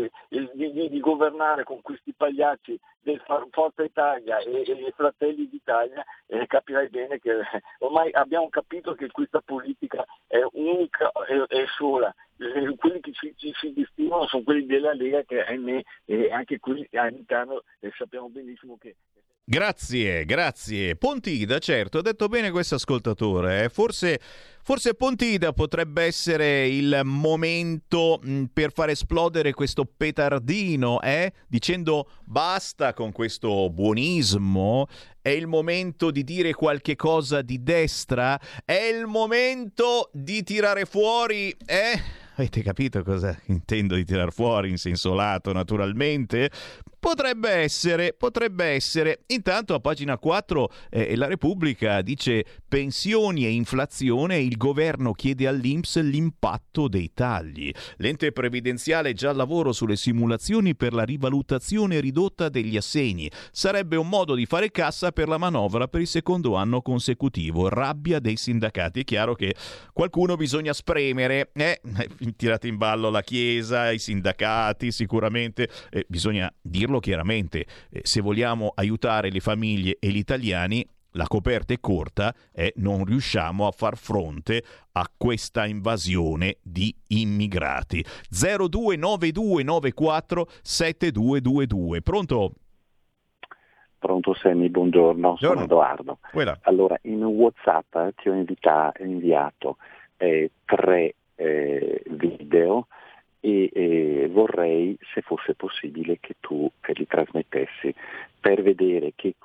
di governare con questi pagliacci del Forza Italia e Fratelli d'Italia, capirai bene che ormai abbiamo capito che questa politica è unica e sola. Quelli che ci distinguono sono quelli della Lega, che ahimè anche quelli all'interno sappiamo benissimo che... Grazie. Pontida, certo, ha detto bene questo ascoltatore. Forse Pontida potrebbe essere il momento per far esplodere questo petardino, dicendo basta con questo buonismo. È il momento di dire qualche cosa di destra? È il momento di tirare fuori, Avete capito cosa intendo di tirar fuori in senso lato, naturalmente? Potrebbe essere. Intanto a pagina 4 la Repubblica dice pensioni e inflazione, il governo chiede all'INPS l'impatto dei tagli. L'ente previdenziale già al lavoro sulle simulazioni per la rivalutazione ridotta degli assegni. Sarebbe un modo di fare cassa per la manovra per il secondo anno consecutivo. Rabbia dei sindacati. È chiaro che qualcuno bisogna spremere. Tirate in ballo la Chiesa, i sindacati, sicuramente. Bisogna dirlo chiaramente, se vogliamo aiutare le famiglie e gli italiani, la coperta è corta e non riusciamo a far fronte a questa invasione di immigrati. 0292947222. Pronto Sammy, buongiorno. Sono Edoardo. Allora, in WhatsApp ti ho inviato 3 video e vorrei, se fosse possibile, che tu li trasmettessi per vedere che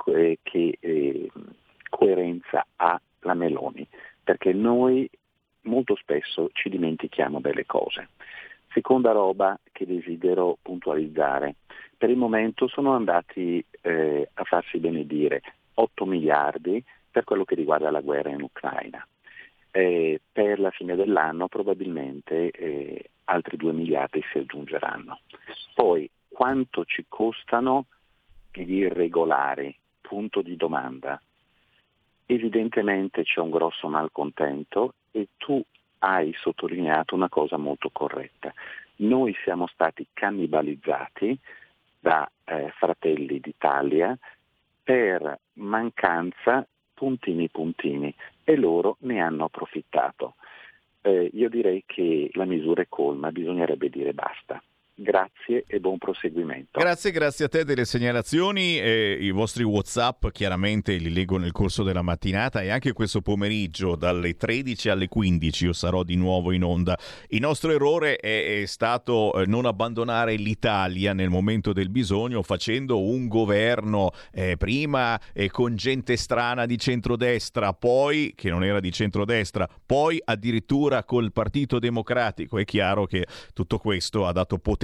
coerenza ha la Meloni, perché noi molto spesso ci dimentichiamo delle cose. Seconda roba che desidero puntualizzare: per il momento sono andati a farsi benedire 8 miliardi per quello che riguarda la guerra in Ucraina. Per la fine dell'anno probabilmente altri 2 miliardi si aggiungeranno. Poi quanto ci costano gli irregolari? Punto di domanda. Evidentemente c'è un grosso malcontento e tu hai sottolineato una cosa molto corretta. Noi siamo stati cannibalizzati da Fratelli d'Italia per mancanza puntini e loro ne hanno approfittato. Io direi che la misura è colma, bisognerebbe dire basta. Grazie e buon proseguimento. Grazie a te delle segnalazioni. I vostri WhatsApp chiaramente li leggo nel corso della mattinata e anche questo pomeriggio dalle 13 alle 15 io sarò di nuovo in onda. Il nostro errore è stato non abbandonare l'Italia nel momento del bisogno, facendo un governo prima con gente strana di centrodestra, poi che non era di centrodestra, poi addirittura col Partito Democratico. È chiaro che tutto questo ha dato potenza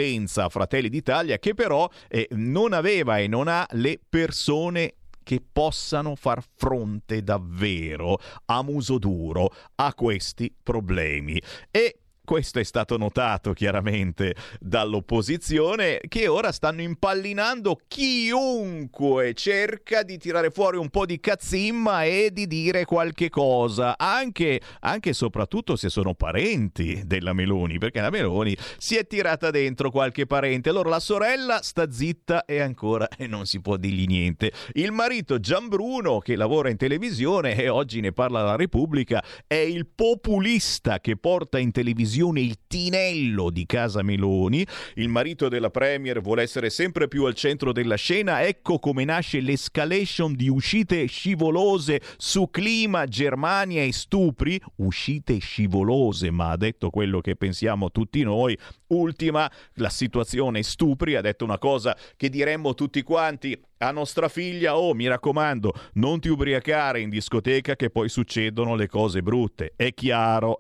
potenza Fratelli d'Italia, che però non aveva e non ha le persone che possano far fronte davvero a muso duro a questi problemi. E questo è stato notato chiaramente dall'opposizione, che ora stanno impallinando chiunque cerca di tirare fuori un po' di cazzimma e di dire qualche cosa, anche e soprattutto se sono parenti della Meloni, perché la Meloni si è tirata dentro qualche parente. Allora la sorella sta zitta e ancora non si può dirgli niente. Il marito Gianbruno, che lavora in televisione e oggi ne parla la Repubblica, è il populista che porta in televisione il tinello di casa Meloni. Il marito della Premier vuole essere sempre più al centro della scena. Ecco come nasce l'escalation di uscite scivolose su clima, Germania e stupri. Uscite scivolose, ma ha detto quello che pensiamo tutti noi. Ultima, la situazione stupri, ha detto una cosa che diremmo tutti quanti a nostra figlia: oh, mi raccomando, non ti ubriacare in discoteca che poi succedono le cose brutte. È chiaro.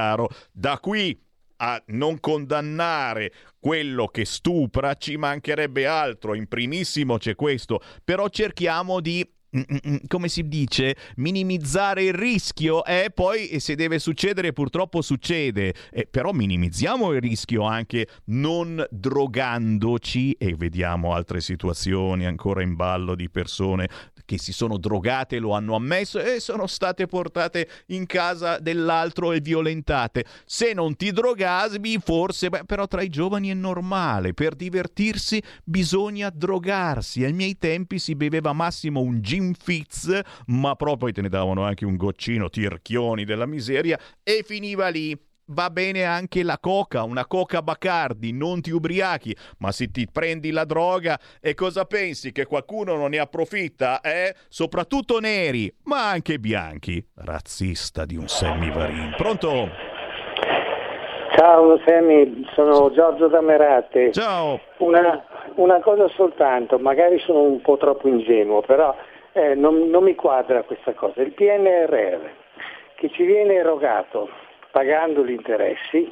Da qui a non condannare quello che stupra ci mancherebbe altro. In primissimo c'è questo, però cerchiamo di, come si dice, minimizzare il rischio. Poi se deve succedere purtroppo succede, però minimizziamo il rischio anche non drogandoci. E vediamo altre situazioni ancora in ballo di persone che si sono drogate, lo hanno ammesso, e sono state portate in casa dell'altro e violentate. Se non ti drogavi forse, però tra i giovani è normale, per divertirsi bisogna drogarsi. Ai miei tempi si beveva massimo un gin fizz, ma proprio te ne davano anche un goccino, tirchioni della miseria, e finiva lì. Va bene anche la coca, una coca Bacardi, non ti ubriachi, ma se ti prendi la droga, e cosa pensi? Che qualcuno non ne approfitta? Soprattutto neri, ma anche bianchi. Razzista di un Semmivarin. Pronto? Ciao Semmi, sono Giorgio da Merate. Ciao. Una cosa soltanto, magari sono un po' troppo ingenuo, però non mi quadra questa cosa. Il PNRR che ci viene erogato pagando gli interessi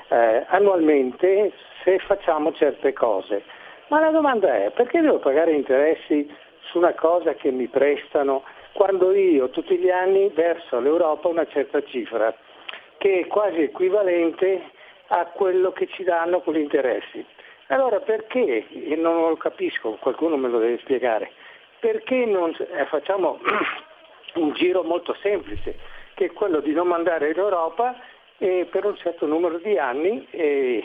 annualmente se facciamo certe cose. Ma la domanda è: perché devo pagare interessi su una cosa che mi prestano quando io tutti gli anni verso all'Europa una certa cifra che è quasi equivalente a quello che ci danno con gli interessi? Allora perché, e non lo capisco, qualcuno me lo deve spiegare, perché non facciamo un giro molto semplice, che è quello di non mandare in Europa per un certo numero di anni e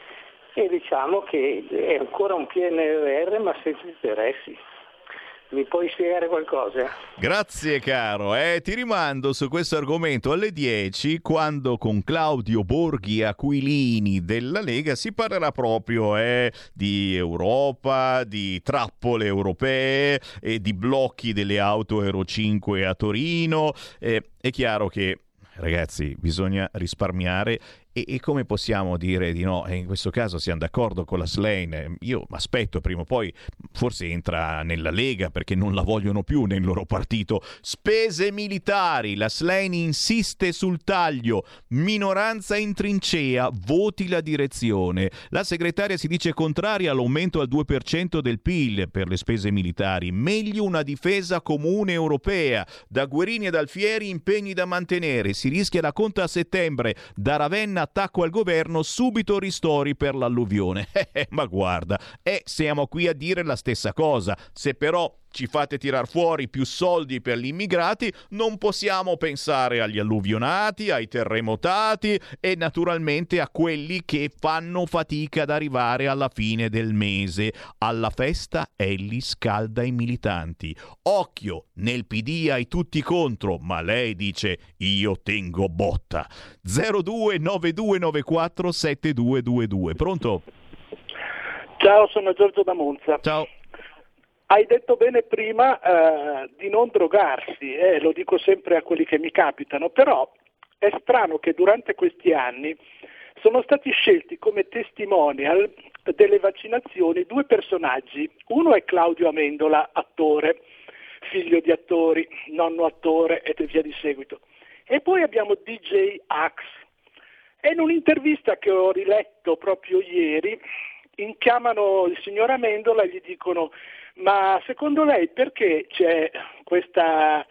diciamo che è ancora un PNRR ma senza interessi. Mi puoi spiegare qualcosa? Grazie caro, ti rimando su questo argomento alle 10, quando con Claudio Borghi Aquilini della Lega si parlerà proprio di Europa, di trappole europee e di blocchi delle auto Euro 5 a Torino. È chiaro che, ragazzi, bisogna risparmiare. E come possiamo dire di no? In questo caso siamo d'accordo con la Schlein. Io aspetto, prima o poi forse entra nella Lega, perché non la vogliono più nel loro partito. Spese militari, la Schlein insiste sul taglio. Minoranza in trincea, voti la direzione. La segretaria si dice contraria all'aumento al 2% del PIL per le spese militari. Meglio una difesa comune europea. Da Guerini ed Alfieri impegni da mantenere. Si rischia la conta a settembre. Da Ravenna attacco al governo, subito ristori per l'alluvione. Ma guarda, siamo qui a dire la stessa cosa. Se però ci fate tirar fuori più soldi per gli immigrati, non possiamo pensare agli alluvionati, ai terremotati e naturalmente a quelli che fanno fatica ad arrivare alla fine del mese. Alla festa Elli scalda i militanti. Occhio, nel PD hai tutti contro, ma lei dice io tengo botta. 0292947222. Pronto? Ciao, sono Giorgio da Monza. Ciao. Hai detto bene prima di non drogarsi, lo dico sempre a quelli che mi capitano, però è strano che durante questi anni sono stati scelti come testimonial delle vaccinazioni due personaggi. Uno è Claudio Amendola, attore, figlio di attori, nonno attore e via di seguito. E poi abbiamo DJ Axe. E in un'intervista che ho riletto proprio ieri, chiamano il signor Amendola e gli dicono: ma secondo lei perché c'è questa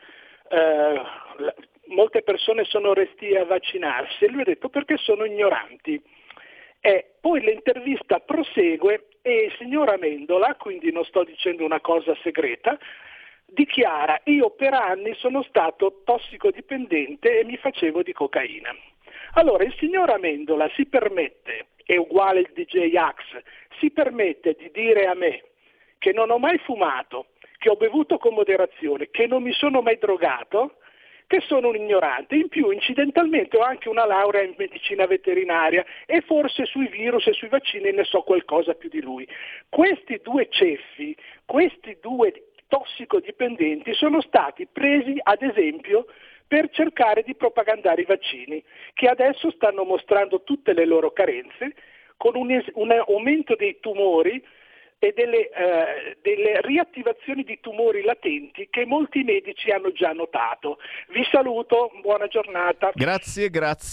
molte persone sono restie a vaccinarsi? E lui ha detto: perché sono ignoranti. E poi l'intervista prosegue e il signor Amendola, quindi non sto dicendo una cosa segreta, dichiara: io per anni sono stato tossicodipendente e mi facevo di cocaina. Allora il signor Amendola si permette, è uguale il DJ Axe, si permette di dire a me che non ho mai fumato, che ho bevuto con moderazione, che non mi sono mai drogato, che sono un ignorante. In più, incidentalmente, ho anche una laurea in medicina veterinaria e forse sui virus e sui vaccini ne so qualcosa più di lui. Questi due ceffi, questi due tossicodipendenti sono stati presi ad esempio per cercare di propagandare i vaccini, che adesso stanno mostrando tutte le loro carenze, con un aumento dei tumori e delle riattivazioni di tumori latenti che molti medici hanno già notato. Vi saluto, buona giornata. Grazie.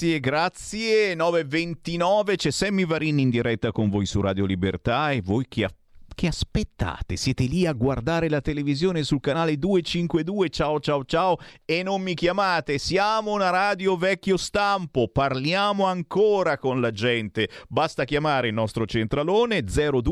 9:29, c'è Sammy Varin in diretta con voi su Radio Libertà. E voi che aspettate? Siete lì a guardare la televisione sul canale 252, ciao e non mi chiamate. Siamo una radio vecchio stampo, parliamo ancora con la gente. Basta chiamare il nostro centralone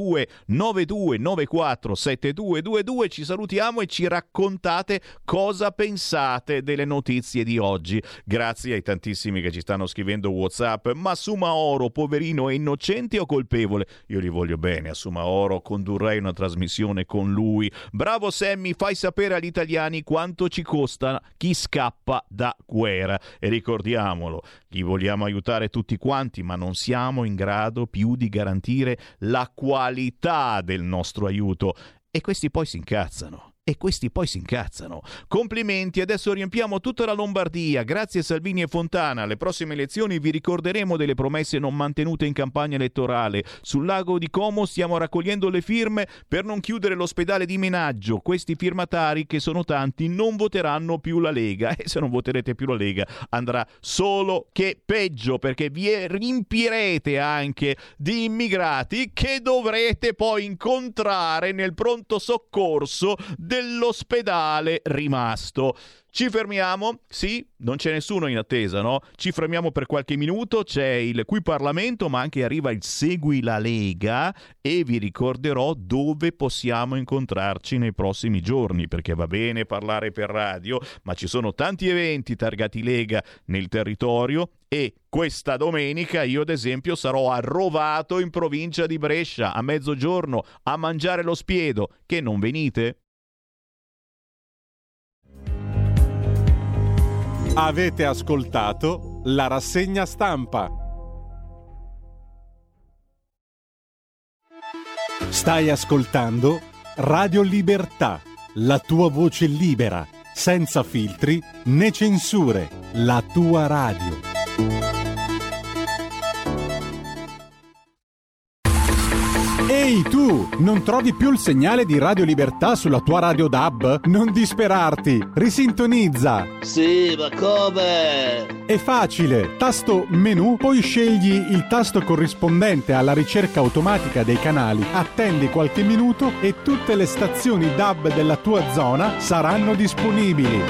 0292947222. Ci salutiamo e ci raccontate cosa pensate delle notizie di oggi. Grazie ai tantissimi che ci stanno scrivendo WhatsApp. Ma Sumaoro, poverino, è innocente o colpevole? Io gli voglio bene a Sumaoro, condurrei una trasmissione con lui. Bravo Sammy, fai sapere agli italiani quanto ci costa chi scappa da guerra. E ricordiamolo, li vogliamo aiutare tutti quanti, ma non siamo in grado più di garantire la qualità del nostro aiuto. E questi poi si incazzano. Complimenti, adesso riempiamo tutta la Lombardia. Grazie Salvini e Fontana. Alle prossime elezioni vi ricorderemo delle promesse non mantenute in campagna elettorale. Sul lago di Como stiamo raccogliendo le firme per non chiudere l'ospedale di Menaggio. Questi firmatari, che sono tanti, non voteranno più la Lega. E se non voterete più la Lega andrà solo che peggio, perché vi riempirete anche di immigrati che dovrete poi incontrare nel pronto soccorso dell'ospedale rimasto. Ci fermiamo? Sì, non c'è nessuno in attesa, no? Ci fermiamo per qualche minuto, c'è il Qui Parlamento, ma anche arriva il Segui la Lega e vi ricorderò dove possiamo incontrarci nei prossimi giorni, perché va bene parlare per radio, ma ci sono tanti eventi targati Lega nel territorio. E questa domenica io ad esempio sarò a Rovato in provincia di Brescia a mezzogiorno a mangiare lo spiedo. Che non venite? Avete ascoltato la rassegna stampa. Stai ascoltando Radio Libertà, la tua voce libera, senza filtri né censure, la tua radio. Ehi tu, non trovi più il segnale di Radio Libertà sulla tua radio DAB? Non disperarti, risintonizza. Sì, ma come? È facile, tasto menu, poi scegli il tasto corrispondente alla ricerca automatica dei canali, attendi qualche minuto e tutte le stazioni DAB della tua zona saranno disponibili.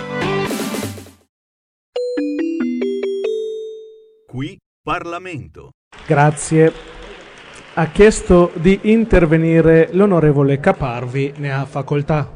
Qui Parlamento. Grazie. Ha chiesto di intervenire l'onorevole Caparvi, ne ha facoltà.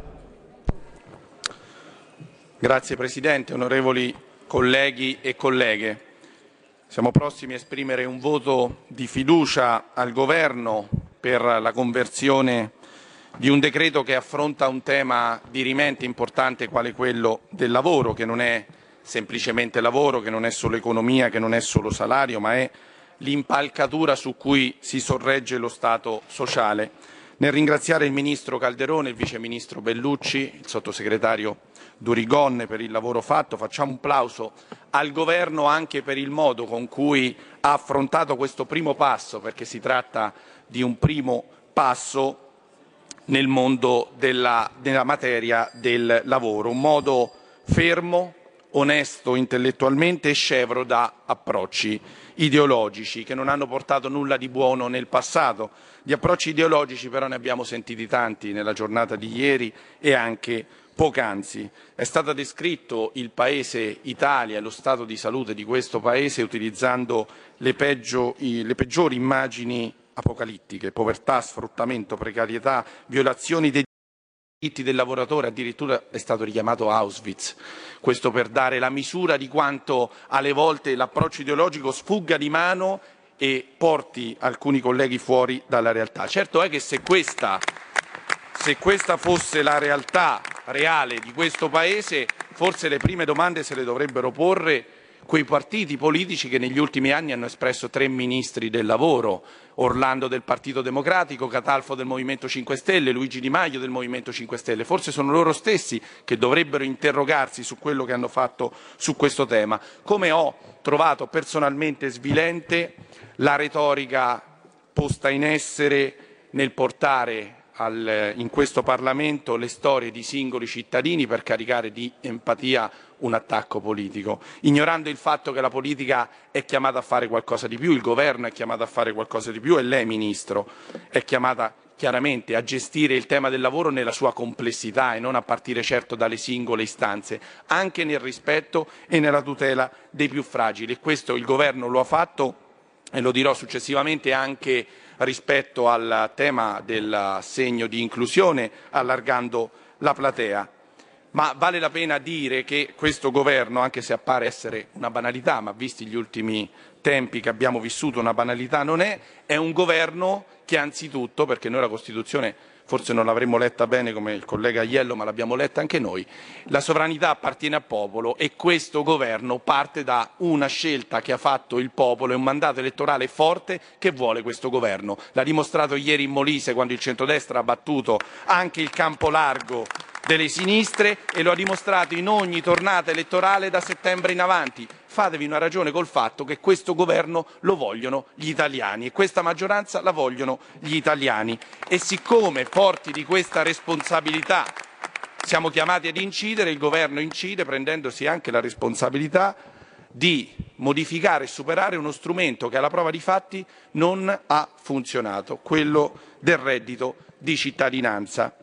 Grazie Presidente, onorevoli colleghi e colleghe. Siamo prossimi a esprimere un voto di fiducia al Governo per la conversione di un decreto che affronta un tema dirimente importante quale quello del lavoro, che non è semplicemente lavoro, che non è solo economia, che non è solo salario, ma è l'impalcatura su cui si sorregge lo Stato sociale. Nel ringraziare il Ministro Calderone, il Vice Ministro Bellucci, il Sottosegretario Durigon per il lavoro fatto, facciamo un plauso al Governo anche per il modo con cui ha affrontato questo primo passo, perché si tratta di un primo passo nel mondo della materia del lavoro, un modo fermo, onesto intellettualmente e scevro da approcci ideologici che non hanno portato nulla di buono nel passato. Di approcci ideologici però ne abbiamo sentiti tanti nella giornata di ieri e anche poc'anzi. È stato descritto il Paese Italia e lo stato di salute di questo Paese utilizzando le peggiori immagini apocalittiche: povertà, sfruttamento, precarietà, violazioni dei diritti del lavoratore, addirittura è stato richiamato Auschwitz. Questo per dare la misura di quanto alle volte l'approccio ideologico sfugga di mano e porti alcuni colleghi fuori dalla realtà. Certo è che se questa fosse la realtà reale di questo Paese, forse le prime domande se le dovrebbero porre quei partiti politici che negli ultimi anni hanno espresso 3 ministri del lavoro: Orlando del Partito Democratico, Catalfo del Movimento 5 Stelle, Luigi Di Maio del Movimento 5 Stelle. Forse sono loro stessi che dovrebbero interrogarsi su quello che hanno fatto su questo tema. Come ho trovato personalmente svilente la retorica posta in essere nel portare in questo Parlamento le storie di singoli cittadini per caricare di empatia un attacco politico, ignorando il fatto che la politica è chiamata a fare qualcosa di più, il governo è chiamato a fare qualcosa di più e lei, Ministro, è chiamata chiaramente a gestire il tema del lavoro nella sua complessità e non a partire certo dalle singole istanze, anche nel rispetto e nella tutela dei più fragili. E questo il governo lo ha fatto e lo dirò successivamente anche rispetto al tema dell'assegno di inclusione, allargando la platea. Ma vale la pena dire che questo governo, anche se appare essere una banalità, ma visti gli ultimi tempi che abbiamo vissuto una banalità non è un governo che anzitutto, perché noi la Costituzione forse non l'avremmo letta bene come il collega Aiello, ma l'abbiamo letta anche noi, la sovranità appartiene al popolo e questo governo parte da una scelta che ha fatto il popolo e un mandato elettorale forte che vuole questo governo. L'ha dimostrato ieri in Molise quando il centrodestra ha battuto anche il campo largo delle sinistre e lo ha dimostrato in ogni tornata elettorale da settembre in avanti. Fatevi una ragione col fatto che questo governo lo vogliono gli italiani e questa maggioranza la vogliono gli italiani. E siccome forti di questa responsabilità siamo chiamati ad incidere, il governo incide prendendosi anche la responsabilità di modificare e superare uno strumento che alla prova di fatti non ha funzionato, quello del reddito di cittadinanza.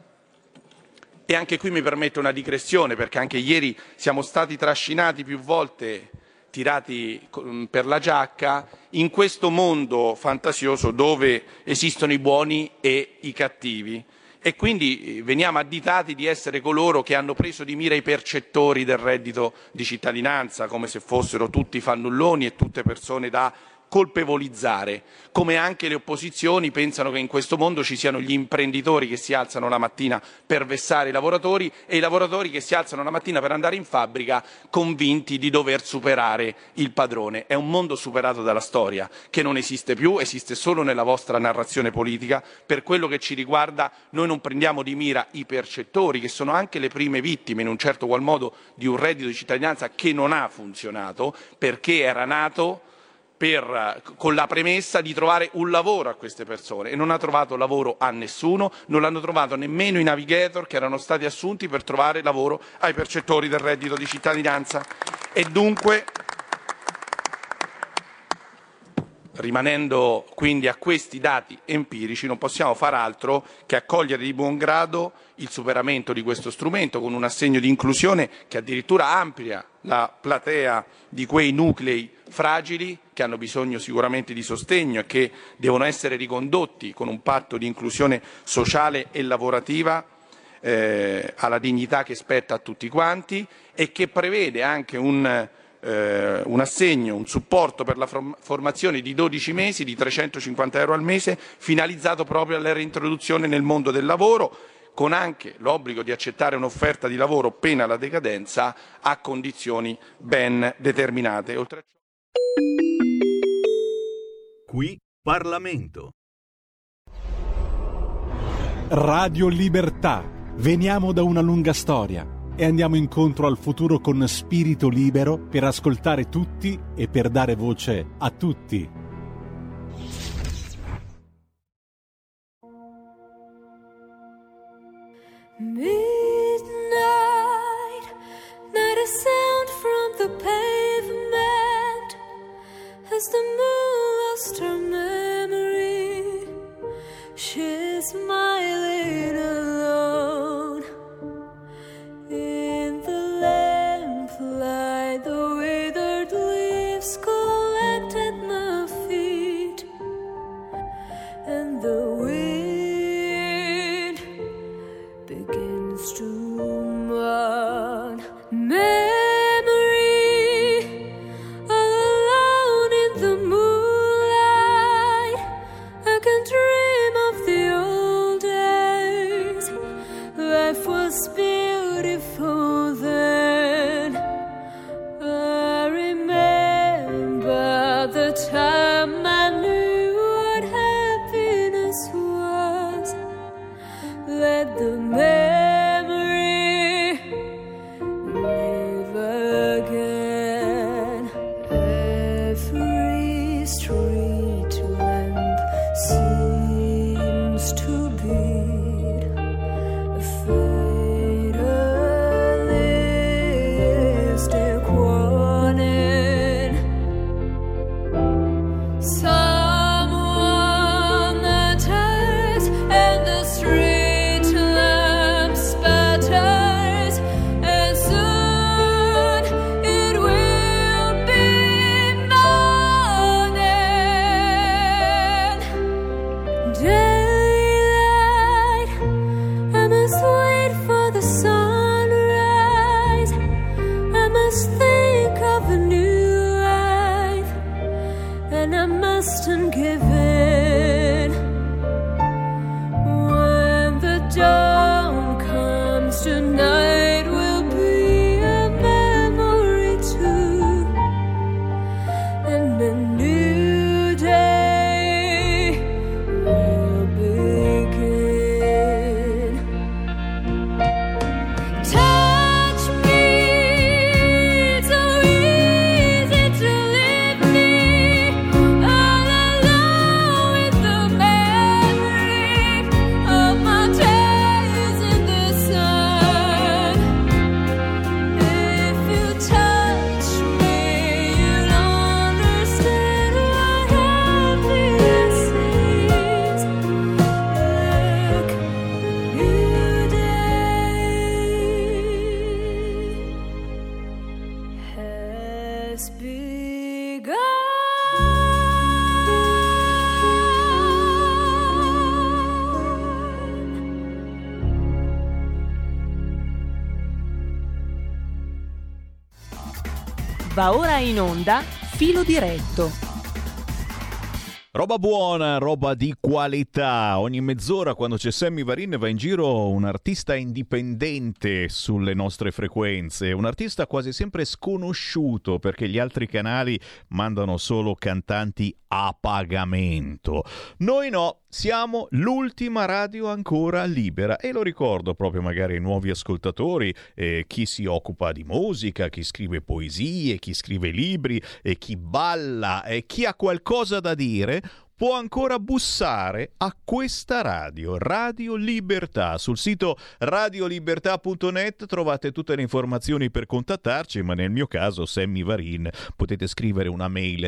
E anche qui mi permetto una digressione, perché anche ieri siamo stati trascinati più volte, tirati per la giacca, in questo mondo fantasioso dove esistono i buoni e i cattivi. E quindi veniamo additati di essere coloro che hanno preso di mira i percettori del reddito di cittadinanza, come se fossero tutti fannulloni e tutte persone da colpevolizzare, come anche le opposizioni pensano che in questo mondo ci siano gli imprenditori che si alzano la mattina per vessare i lavoratori e i lavoratori che si alzano la mattina per andare in fabbrica convinti di dover superare il padrone. È un mondo superato dalla storia, che non esiste più, esiste solo nella vostra narrazione politica. Per quello che ci riguarda noi non prendiamo di mira i percettori, che sono anche le prime vittime in un certo qual modo di un reddito di cittadinanza che non ha funzionato perché era nato con la premessa di trovare un lavoro a queste persone e non ha trovato lavoro a nessuno, non l'hanno trovato nemmeno i navigator che erano stati assunti per trovare lavoro ai percettori del reddito di cittadinanza. E dunque, rimanendo quindi a questi dati empirici, non possiamo far altro che accogliere di buon grado il superamento di questo strumento con un assegno di inclusione che addirittura amplia la platea di quei nuclei fragili che hanno bisogno sicuramente di sostegno e che devono essere ricondotti con un patto di inclusione sociale e lavorativa alla dignità che spetta a tutti quanti e che prevede anche un assegno, un supporto per la formazione di 12 mesi di 350 euro al mese finalizzato proprio alla reintroduzione nel mondo del lavoro, con anche l'obbligo di accettare un'offerta di lavoro pena la decadenza a condizioni ben determinate. Oltre a ciò... Qui Parlamento. Radio Libertà. Veniamo da una lunga storia e andiamo incontro al futuro con spirito libero per ascoltare tutti e per dare voce a tutti. Midnight, not a sound from the pavement as the moon Va ora in onda Filo Diretto. Roba buona, roba di qualità. Ogni mezz'ora, quando c'è Sammy Varin, va in giro un artista indipendente sulle nostre frequenze, un artista quasi sempre sconosciuto perché gli altri canali mandano solo cantanti a pagamento. Noi no, siamo l'ultima radio ancora libera, e lo ricordo proprio magari ai nuovi ascoltatori, chi si occupa di musica, chi scrive poesie, chi scrive libri, e chi balla, e chi ha qualcosa da dire può ancora bussare a questa radio, Radio Libertà. Sul sito radiolibertà.net trovate tutte le informazioni per contattarci, ma nel mio caso, Sammy Varin, potete scrivere una mail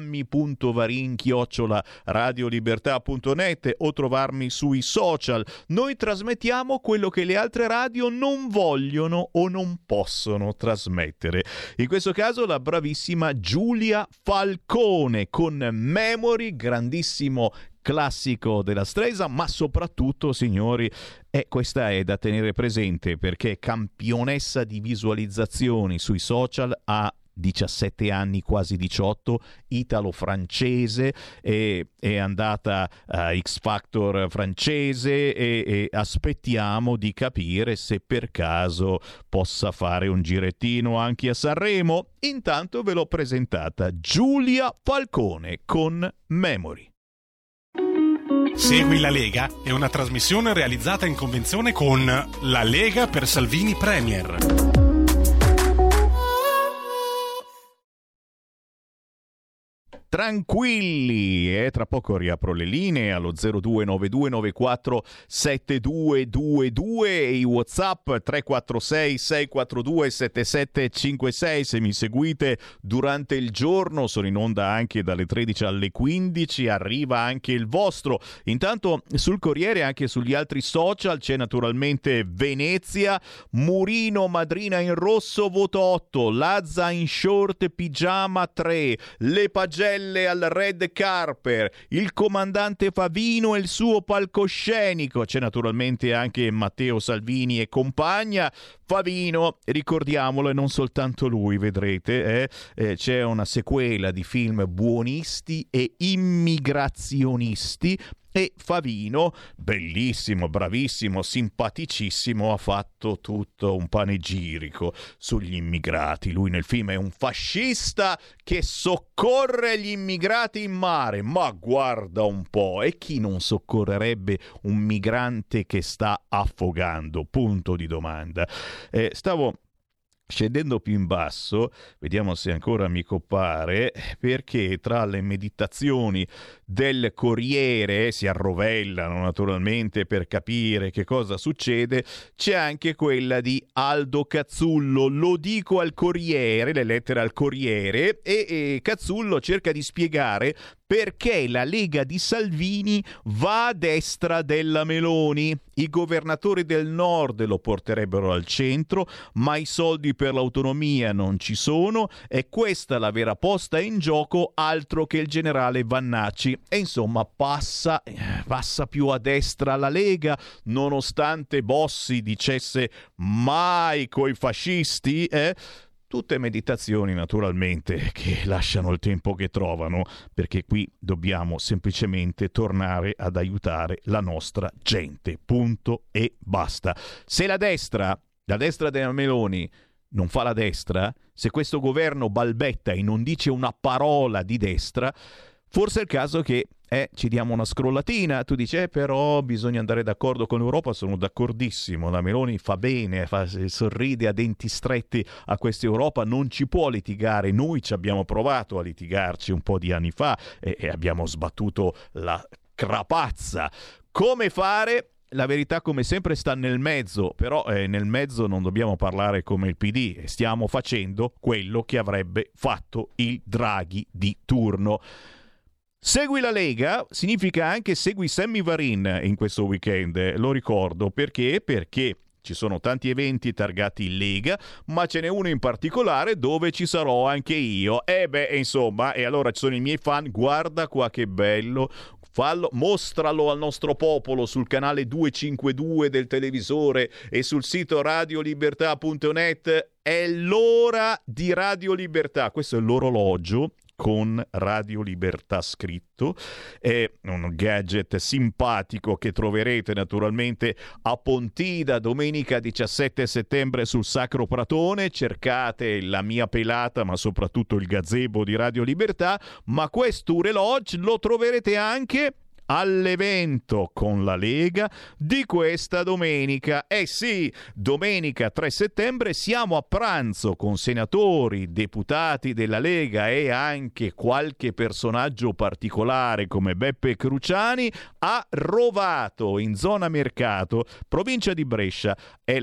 sammy.varin@radiolibertà.net o trovarmi sui social. Noi trasmettiamo quello che le altre radio non vogliono o non possono trasmettere. In questo caso la bravissima Giulia Falcone con Memory, grandissimo classico della Stresa, ma soprattutto, signori, questa è da tenere presente perché è campionessa di visualizzazioni sui social, ha 17 anni, quasi 18, italo-francese, è andata a X Factor francese e aspettiamo di capire se per caso possa fare un girettino anche a Sanremo. Intanto ve l'ho presentata, Giulia Falcone con Memory. Segui la Lega è una trasmissione realizzata in convenzione con La Lega per Salvini Premier. Tranquilli, tra poco riapro le linee allo 0292947222 e i WhatsApp 346 642 7756. Se mi seguite durante il giorno, sono in onda anche dalle 13 alle 15, arriva anche il vostro. Intanto sul Corriere e anche sugli altri social c'è naturalmente Venezia, Murino madrina in rosso voto 8, Lazza in short pigiama 3, le pagelle al red carpet, il comandante Favino e il suo palcoscenico. C'è naturalmente anche Matteo Salvini e compagna. Favino, ricordiamolo, e non soltanto lui, vedrete, c'è una sequela di film buonisti e immigrazionisti. E Favino, bellissimo, bravissimo, simpaticissimo, ha fatto tutto un panegirico sugli immigrati. Lui nel film è un fascista che soccorre gli immigrati in mare. Ma guarda un po', e chi non soccorrerebbe un migrante che sta affogando? Punto di domanda. Stavo scendendo più in basso, vediamo se ancora mi compare, perché tra le meditazioni del Corriere, si arrovellano naturalmente per capire che cosa succede, c'è anche quella di Aldo Cazzullo. Lo dico al Corriere, le lettere al Corriere, e Cazzullo cerca di spiegare perché la Lega di Salvini va a destra della Meloni. I governatori del nord lo porterebbero al centro, ma i soldi per l'autonomia non ci sono, e questa la vera posta in gioco, altro che il generale Vannacci. E insomma passa più a destra la Lega, nonostante Bossi dicesse mai coi fascisti, Tutte meditazioni naturalmente che lasciano il tempo che trovano, perché qui dobbiamo semplicemente tornare ad aiutare la nostra gente, punto e basta. Se la destra della Meloni non fa la destra, se questo governo balbetta e non dice una parola di destra, forse è il caso che ci diamo una scrollatina. Tu dici, però bisogna andare d'accordo con l'Europa. Sono d'accordissimo, la Meloni fa bene, sorride a denti stretti a questa Europa, non ci può litigare. Noi ci abbiamo provato a litigarci un po' di anni fa e abbiamo sbattuto la crapazza. Come fare? La verità, come sempre, sta nel mezzo, però nel mezzo non dobbiamo parlare come il PD, stiamo facendo quello che avrebbe fatto il Draghi di turno. Segui la Lega significa anche segui Sammy Varin in questo weekend, lo ricordo, perché ci sono tanti eventi targati Lega, ma ce n'è uno in particolare dove ci sarò anche io. Insomma, e allora ci sono i miei fan, guarda qua che bello, mostralo al nostro popolo sul canale 252 del televisore e sul sito radiolibertà.net. è l'ora di Radio Libertà. Questo è l'orologio con Radio Libertà scritto, è un gadget simpatico che troverete naturalmente a Pontida domenica 17 settembre sul Sacro Pratone. Cercate la mia pelata ma soprattutto il gazebo di Radio Libertà, ma questo orologio lo troverete anche all'evento con la Lega di questa domenica. Sì, domenica 3 settembre siamo a pranzo con senatori, deputati della Lega e anche qualche personaggio particolare come Beppe Cruciani a Rovato, in zona Mercato, provincia di Brescia. È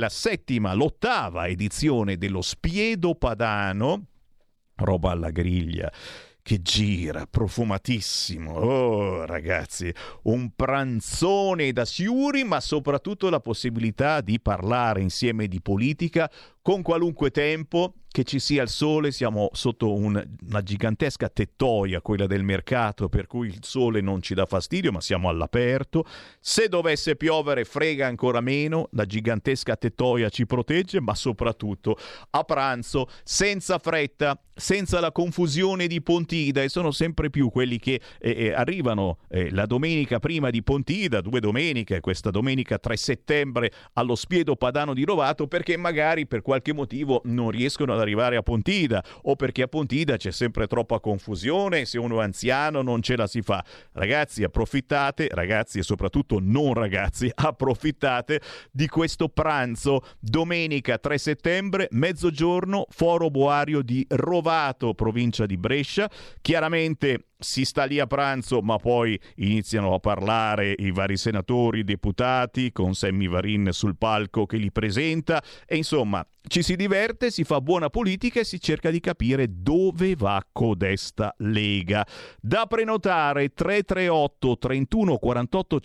l'ottava edizione dello Spiedo Padano, roba alla griglia, che gira, profumatissimo. Oh, ragazzi, un pranzone da siuri, ma soprattutto la possibilità di parlare insieme di politica con qualunque tempo, che ci sia il sole. Siamo sotto una gigantesca tettoia, quella del mercato, per cui il sole non ci dà fastidio, ma siamo all'aperto. Se dovesse piovere frega ancora meno, la gigantesca tettoia ci protegge, ma soprattutto a pranzo, senza fretta, senza la confusione di Pontida, e sono sempre più quelli che arrivano la domenica prima di Pontida, 2 domeniche, questa domenica 3 settembre allo Spiedo Padano di Rovato, perché magari per qualche motivo non riescono ad arrivare a Pontida, o perché a Pontida c'è sempre troppa confusione, se uno è anziano non ce la si fa. Ragazzi, approfittate, ragazzi e soprattutto non ragazzi, approfittate di questo pranzo domenica 3 settembre, mezzogiorno, Foro Boario di Rovato, provincia di Brescia. Chiaramente si sta lì a pranzo, ma poi iniziano a parlare i vari senatori, deputati, con Sammy Varin sul palco che li presenta, e insomma ci si diverte, si fa buona politica e si cerca di capire dove va codesta Lega. Da prenotare 338 31 48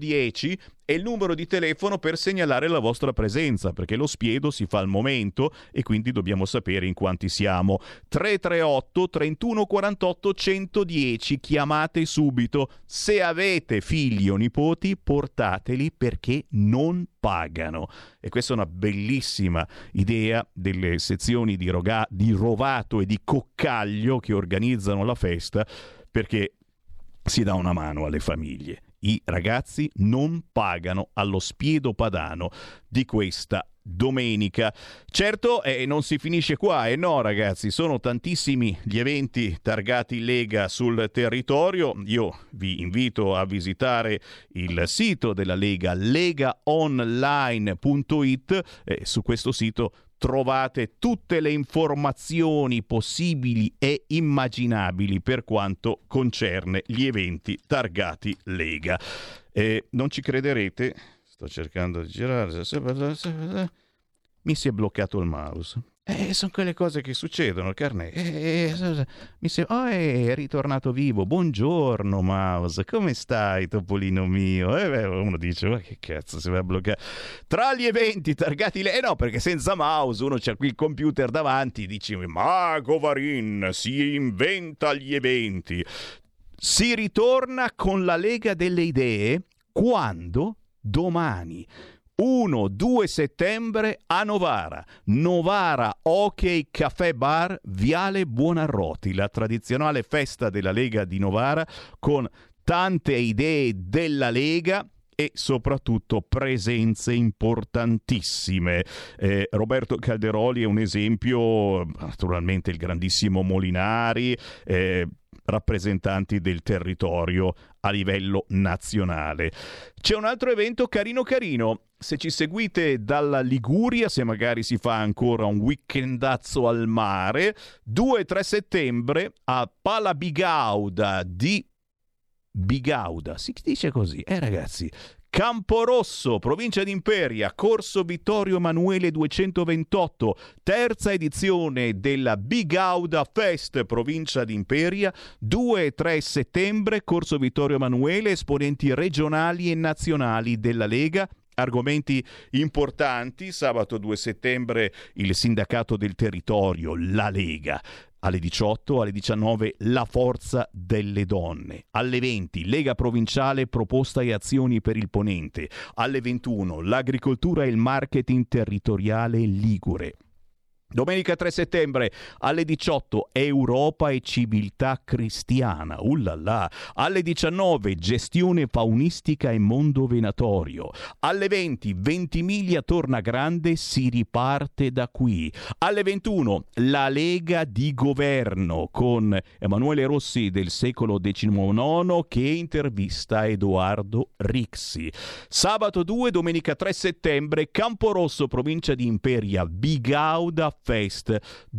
110 è il numero di telefono per segnalare la vostra presenza, perché lo spiedo si fa al momento e quindi dobbiamo sapere in quanti siamo. 338 31 48 110, chiamate subito. Se avete figli o nipoti, portateli, perché non pagano. E questa è una bellissima idea delle sezioni di Rovato e di Coccaglio che organizzano la festa, perché si dà una mano alle famiglie. I ragazzi non pagano allo Spiedo Padano di questa domenica. Certo, non si finisce qua, no ragazzi, sono tantissimi gli eventi targati Lega sul territorio. Io vi invito a visitare il sito della Lega, legaonline.it. Su questo sito trovate tutte le informazioni possibili e immaginabili per quanto concerne gli eventi targati Lega. Non ci crederete, sto cercando di girare, mi si è bloccato il mouse. Sono quelle cose che succedono, Carnè. È ritornato vivo. Buongiorno mouse, come stai, topolino mio? Uno dice, ma che cazzo si va a bloccare? Tra gli eventi targati no, perché senza mouse uno c'ha qui il computer davanti, dici, Mago Varin si inventa gli eventi. Si ritorna con la Lega delle Idee quando? Domani 1-2 settembre a Novara Hockey Café Bar, Viale Buonarroti, la tradizionale festa della Lega di Novara con tante idee della Lega e soprattutto presenze importantissime. Roberto Calderoli è un esempio, naturalmente il grandissimo Molinari, rappresentanti del territorio a livello nazionale. C'è un altro evento carino, se ci seguite dalla Liguria, se magari si fa ancora un weekendazzo al mare, 2-3 settembre a Palabigauda di Bigauda, si dice così, ragazzi, Camporosso, provincia di Imperia, Corso Vittorio Emanuele 228, terza edizione della Bigauda Fest, provincia di Imperia, 2-3 settembre, Corso Vittorio Emanuele, esponenti regionali e nazionali della Lega. Argomenti importanti, sabato 2 settembre il sindacato del territorio, la Lega. Alle 18, alle 19 la forza delle donne. Alle 20 Lega provinciale, proposta e azioni per il Ponente. Alle 21 l'agricoltura e il marketing territoriale ligure. Domenica 3 settembre alle 18 Europa e civiltà cristiana, ullala. Alle 19 gestione faunistica e mondo venatorio. Alle 20 Ventimiglia torna grande, si riparte da qui. Alle 21 la Lega di governo con Emanuele Rossi del secolo XIX che intervista Edoardo Rixi. Sabato 2, domenica 3 settembre Camporosso, provincia di Imperia, Bigauda Fest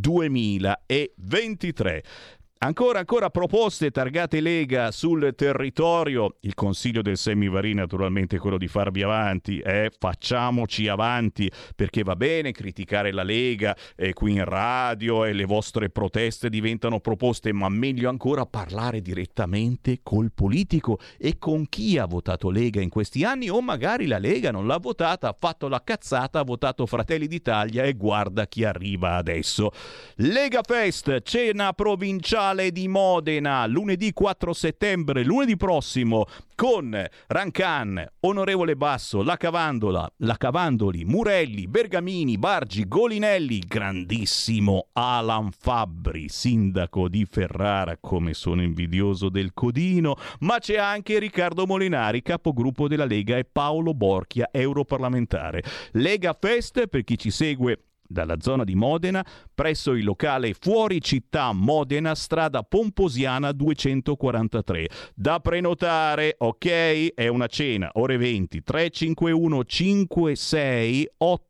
2023. Ancora proposte targate Lega sul territorio. Il consiglio del Semivarin naturalmente è quello di farvi avanti, facciamoci avanti, perché va bene criticare la Lega qui in radio e le vostre proteste diventano proposte, ma meglio ancora parlare direttamente col politico e con chi ha votato Lega in questi anni, o magari la Lega non l'ha votata, ha fatto la cazzata, ha votato Fratelli d'Italia e guarda chi arriva adesso. Lega Fest, cena provinciale di Modena, lunedì 4 settembre, lunedì prossimo, con Rancan, Onorevole Basso, La Cavandoli, Murelli, Bergamini, Bargi, Golinelli, grandissimo Alan Fabbri, sindaco di Ferrara, come sono invidioso del Codino, ma c'è anche Riccardo Molinari, capogruppo della Lega, e Paolo Borchia, europarlamentare. Lega Fest, per chi ci segue dalla zona di Modena, presso il locale Fuori Città Modena, strada Pomposiana 243. Da prenotare, ok? È una cena, ore 20, 351 56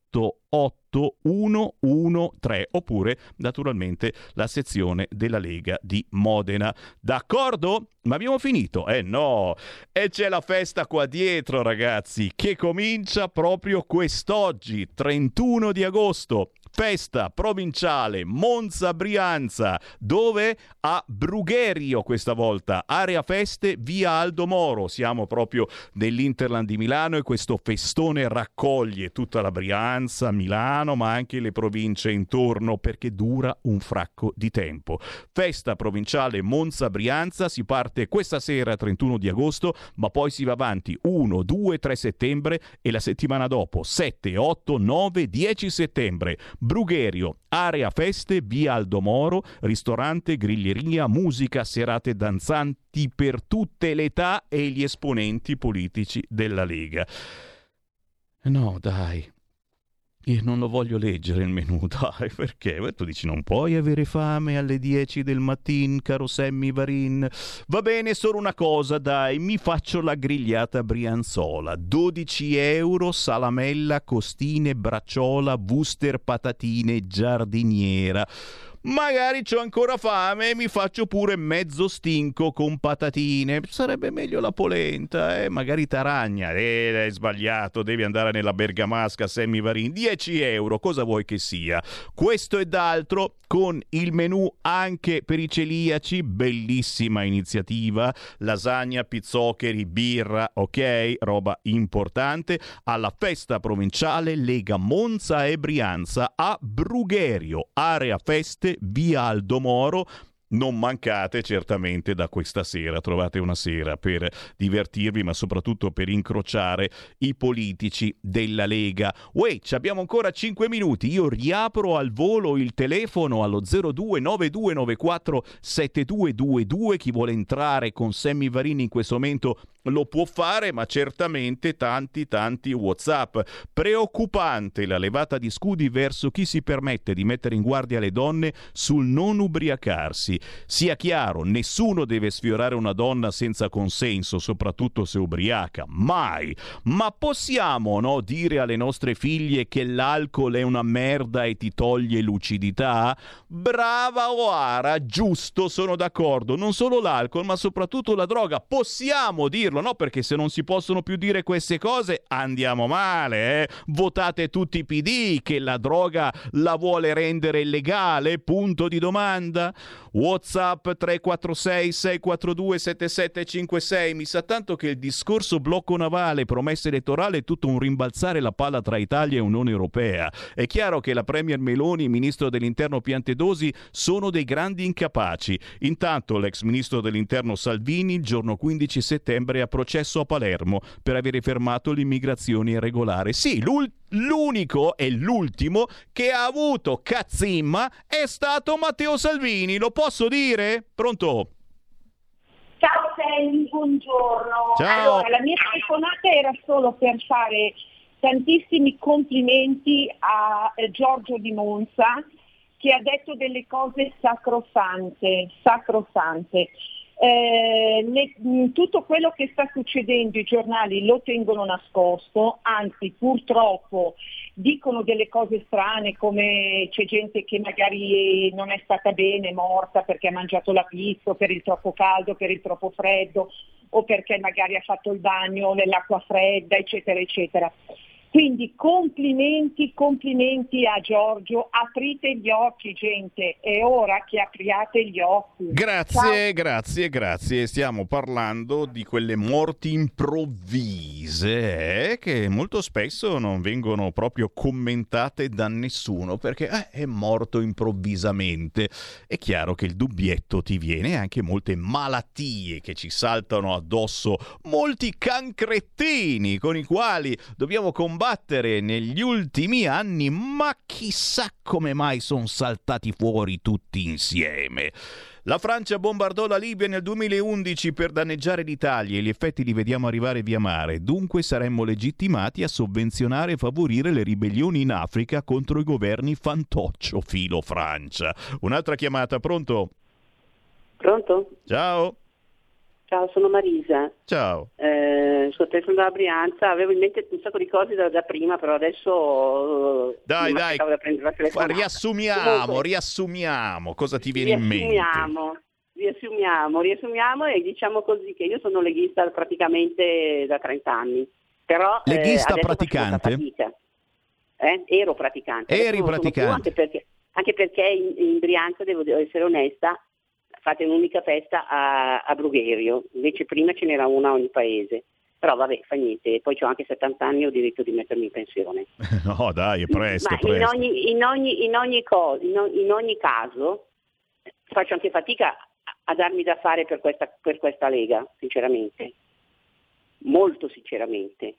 88 113, oppure naturalmente la sezione della Lega di Modena. D'accordo? Ma abbiamo finito? No! E c'è la festa qua dietro, ragazzi, che comincia proprio quest'oggi, 31 di agosto. Festa provinciale Monza Brianza, dove? A Brugherio questa volta, area feste via Aldo Moro. Siamo proprio nell'Interland di Milano e questo festone raccoglie tutta la Brianza, Milano, ma anche le province intorno, perché dura un fracco di tempo. Festa provinciale Monza Brianza, si parte questa sera 31 di agosto, ma poi si va avanti 1, 2, 3 settembre e la settimana dopo 7, 8, 9, 10 settembre. Brugherio, area feste, via Aldo Moro, ristorante, griglieria, musica, serate danzanti per tutte le età e gli esponenti politici della Lega. No, dai. Io non lo voglio leggere il menù, dai, perché? Tu dici non puoi avere fame alle 10 del mattino, caro Sammy Varin. Va bene, solo una cosa, dai, mi faccio la grigliata brianzola, 12 euro, salamella, costine, bracciola, wuster, patatine, giardiniera. Magari c'ho ancora fame e mi faccio pure mezzo stinco con patatine. Sarebbe meglio la polenta, magari taragna. Hai sbagliato, devi andare nella bergamasca Sammy Varin. 10 euro, cosa vuoi che sia? Questo ed altro con il menù anche per i celiaci, bellissima iniziativa. Lasagna, pizzoccheri, birra, ok? Roba importante. Alla festa provinciale Lega Monza e Brianza a Brugherio, area feste via Aldo Moro. Non mancate certamente da questa sera, trovate una sera per divertirvi, ma soprattutto per incrociare i politici della Lega. Ci abbiamo ancora 5 minuti, io riapro al volo il telefono allo 0292947222, chi vuole entrare con Sammy Varin in questo momento lo può fare, ma certamente tanti WhatsApp. Preoccupante la levata di scudi verso chi si permette di mettere in guardia le donne sul non ubriacarsi. Sia chiaro, nessuno deve sfiorare una donna senza consenso, soprattutto se ubriaca, mai. Ma possiamo, no, dire alle nostre figlie che l'alcol è una merda e ti toglie lucidità? Brava Oara, giusto, sono d'accordo. Non solo l'alcol, ma soprattutto la droga. Possiamo dirlo, no? Perché se non si possono più dire queste cose andiamo male, Votate tutti i PD che la droga la vuole rendere illegale? Punto di domanda. WhatsApp 346 642 7756. Mi sa tanto che il discorso blocco navale, promessa elettorale è tutto un rimbalzare la palla tra Italia e Unione Europea. È chiaro che la Premier Meloni e il ministro dell'interno Piantedosi sono dei grandi incapaci. Intanto l'ex ministro dell'interno Salvini il giorno 15 settembre a processo a Palermo per avere fermato l'immigrazione irregolare. Sì, l'unico e l'ultimo che ha avuto cazzimma è stato Matteo Salvini. Lo posso dire? Pronto? Ciao Selmi, buongiorno. Ciao. Allora, la mia telefonata era solo per fare tantissimi complimenti a Giorgio Di Monza, che ha detto delle cose sacrosante. Tutto quello che sta succedendo i giornali lo tengono nascosto, anzi purtroppo dicono delle cose strane, come c'è gente che magari non è stata bene, morta perché ha mangiato la pizza, o per il troppo caldo, per il troppo freddo, o perché magari ha fatto il bagno nell'acqua fredda, eccetera eccetera. Quindi complimenti a Giorgio, aprite gli occhi gente, è ora che apriate gli occhi. Grazie. Stiamo parlando di quelle morti improvvise che molto spesso non vengono proprio commentate da nessuno, perché è morto improvvisamente. È chiaro che il dubbietto ti viene, anche molte malattie che ci saltano addosso, molti cancrettini con i quali dobbiamo combattere negli ultimi anni, ma chissà come mai sono saltati fuori tutti insieme. La Francia bombardò la Libia nel 2011 per danneggiare l'Italia e gli effetti li vediamo arrivare via mare. Dunque saremmo legittimati a sovvenzionare e favorire le ribellioni in Africa contro i governi fantoccio filo Francia. Un'altra chiamata, pronto? Pronto? Ciao, sono Marisa. Ciao. Sul telefono della Brianza, avevo in mente un sacco di cose da prima, però adesso dai, da prendere la telefonata. Riassumiamo cosa ti viene in mente. Riassumiamo e diciamo così che io sono leghista praticamente da 30 anni. Però leghista praticante? Ero praticante. Eri praticante. Anche perché in Brianza, devo essere onesta, fate un'unica festa a Brugherio, invece prima ce n'era una a ogni paese. Però vabbè, fa niente, poi ho anche 70 anni e ho diritto di mettermi in pensione. No dai, è presto. Ma in ogni caso faccio anche fatica a darmi da fare per questa Lega, sinceramente. Molto sinceramente.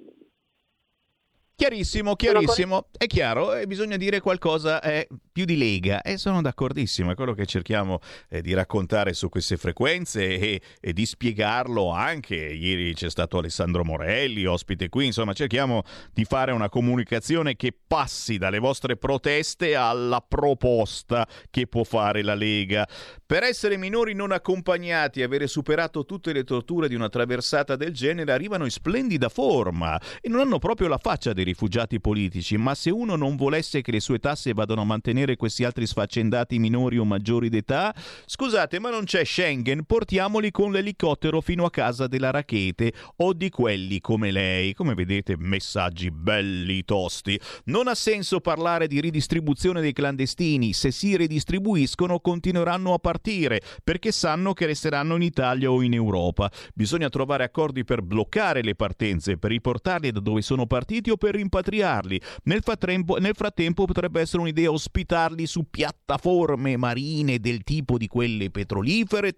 Chiarissimo, è chiaro, bisogna dire qualcosa più di Lega, e sono d'accordissimo, è quello che cerchiamo di raccontare su queste frequenze e di spiegarlo anche. Ieri c'è stato Alessandro Morelli, ospite qui, insomma cerchiamo di fare una comunicazione che passi dalle vostre proteste alla proposta che può fare la Lega. Per essere minori non accompagnati e avere superato tutte le torture di una traversata del genere arrivano in splendida forma e non hanno proprio la faccia dei rifugiati politici, ma se uno non volesse che le sue tasse vadano a mantenere questi altri sfaccendati minori o maggiori d'età, scusate, ma non c'è Schengen, portiamoli con l'elicottero fino a casa della Rachete o di quelli come lei. Come vedete, messaggi belli tosti. Non ha senso parlare di ridistribuzione dei clandestini, se si ridistribuiscono continueranno a partire perché sanno che resteranno in Italia o in Europa. Bisogna trovare accordi per bloccare le partenze, per riportarli da dove sono partiti o per rimpatriarli. Nel frattempo potrebbe essere un'idea ospitarli su piattaforme marine del tipo di quelle petrolifere,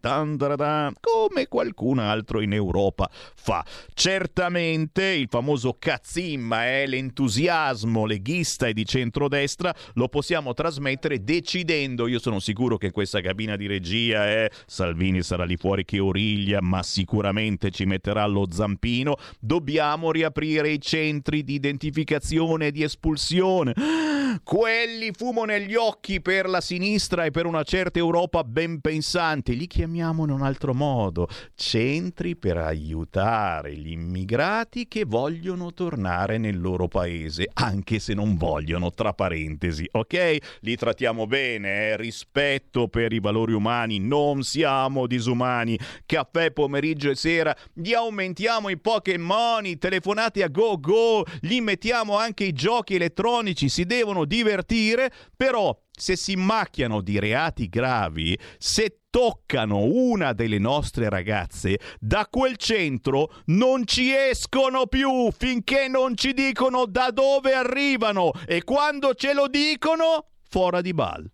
come qualcun altro in Europa fa. Certamente il famoso cazzimma, l'entusiasmo leghista e di centrodestra lo possiamo trasmettere decidendo. Io sono sicuro che in questa cabina di regia Salvini sarà lì fuori che origlia, ma sicuramente ci metterà lo zampino. Dobbiamo riaprire i centri di identificazione e di espulsione. Quelli fumo negli occhi per la sinistra e per una certa Europa ben pensante. Li chiamiamo in un altro modo: centri per aiutare gli immigrati che vogliono tornare nel loro paese, anche se non vogliono, tra parentesi, ok? Li trattiamo bene, rispetto per i valori umani, non siamo disumani. Caffè pomeriggio e sera, gli aumentiamo i pocket money, telefonate a go go, gli mettiamo anche i giochi elettronici, si devono divertire, però se si macchiano di reati gravi, se toccano una delle nostre ragazze, da quel centro non ci escono più finché non ci dicono da dove arrivano, e quando ce lo dicono, fora di bal.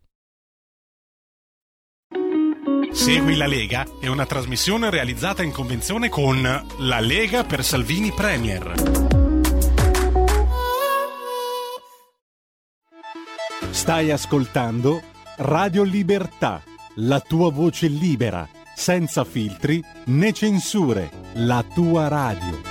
Segui la Lega è una trasmissione realizzata in convenzione con La Lega per Salvini Premier. Stai ascoltando Radio Libertà, la tua voce libera, senza filtri né censure, la tua radio.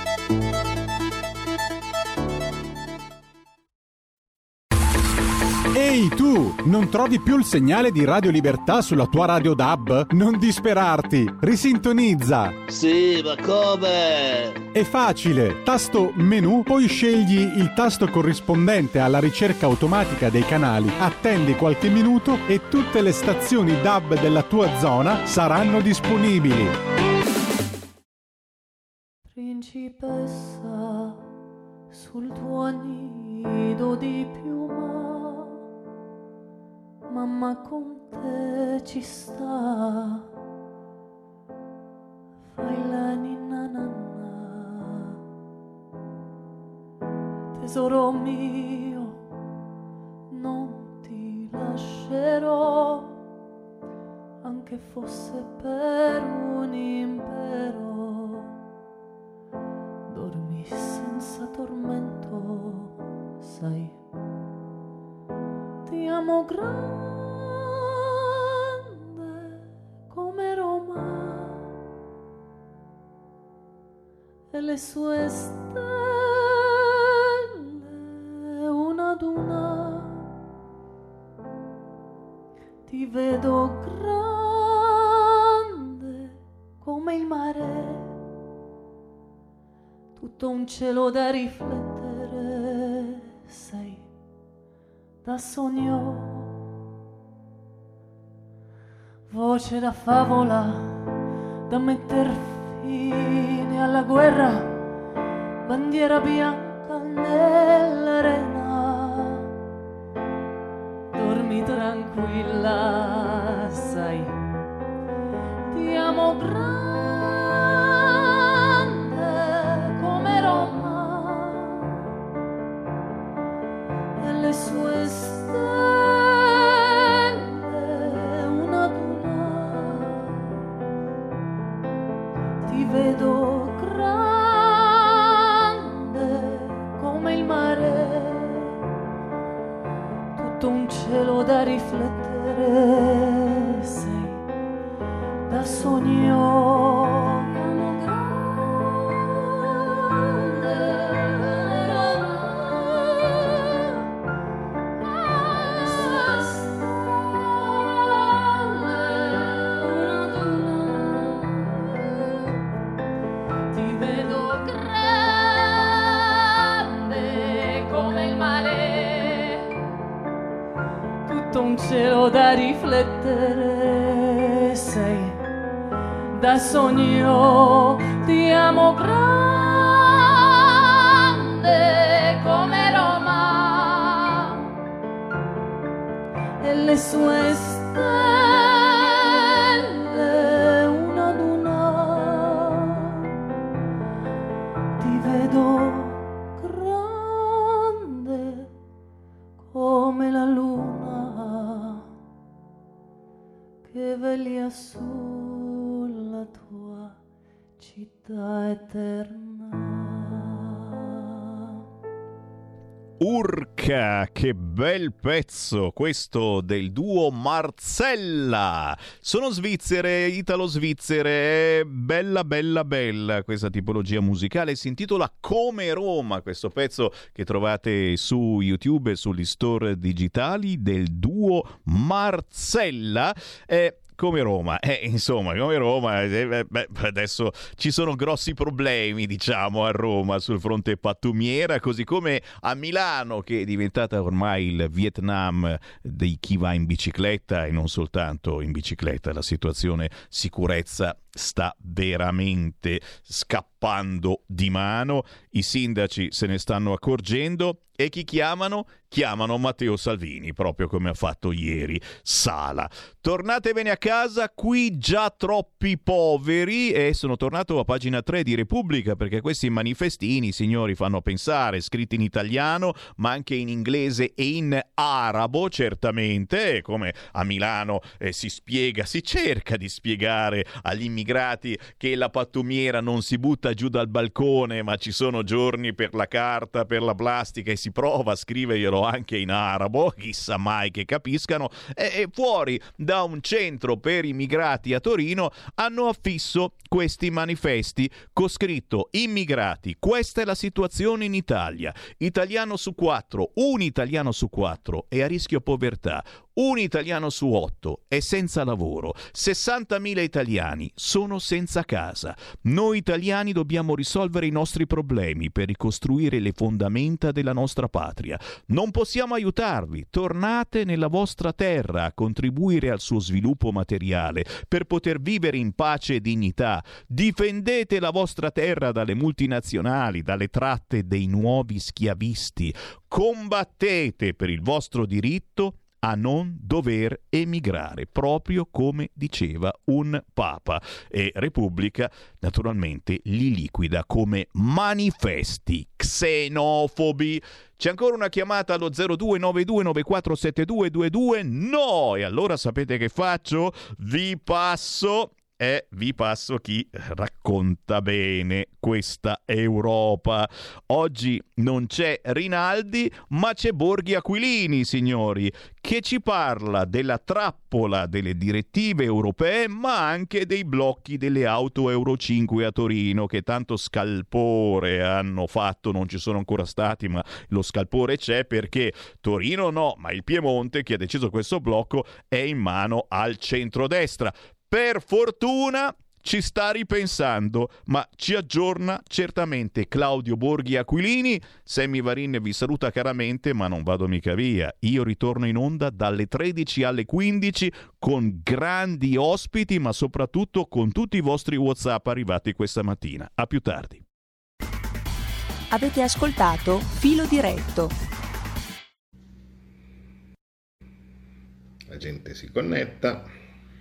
Ehi tu, non trovi più il segnale di Radio Libertà sulla tua radio DAB? Non disperarti, risintonizza! Sì, ma come? È facile, tasto menu, poi scegli il tasto corrispondente alla ricerca automatica dei canali, attendi qualche minuto e tutte le stazioni DAB della tua zona saranno disponibili. Principessa, sul tuo nido di piuma, mamma con te ci sta, fai la ninna nanna, tesoro mio, non ti lascerò, anche fosse per un impero, dormi senza tormento, sai. Ti amo grande come Roma e le sue stelle una ad una. Ti vedo grande come il mare, tutto un cielo da riflettere, sei da sogno, voce da favola, da metter fine alla guerra, bandiera bianca nell'arena, dormi tranquilla, sai, ti amo grande come Roma e le sue stelle una ad una. Ti vedo grande come il mare, tutto un cielo da riflettere, sei da sogno. Un cielo da riflettere, sei da sogno, ti amo grande come Roma e le sue stelle una ad una. Ti vedo grande come la luna che veglia sulla tua città eterna. Urca, che bel pezzo questo del duo Marcella. Sono svizzere, italo-svizzere, è bella questa tipologia musicale, si intitola Come Roma, questo pezzo che trovate su YouTube e sugli store digitali del duo Marcella. Come Roma, insomma, come Roma, adesso ci sono grossi problemi, diciamo, a Roma sul fronte pattumiera, così come a Milano, che è diventata ormai il Vietnam di chi va in bicicletta e non soltanto in bicicletta. La situazione sicurezza sta veramente scappando di mano, i sindaci se ne stanno accorgendo e chi chiamano? Chiamano Matteo Salvini, proprio come ha fatto ieri Sala. Tornatevene a casa, qui già troppi poveri, e sono tornato a pagina 3 di Repubblica perché questi manifestini, signori, fanno pensare, scritti in italiano ma anche in inglese e in arabo, certamente, come a Milano si cerca di spiegare agli immigrati immigrati che la pattumiera non si butta giù dal balcone, ma ci sono giorni per la carta, per la plastica, e si prova a scriverglielo anche in arabo, chissà mai che capiscano, e fuori da un centro per immigrati a Torino hanno affisso questi manifesti con scritto: immigrati, questa è la situazione in Italia, un italiano su 4 è a rischio povertà, un italiano su 8 è senza lavoro, 60.000 italiani sono senza casa. Noi italiani dobbiamo risolvere i nostri problemi per ricostruire le fondamenta della nostra patria. Non possiamo aiutarvi, tornate nella vostra terra a contribuire al suo sviluppo materiale per poter vivere in pace e dignità. Difendete la vostra terra dalle multinazionali, dalle tratte dei nuovi schiavisti. Combattete per il vostro diritto a non dover emigrare, proprio come diceva un papa. E Repubblica naturalmente li liquida come manifesti xenofobi. C'è ancora una chiamata allo 0292947222? No! E allora sapete che faccio? Vi passo chi racconta bene questa Europa. Oggi non c'è Rinaldi, ma c'è Borghi Aquilini, signori, che ci parla della trappola delle direttive europee, ma anche dei blocchi delle auto Euro 5 a Torino, che tanto scalpore hanno fatto. Non ci sono ancora stati, ma lo scalpore c'è, perché Torino no, ma il Piemonte, che ha deciso questo blocco, è in mano al centrodestra. Per fortuna ci sta ripensando, ma ci aggiorna certamente Claudio Borghi Aquilini. Sammy Varin vi saluta caramente, ma non vado mica via. Io ritorno in onda dalle 13 alle 15 con grandi ospiti, ma soprattutto con tutti i vostri WhatsApp arrivati questa mattina. A più tardi. Avete ascoltato Filo Diretto. La gente si connetta.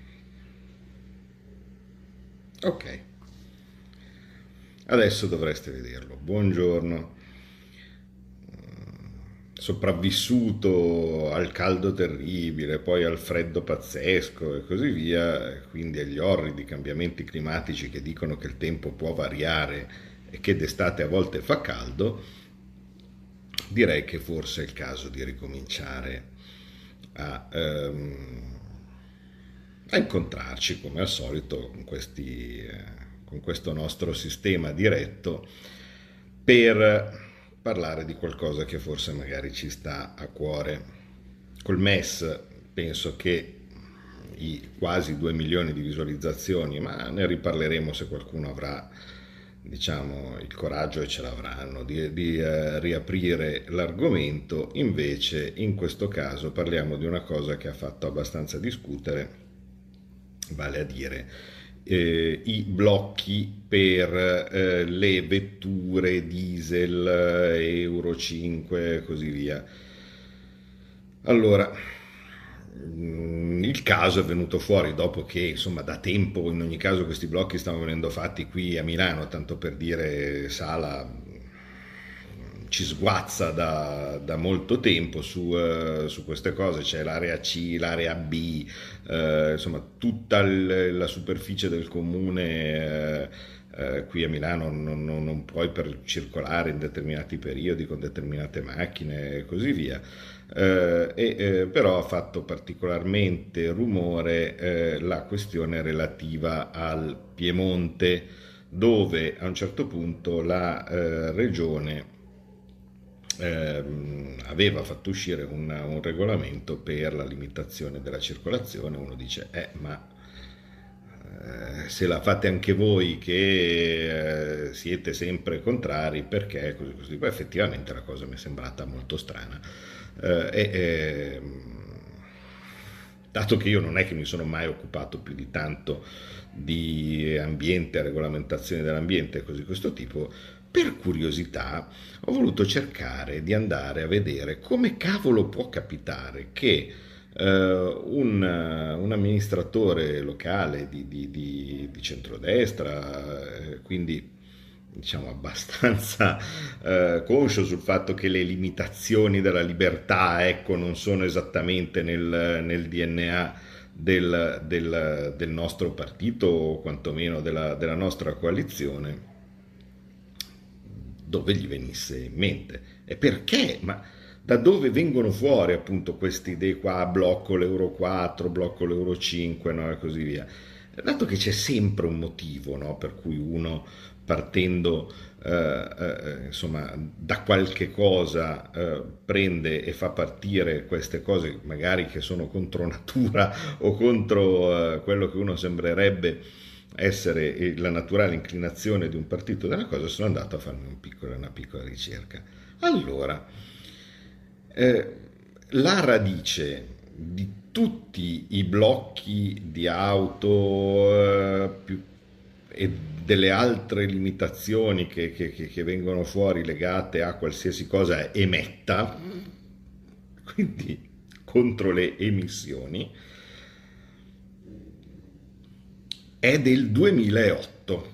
Ok, adesso dovreste vederlo. Buongiorno. Sopravvissuto al caldo terribile, poi al freddo pazzesco e così via, quindi agli orridi cambiamenti climatici che dicono che il tempo può variare e che d'estate a volte fa caldo, direi che forse è il caso di ricominciare a incontrarci come al solito con questo nostro sistema diretto per parlare di qualcosa che forse magari ci sta a cuore. Col MES penso che i quasi 2 milioni di visualizzazioni, ma ne riparleremo se qualcuno avrà, diciamo, il coraggio, e ce l'avranno, di riaprire l'argomento. Invece in questo caso parliamo di una cosa che ha fatto abbastanza discutere, vale a dire i blocchi per le vetture diesel, Euro 5 e così via. Allora, il caso è venuto fuori dopo che, insomma, da tempo in ogni caso questi blocchi stavano venendo fatti qui a Milano, tanto per dire, Sala ci sguazza da molto tempo su queste cose. C'è l'area C, l'area B, insomma tutta la superficie del comune qui a Milano non puoi circolare in determinati periodi con determinate macchine e così via. Però ha fatto particolarmente rumore la questione relativa al Piemonte, dove a un certo punto la regione aveva fatto uscire un regolamento per la limitazione della circolazione. Uno dice ma se la fate anche voi che siete sempre contrari, perché così? Poi effettivamente la cosa mi è sembrata molto strana, dato che io non è che mi sono mai occupato più di tanto di ambiente, regolamentazione dell'ambiente e cose di questo tipo, per curiosità ho voluto cercare di andare a vedere come cavolo può capitare che un amministratore locale di centrodestra, quindi diciamo abbastanza conscio sul fatto che le limitazioni della libertà, ecco, non sono esattamente nel DNA del nostro partito, o quantomeno della nostra coalizione, dove gli venisse in mente. E perché? Ma da dove vengono fuori appunto queste idee qua, blocco l'Euro 4, blocco l'Euro 5, no? E così via. Dato che c'è sempre un motivo, no? Per cui uno, partendo insomma da qualche cosa, prende e fa partire queste cose magari che sono contro natura o contro quello che uno sembrerebbe essere la naturale inclinazione di un partito della cosa, sono andato a farmi una piccola ricerca. Allora, la radice di tutti i blocchi di auto e delle altre limitazioni che vengono fuori legate a qualsiasi cosa emetta, quindi contro le emissioni, è del 2008.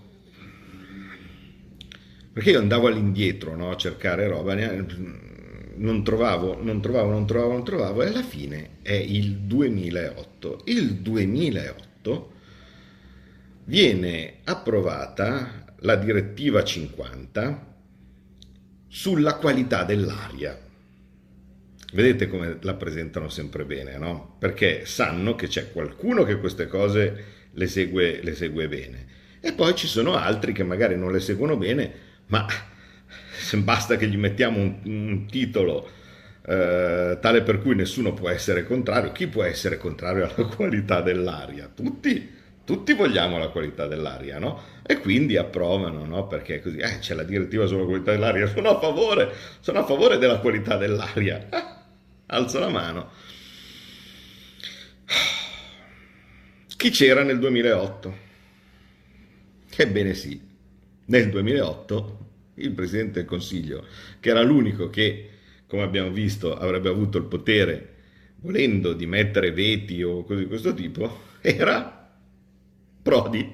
Perché io andavo all'indietro, no, a cercare roba, non trovavo, e alla fine è il 2008. Il 2008 viene approvata la direttiva 50 sulla qualità dell'aria. Vedete come la presentano sempre bene, no? Perché sanno che c'è qualcuno che queste cose le segue bene, e poi ci sono altri che magari non le seguono bene, ma basta che gli mettiamo un titolo tale per cui nessuno può essere contrario. Chi può essere contrario alla qualità dell'aria? Tutti vogliamo la qualità dell'aria, no? E quindi approvano, no? Perché così c'è la direttiva sulla qualità dell'aria, sono a favore della qualità dell'aria. Alzo la mano. Chi c'era nel 2008? Ebbene sì, nel 2008 il Presidente del Consiglio, che era l'unico che, come abbiamo visto, avrebbe avuto il potere, volendo, di mettere veti o cose di questo tipo, era Prodi.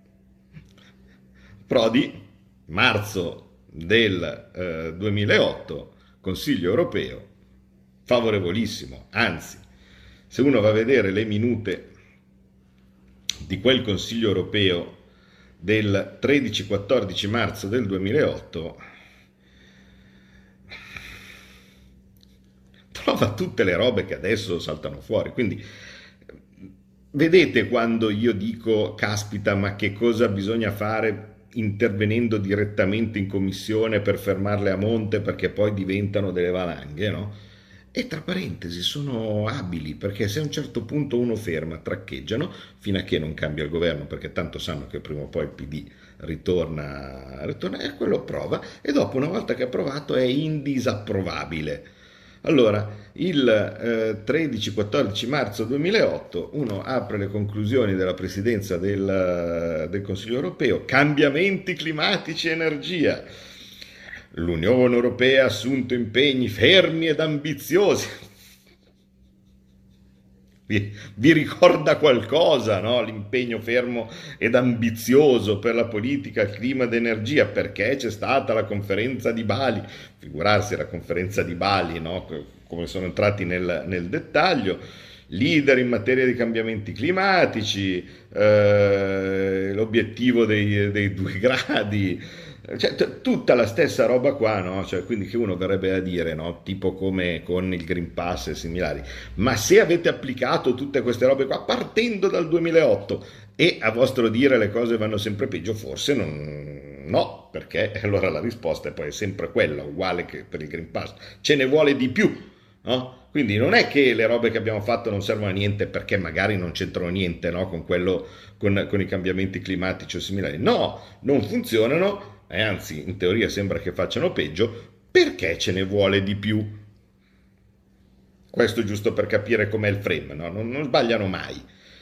Marzo del 2008, Consiglio europeo, favorevolissimo. Anzi, se uno va a vedere le minute di quel Consiglio europeo del 13-14 marzo del 2008, trova tutte le robe che adesso saltano fuori. Quindi vedete quando io dico caspita, ma che cosa bisogna fare intervenendo direttamente in commissione per fermarle a monte, perché poi diventano delle valanghe, no? E tra parentesi sono abili, perché se a un certo punto uno ferma, traccheggiano fino a che non cambia il governo, perché tanto sanno che prima o poi il PD ritorna e quello approva, e dopo, una volta che è approvato, è indisapprovabile. Allora, il 13-14 marzo 2008 uno apre le conclusioni della presidenza del Consiglio europeo: cambiamenti climatici e energia. L'Unione Europea ha assunto impegni fermi ed ambiziosi. Vi ricorda qualcosa, no? L'impegno fermo ed ambizioso per la politica, clima ed energia, perché c'è stata la conferenza di Bali. Figurarsi la conferenza di Bali, no? Come sono entrati nel dettaglio. Leader in materia di cambiamenti climatici, l'obiettivo dei 2 gradi, cioè, tutta la stessa roba qua, no? Cioè, quindi che uno verrebbe a dire, no? Tipo come con il Green Pass e similari: ma se avete applicato tutte queste robe qua partendo dal 2008 e a vostro dire le cose vanno sempre peggio, forse no, perché allora la risposta è poi sempre quella, uguale che per il Green Pass: ce ne vuole di più, no? Quindi non è che le robe che abbiamo fatto non servono a niente perché magari non c'entrano niente, no? Con quello, con i cambiamenti climatici o similari. No, non funzionano, e anzi in teoria sembra che facciano peggio, perché ce ne vuole di più. Questo giusto per capire com'è il frame, no? Non sbagliano mai.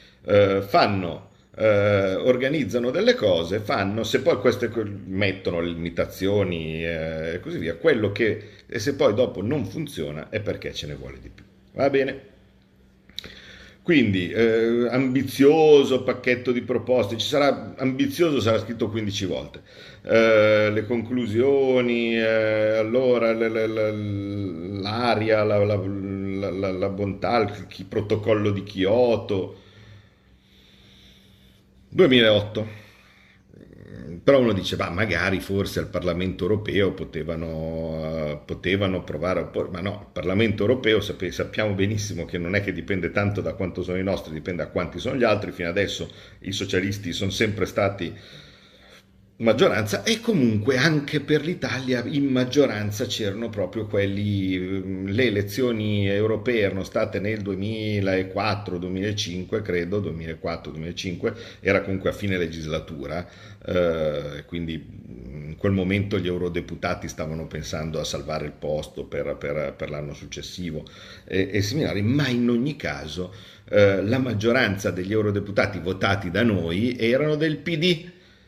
Organizzano delle cose, se poi queste mettono le limitazioni e così via, e se poi dopo non funziona è perché ce ne vuole di più. Va bene? Quindi ambizioso pacchetto di proposte, ambizioso sarà scritto 15 volte, le conclusioni, allora l'aria, la bontà, il protocollo di Kyoto, 2008. Però uno dice, magari forse al Parlamento europeo potevano provare a opporre, ma no, il Parlamento europeo sappiamo benissimo che non è che dipende tanto da quanto sono i nostri, dipende da quanti sono gli altri. Fino adesso i socialisti sono sempre stati maggioranza, e comunque anche per l'Italia in maggioranza c'erano proprio quelli. Le elezioni europee erano state nel 2004-2005, credo, 2004-2005, era comunque a fine legislatura, quindi in quel momento gli eurodeputati stavano pensando a salvare il posto per l'anno successivo e similari, ma in ogni caso la maggioranza degli eurodeputati votati da noi erano del PD.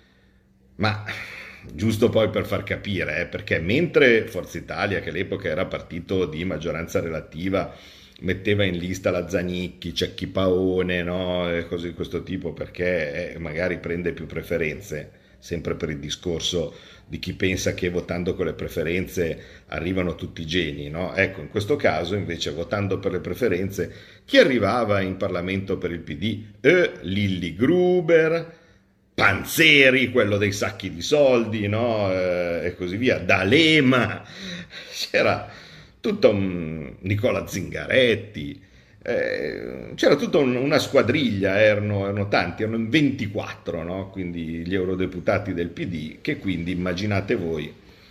Ma giusto poi per far capire, perché mentre Forza Italia, che all'epoca era partito di maggioranza relativa, metteva in lista la Zanicchi, Cecchi Paone, no? E cose di questo tipo, perché magari prende più preferenze, sempre per il discorso di chi pensa che votando con le preferenze arrivano tutti i geni, no? Ecco, in questo caso invece votando per le preferenze, chi arrivava in Parlamento per il PD? Lilli Gruber, Panzeri, quello dei sacchi di soldi, no? E così via, D'Alema, c'era tutto Nicola Zingaretti, c'era tutta una squadriglia, erano tanti, erano in 24, no? Quindi gli eurodeputati del PD, che quindi immaginate voi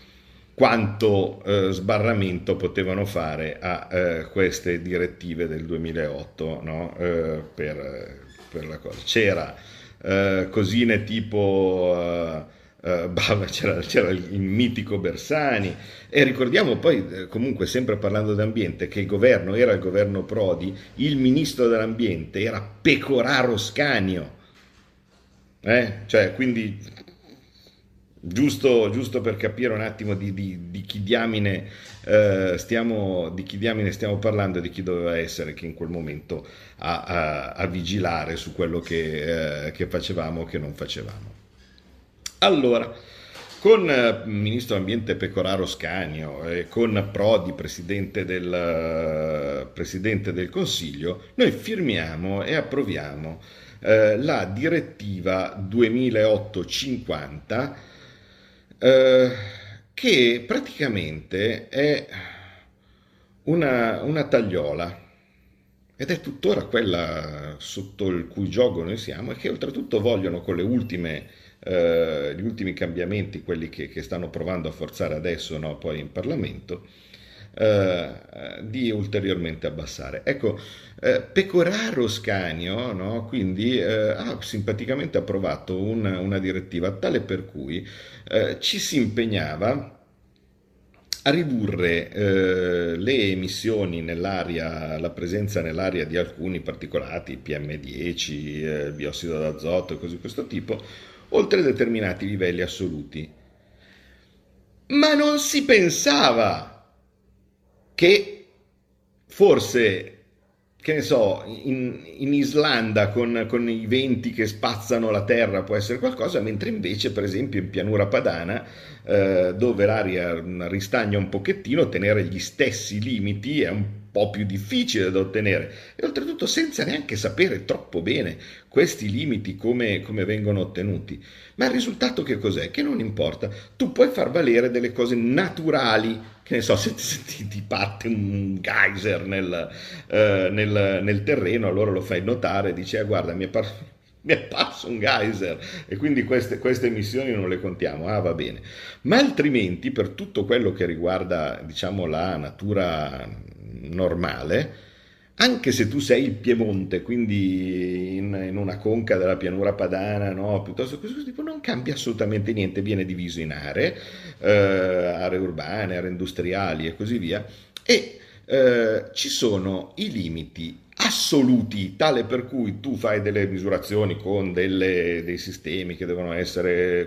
quanto sbarramento potevano fare a queste direttive del 2008, no? Per la cosa. C'era cosine tipo c'era il mitico Bersani, e ricordiamo poi comunque, sempre parlando d'ambiente, che il governo era il governo Prodi, il ministro dell'ambiente era Pecoraro Scanio, cioè, quindi giusto per capire un attimo di chi diamine stiamo parlando e di chi doveva essere che in quel momento a vigilare su quello che facevamo o che non facevamo. Allora, con il ministro dell'ambiente Pecoraro Scanio e con Prodi presidente del Consiglio, noi firmiamo e approviamo la direttiva 2008-50, che praticamente è una tagliola, ed è tuttora quella sotto il cui gioco noi siamo, e che oltretutto vogliono, con gli ultimi cambiamenti, quelli che stanno provando a forzare adesso, no, poi in Parlamento, di ulteriormente abbassare. Ecco, Pecoraro Scanio, no, quindi ha simpaticamente approvato una direttiva tale per cui ci si impegnava a ridurre le emissioni nell'aria, la presenza nell'aria di alcuni particolati, PM10, biossido d'azoto e cose di questo tipo, oltre determinati livelli assoluti. Ma non si pensava che forse, che ne so, in Islanda con i venti che spazzano la terra può essere qualcosa, mentre invece per esempio in pianura padana, dove l'aria ristagna un pochettino, tenere gli stessi limiti è un po' più difficile da ottenere, e oltretutto senza neanche sapere troppo bene questi limiti come vengono ottenuti. Ma il risultato che cos'è? Che non importa, tu puoi far valere delle cose naturali, che ne so, se ti parte un geyser nel terreno, allora lo fai notare e dici guarda, mi è parso un geyser, e quindi queste emissioni non le contiamo, va bene. Ma altrimenti, per tutto quello che riguarda, diciamo, la natura normale, anche se tu sei il Piemonte, quindi in una conca della pianura padana, no, piuttosto che questo tipo, non cambia assolutamente niente, viene diviso in aree urbane, aree industriali e così via, e ci sono i limiti assoluti, tale per cui tu fai delle misurazioni con dei sistemi che devono essere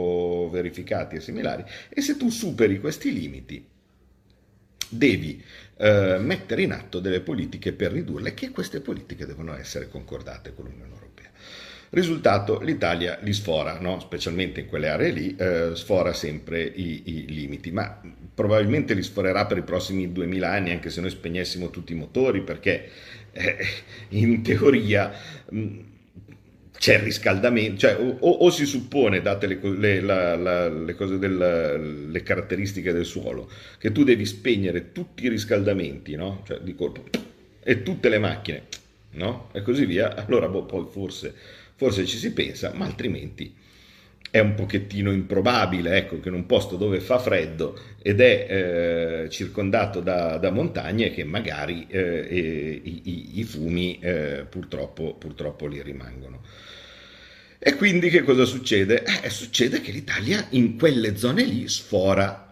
controverificati e similari, e se tu superi questi limiti devi mettere in atto delle politiche per ridurle, che queste politiche devono essere concordate con l'Unione Europea. Risultato, l'Italia li sfora, no? Specialmente in quelle aree lì, sfora sempre i limiti, ma probabilmente li sforerà per i prossimi 2000 anni, anche se noi spegnessimo tutti i motori, perché in teoria c'è il riscaldamento, cioè o si suppone, date le cose le caratteristiche del suolo, che tu devi spegnere tutti i riscaldamenti, no? Cioè di colpo, e tutte le macchine, no? E così via, allora poi forse ci si pensa, ma altrimenti è un pochettino improbabile, ecco, che in un posto dove fa freddo ed è circondato da montagne, che magari i fumi purtroppo lì rimangono. E quindi che cosa succede? Succede che l'Italia in quelle zone lì sfora,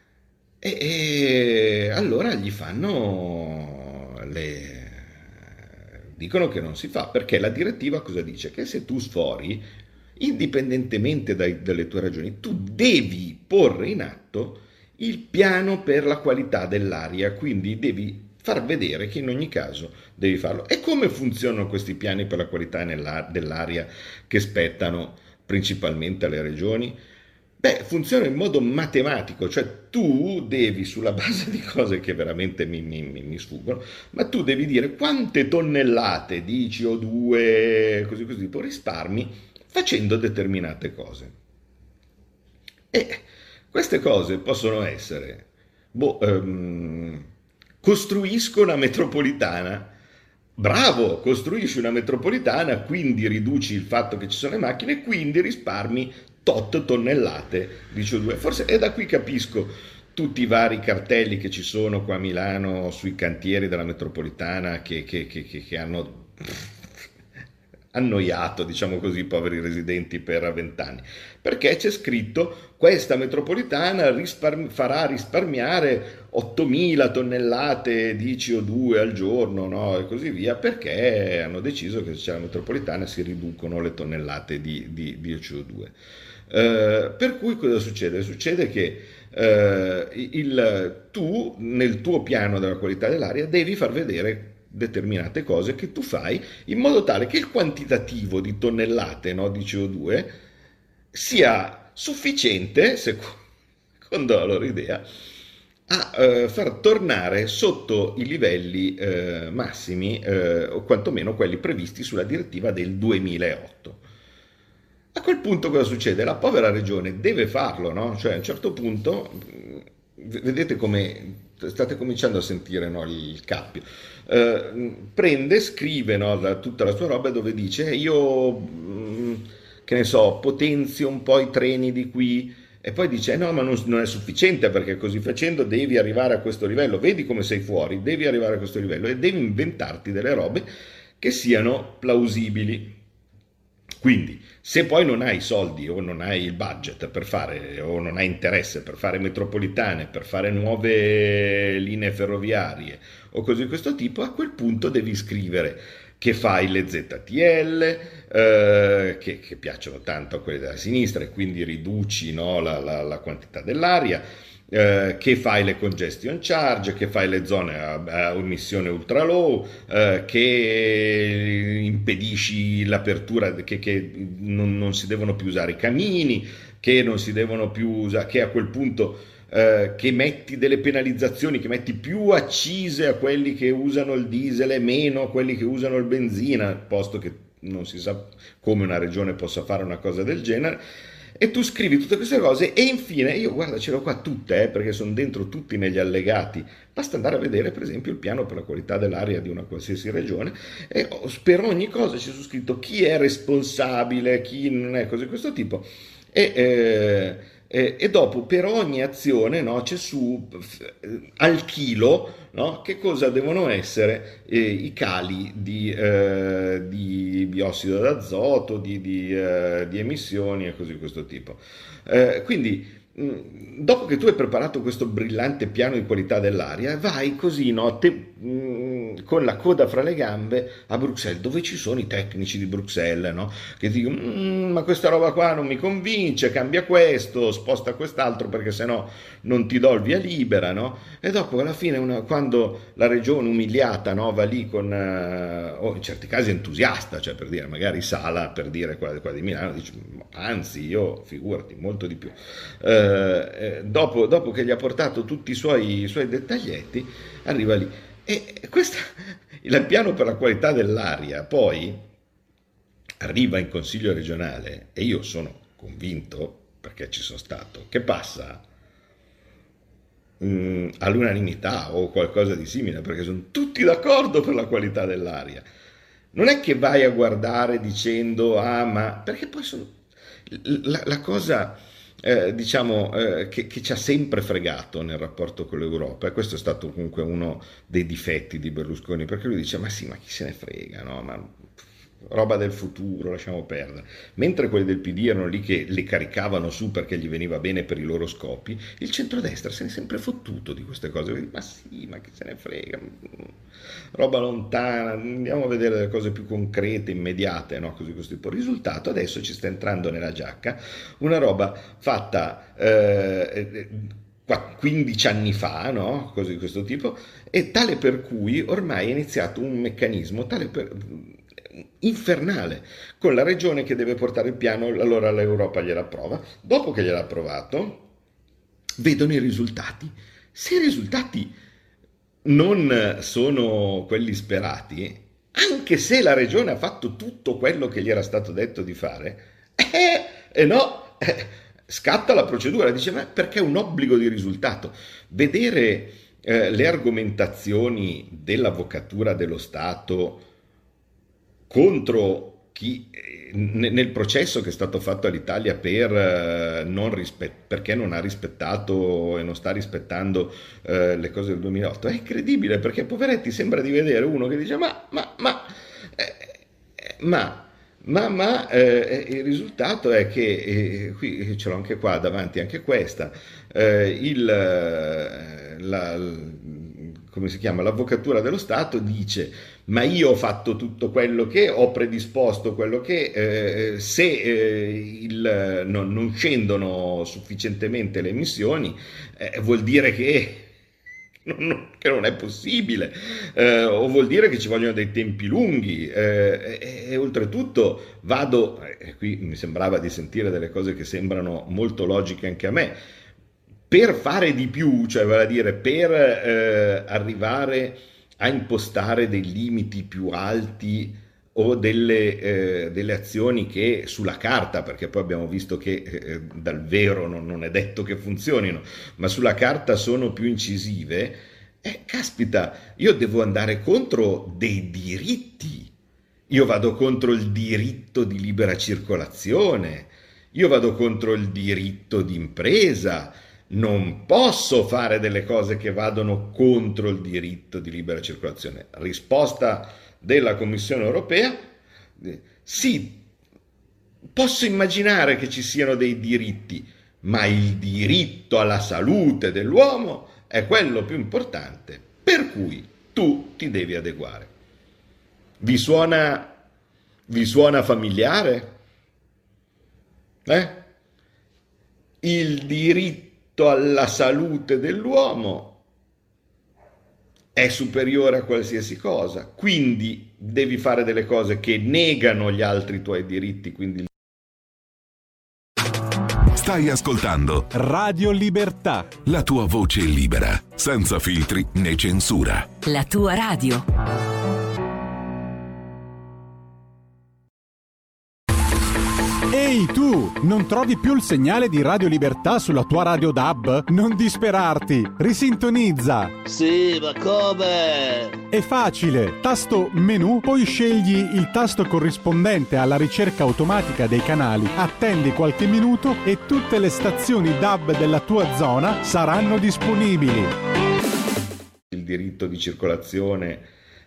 e allora gli fanno dicono che non si fa, perché la direttiva cosa dice? Che se tu sfori, indipendentemente dalle tue ragioni, tu devi porre in atto il piano per la qualità dell'aria, quindi devi far vedere che in ogni caso devi farlo. E come funzionano questi piani per la qualità dell'aria che spettano principalmente alle regioni? Funziona in modo matematico, cioè tu devi, sulla base di cose che veramente mi sfuggono, ma tu devi dire quante tonnellate di CO2, così tipo, risparmi facendo determinate cose. E queste cose possono essere, costruisco una metropolitana. Bravo, costruisci una metropolitana, quindi riduci il fatto che ci sono le macchine, quindi risparmi tot tonnellate di CO2. Forse è da qui capisco tutti i vari cartelli che ci sono qua a Milano sui cantieri della metropolitana che hanno annoiato, diciamo così, i poveri residenti per 20 anni, perché c'è scritto questa metropolitana farà risparmiare 8.000 tonnellate di CO2 al giorno, no? E così via, perché hanno deciso che se c'è la metropolitana si riducono le tonnellate di CO2. Per cui cosa succede? Succede che tu nel tuo piano della qualità dell'aria devi far vedere determinate cose che tu fai in modo tale che il quantitativo di tonnellate, no, di CO2 sia sufficiente, secondo la loro idea, a far tornare sotto i livelli massimi, o quantomeno quelli previsti sulla direttiva del 2008. A quel punto cosa succede? La povera regione deve farlo, no? Cioè a un certo punto, vedete come state cominciando a sentire, no, il cappio. Scrive, no, tutta la sua roba dove dice io, che ne so, potenzio un po' i treni di qui, e poi dice no, ma non è sufficiente, perché così facendo devi arrivare a questo livello, vedi come sei fuori, devi arrivare a questo livello e devi inventarti delle robe che siano plausibili. Quindi, se poi non hai i soldi o non hai il budget per fare, o non hai interesse per fare metropolitane, per fare nuove linee ferroviarie o cose di questo tipo, a quel punto devi scrivere che fai le ZTL, che piacciono tanto a quelli della sinistra, e quindi riduci, no, la quantità dell'aria, che fai le congestion charge, che fai le zone a emissione ultra low, che impedisci l'apertura, che non si devono più usare i camini, che non si devono più usare, che a quel punto che metti delle penalizzazioni, che metti più accise a quelli che usano il diesel e meno a quelli che usano il benzina, posto che non si sa come una regione possa fare una cosa del genere. E tu scrivi tutte queste cose, e infine, io guarda, ce l'ho qua tutte, perché sono dentro tutti negli allegati, basta andare a vedere per esempio il piano per la qualità dell'aria di una qualsiasi regione, e per ogni cosa c'è su scritto chi è responsabile, chi non è, cose di questo tipo, e dopo per ogni azione, no, c'è su al chilo, no, che cosa devono essere i cali di biossido d'azoto, di emissioni e così di questo tipo. Quindi dopo che tu hai preparato questo brillante piano di qualità dell'aria, vai così, no, con la coda fra le gambe a Bruxelles, dove ci sono i tecnici di Bruxelles, no? Che dicono ma questa roba qua non mi convince, cambia questo, sposta quest'altro perché sennò non ti do il via libera, no? E dopo alla fine quando la regione umiliata, no, va lì con o in certi casi entusiasta, cioè per dire magari Sala, per dire qua di Milano, dice anzi io figurati molto di più, dopo che gli ha portato tutti i suoi dettaglietti, arriva lì e questo il piano per la qualità dell'aria poi arriva in consiglio regionale e io sono convinto, perché ci sono stato, che passa all'unanimità o qualcosa di simile, perché sono tutti d'accordo per la qualità dell'aria. Non è che vai a guardare dicendo ma perché poi sono la cosa che ci ha sempre fregato nel rapporto con l'Europa, e questo è stato comunque uno dei difetti di Berlusconi, perché lui dice ma chi se ne frega, no? Ma roba del futuro, lasciamo perdere. Mentre quelli del PD erano lì che le caricavano su perché gli veniva bene per i loro scopi, il centrodestra se ne è sempre fottuto di queste cose. Ma chi se ne frega, roba lontana, andiamo a vedere delle cose più concrete, immediate, no? Così questo tipo. Risultato, adesso ci sta entrando nella giacca una roba fatta 15 anni fa, no? Così di questo tipo, e tale per cui ormai è iniziato un meccanismo infernale, con la regione che deve portare il piano, allora l'Europa gliela approva, dopo che gliel'ha approvato vedono i risultati, se i risultati non sono quelli sperati, anche se la regione ha fatto tutto quello che gli era stato detto di fare, scatta la procedura, dice ma perché è un obbligo di risultato. Vedere le argomentazioni dell'Avvocatura dello Stato contro chi nel processo che è stato fatto all'Italia perché non ha rispettato e non sta rispettando le cose del 2008 è incredibile, perché poveretti sembra di vedere uno che dice il risultato è che qui ce l'ho anche qua davanti, anche questa, come si chiama, l'Avvocatura dello Stato dice ma io ho fatto tutto quello che ho predisposto, quello che non scendono sufficientemente le emissioni vuol dire che non è possibile, o vuol dire che ci vogliono dei tempi lunghi, e oltretutto qui mi sembrava di sentire delle cose che sembrano molto logiche anche a me, per fare di più, cioè vale a dire per arrivare a impostare dei limiti più alti o delle azioni che sulla carta, perché poi abbiamo visto che dal vero non è detto che funzionino, ma sulla carta sono più incisive, caspita, io devo andare contro dei diritti, io vado contro il diritto di libera circolazione, io vado contro il diritto di impresa, non posso fare delle cose che vadano contro il diritto di libera circolazione. Risposta della Commissione europea: sì, posso immaginare che ci siano dei diritti, ma il diritto alla salute dell'uomo è quello più importante, per cui tu ti devi adeguare. Vi suona familiare? Il diritto alla salute dell'uomo è superiore a qualsiasi cosa, quindi devi fare delle cose che negano gli altri tuoi diritti, quindi Stai ascoltando Radio Libertà, la tua voce libera, senza filtri né censura. La tua radio. Ehi tu, non trovi più il segnale di Radio Libertà sulla tua radio DAB? Non disperarti, risintonizza. Sì, ma come? È facile, tasto menu, poi scegli il tasto corrispondente alla ricerca automatica dei canali, attendi qualche minuto e tutte le stazioni DAB della tua zona saranno disponibili. Il diritto di circolazione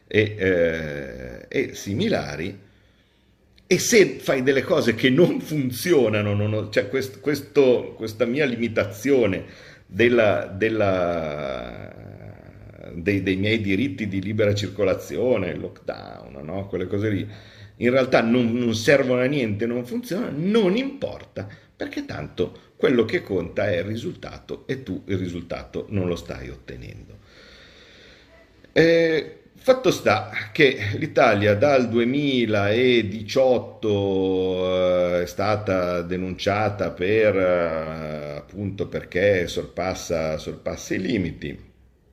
e similari. E se fai delle cose che non funzionano, cioè questa mia limitazione dei miei diritti di libera circolazione, il lockdown, no? Quelle cose lì, in realtà non servono a niente, non funzionano, non importa, perché tanto quello che conta è il risultato e tu il risultato non lo stai ottenendo. Fatto sta che l'Italia dal 2018 è stata denunciata per appunto perché sorpassa i limiti.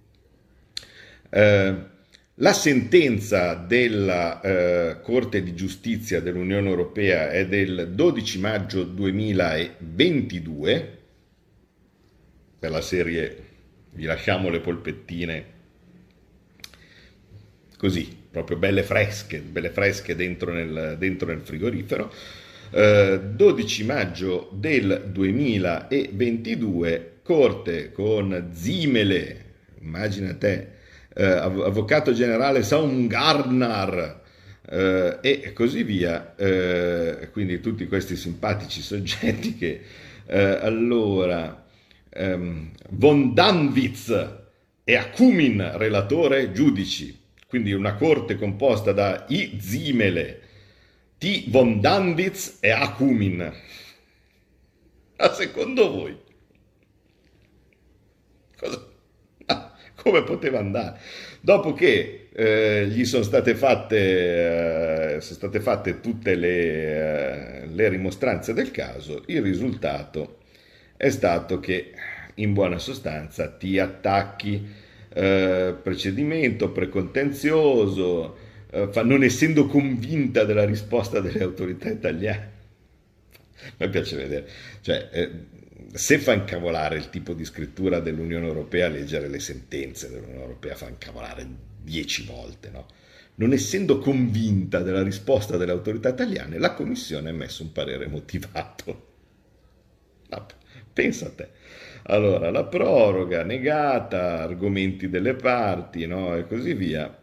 La sentenza della Corte di Giustizia dell'Unione Europea è del 12 maggio 2022, per la serie vi lasciamo le polpettine così, proprio belle fresche dentro nel frigorifero. 12 maggio del 2022, Corte con Ziemele, immagina te, avvocato generale Saumgartner e così via, quindi tutti questi simpatici soggetti che allora von Danwitz e Akumin, relatore, giudici, quindi una corte composta da I. Ziemele, T. von Danwitz e Akumin. Ma secondo voi come poteva andare? Dopo che gli sono state fatte tutte le rimostranze del caso, il risultato è stato che in buona sostanza ti attacchi procedimento precontenzioso, non essendo convinta della risposta delle autorità italiane. Mi piace vedere, cioè se fa incavolare il tipo di scrittura dell'Unione Europea, leggere le sentenze dell'Unione Europea fa incavolare 10 volte, no? Non essendo convinta della risposta delle autorità italiane, la Commissione ha emesso un parere motivato. Pensa a te. Allora, la proroga negata, argomenti delle parti, no? E così via.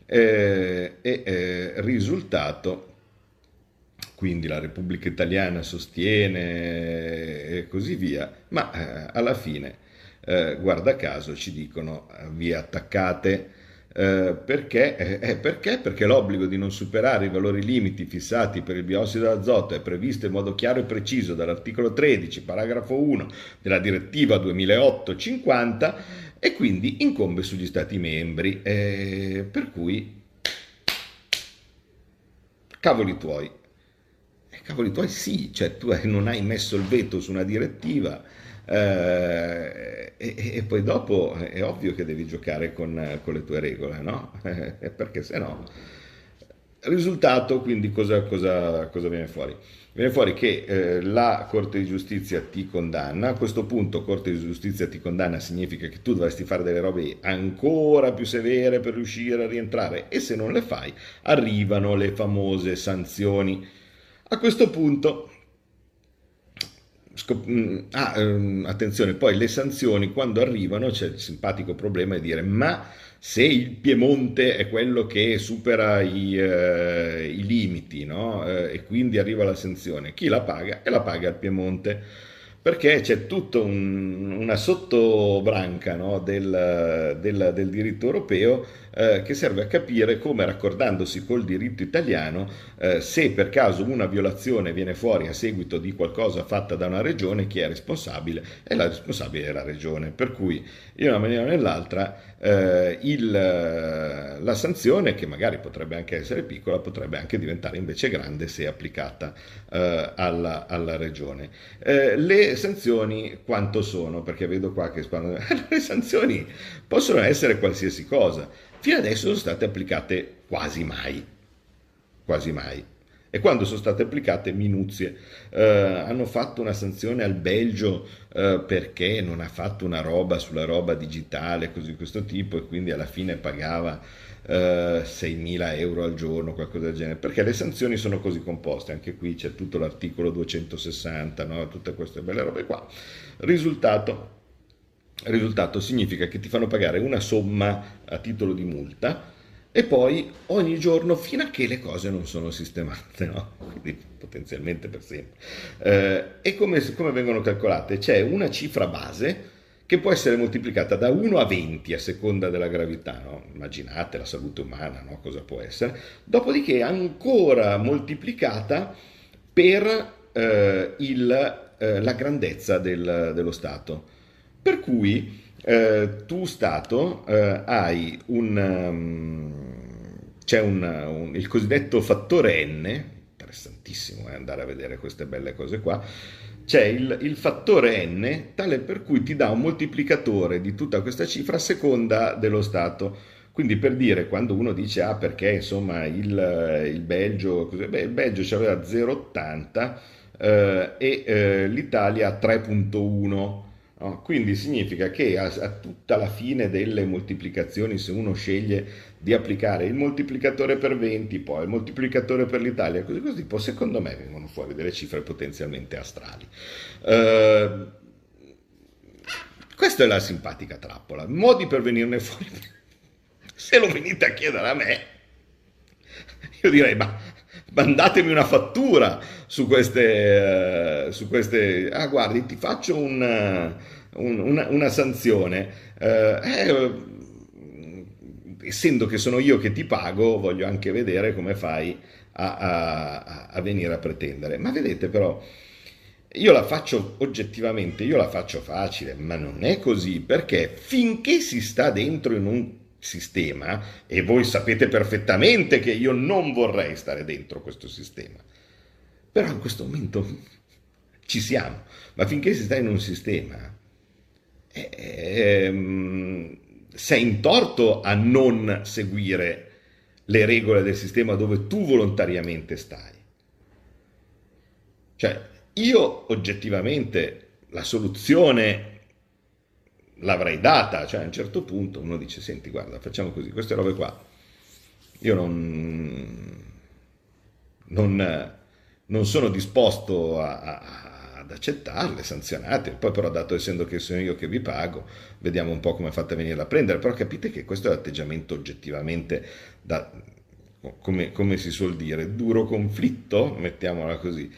Risultato, quindi la Repubblica Italiana sostiene e così via, ma alla fine, guarda caso, ci dicono vi attaccate perché? Perché l'obbligo di non superare i valori limiti fissati per il biossido d'azoto è previsto in modo chiaro e preciso dall'articolo 13, paragrafo 1 della direttiva 2008/50 e quindi incombe sugli Stati membri, per cui cavoli tuoi sì, cioè tu non hai messo il veto su una direttiva e poi dopo è ovvio che devi giocare con le tue regole, no? Perché se no, risultato, quindi cosa viene fuori? Viene fuori che la Corte di Giustizia ti condanna. A questo punto Corte di Giustizia ti condanna significa che tu dovresti fare delle robe ancora più severe per riuscire a rientrare, e se non le fai arrivano le famose sanzioni. A questo punto attenzione, poi le sanzioni quando arrivano c'è il simpatico problema di dire ma se il Piemonte è quello che supera i limiti, no? E quindi arriva la sanzione, chi la paga? E la paga il Piemonte, perché c'è tutta una sottobranca, no? del diritto europeo che serve a capire come, raccordandosi col diritto italiano, se per caso una violazione viene fuori a seguito di qualcosa fatta da una regione, chi è responsabile? E la responsabile è la regione, per cui in una maniera o nell'altra la sanzione, che magari potrebbe anche essere piccola, potrebbe anche diventare invece grande se applicata alla regione. Le sanzioni quanto sono? Perché vedo qua che le sanzioni possono essere qualsiasi cosa. Fino adesso sono state applicate quasi mai. E quando sono state applicate, minuzie. Hanno fatto una sanzione al Belgio perché non ha fatto una roba sulla roba digitale, così di questo tipo, e quindi alla fine pagava 6.000 euro al giorno, qualcosa del genere, perché le sanzioni sono così composte. Anche qui c'è tutto l'articolo 260, no? Tutte queste belle robe qua. Risultato significa che ti fanno pagare una somma a titolo di multa e poi ogni giorno fino a che le cose non sono sistemate, no? Quindi potenzialmente per sempre. E come vengono calcolate? C'è una cifra base che può essere moltiplicata da 1 a 20 a seconda della gravità, no? Immaginate la salute umana, no? Cosa può essere, dopodiché ancora moltiplicata per la grandezza dello Stato. Per cui tu Stato hai il cosiddetto fattore n, interessantissimo andare a vedere queste belle cose qua, c'è il fattore n tale per cui ti dà un moltiplicatore di tutta questa cifra a seconda dello Stato. Quindi per dire, quando uno dice perché insomma il Belgio, il Belgio aveva 0,80 e l'Italia 3,1. No? Quindi significa che a tutta la fine delle moltiplicazioni, se uno sceglie di applicare il moltiplicatore per 20, poi il moltiplicatore per l'Italia, così tipo, secondo me vengono fuori delle cifre potenzialmente astrali. Questa è la simpatica trappola. Modi per venirne fuori, se lo venite a chiedere a me, io direi mandatemi una fattura su queste guardi, ti faccio una sanzione, essendo che sono io che ti pago, voglio anche vedere come fai a venire a pretendere. Ma vedete, però, io la faccio oggettivamente, io la faccio facile, ma non è così, perché finché si sta dentro in un sistema, e voi sapete perfettamente che io non vorrei stare dentro questo sistema, però in questo momento ci siamo, ma finché si sta in un sistema sei in torto a non seguire le regole del sistema dove tu volontariamente stai. Cioè, io oggettivamente la soluzione l'avrei data, cioè a un certo punto uno dice: senti, guarda, facciamo così, queste robe qua io non sono disposto ad accettarle, sanzionate, poi però, dato essendo che sono io che vi pago, vediamo un po' come fate a venirla a prendere. Però capite che questo è l'atteggiamento oggettivamente da, come si suol dire, duro conflitto, mettiamola così.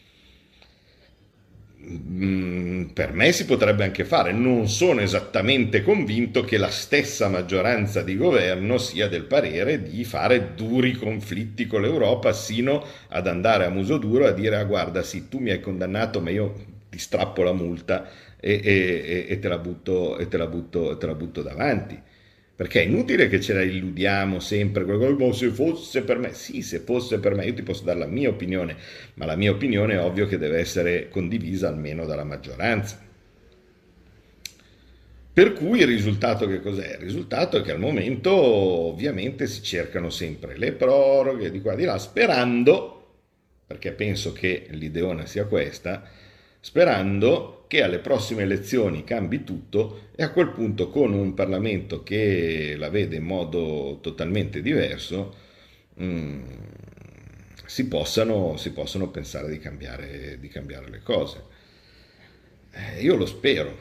Per me si potrebbe anche fare, non sono esattamente convinto che la stessa maggioranza di governo sia del parere di fare duri conflitti con l'Europa, sino ad andare a muso duro a dire: guarda, sì, tu mi hai condannato, ma io ti strappo la multa e te la butto davanti. Perché è inutile che ce la illudiamo sempre, se fosse per me. Sì, se fosse per me, io ti posso dare la mia opinione, ma la mia opinione è ovvio che deve essere condivisa almeno dalla maggioranza. Per cui il risultato che cos'è? Il risultato è che al momento ovviamente si cercano sempre le proroghe di qua di là, sperando, perché penso che l'ideona sia questa, sperando che alle prossime elezioni cambi tutto e a quel punto, con un Parlamento che la vede in modo totalmente diverso, si possano pensare di cambiare le cose. Io lo spero.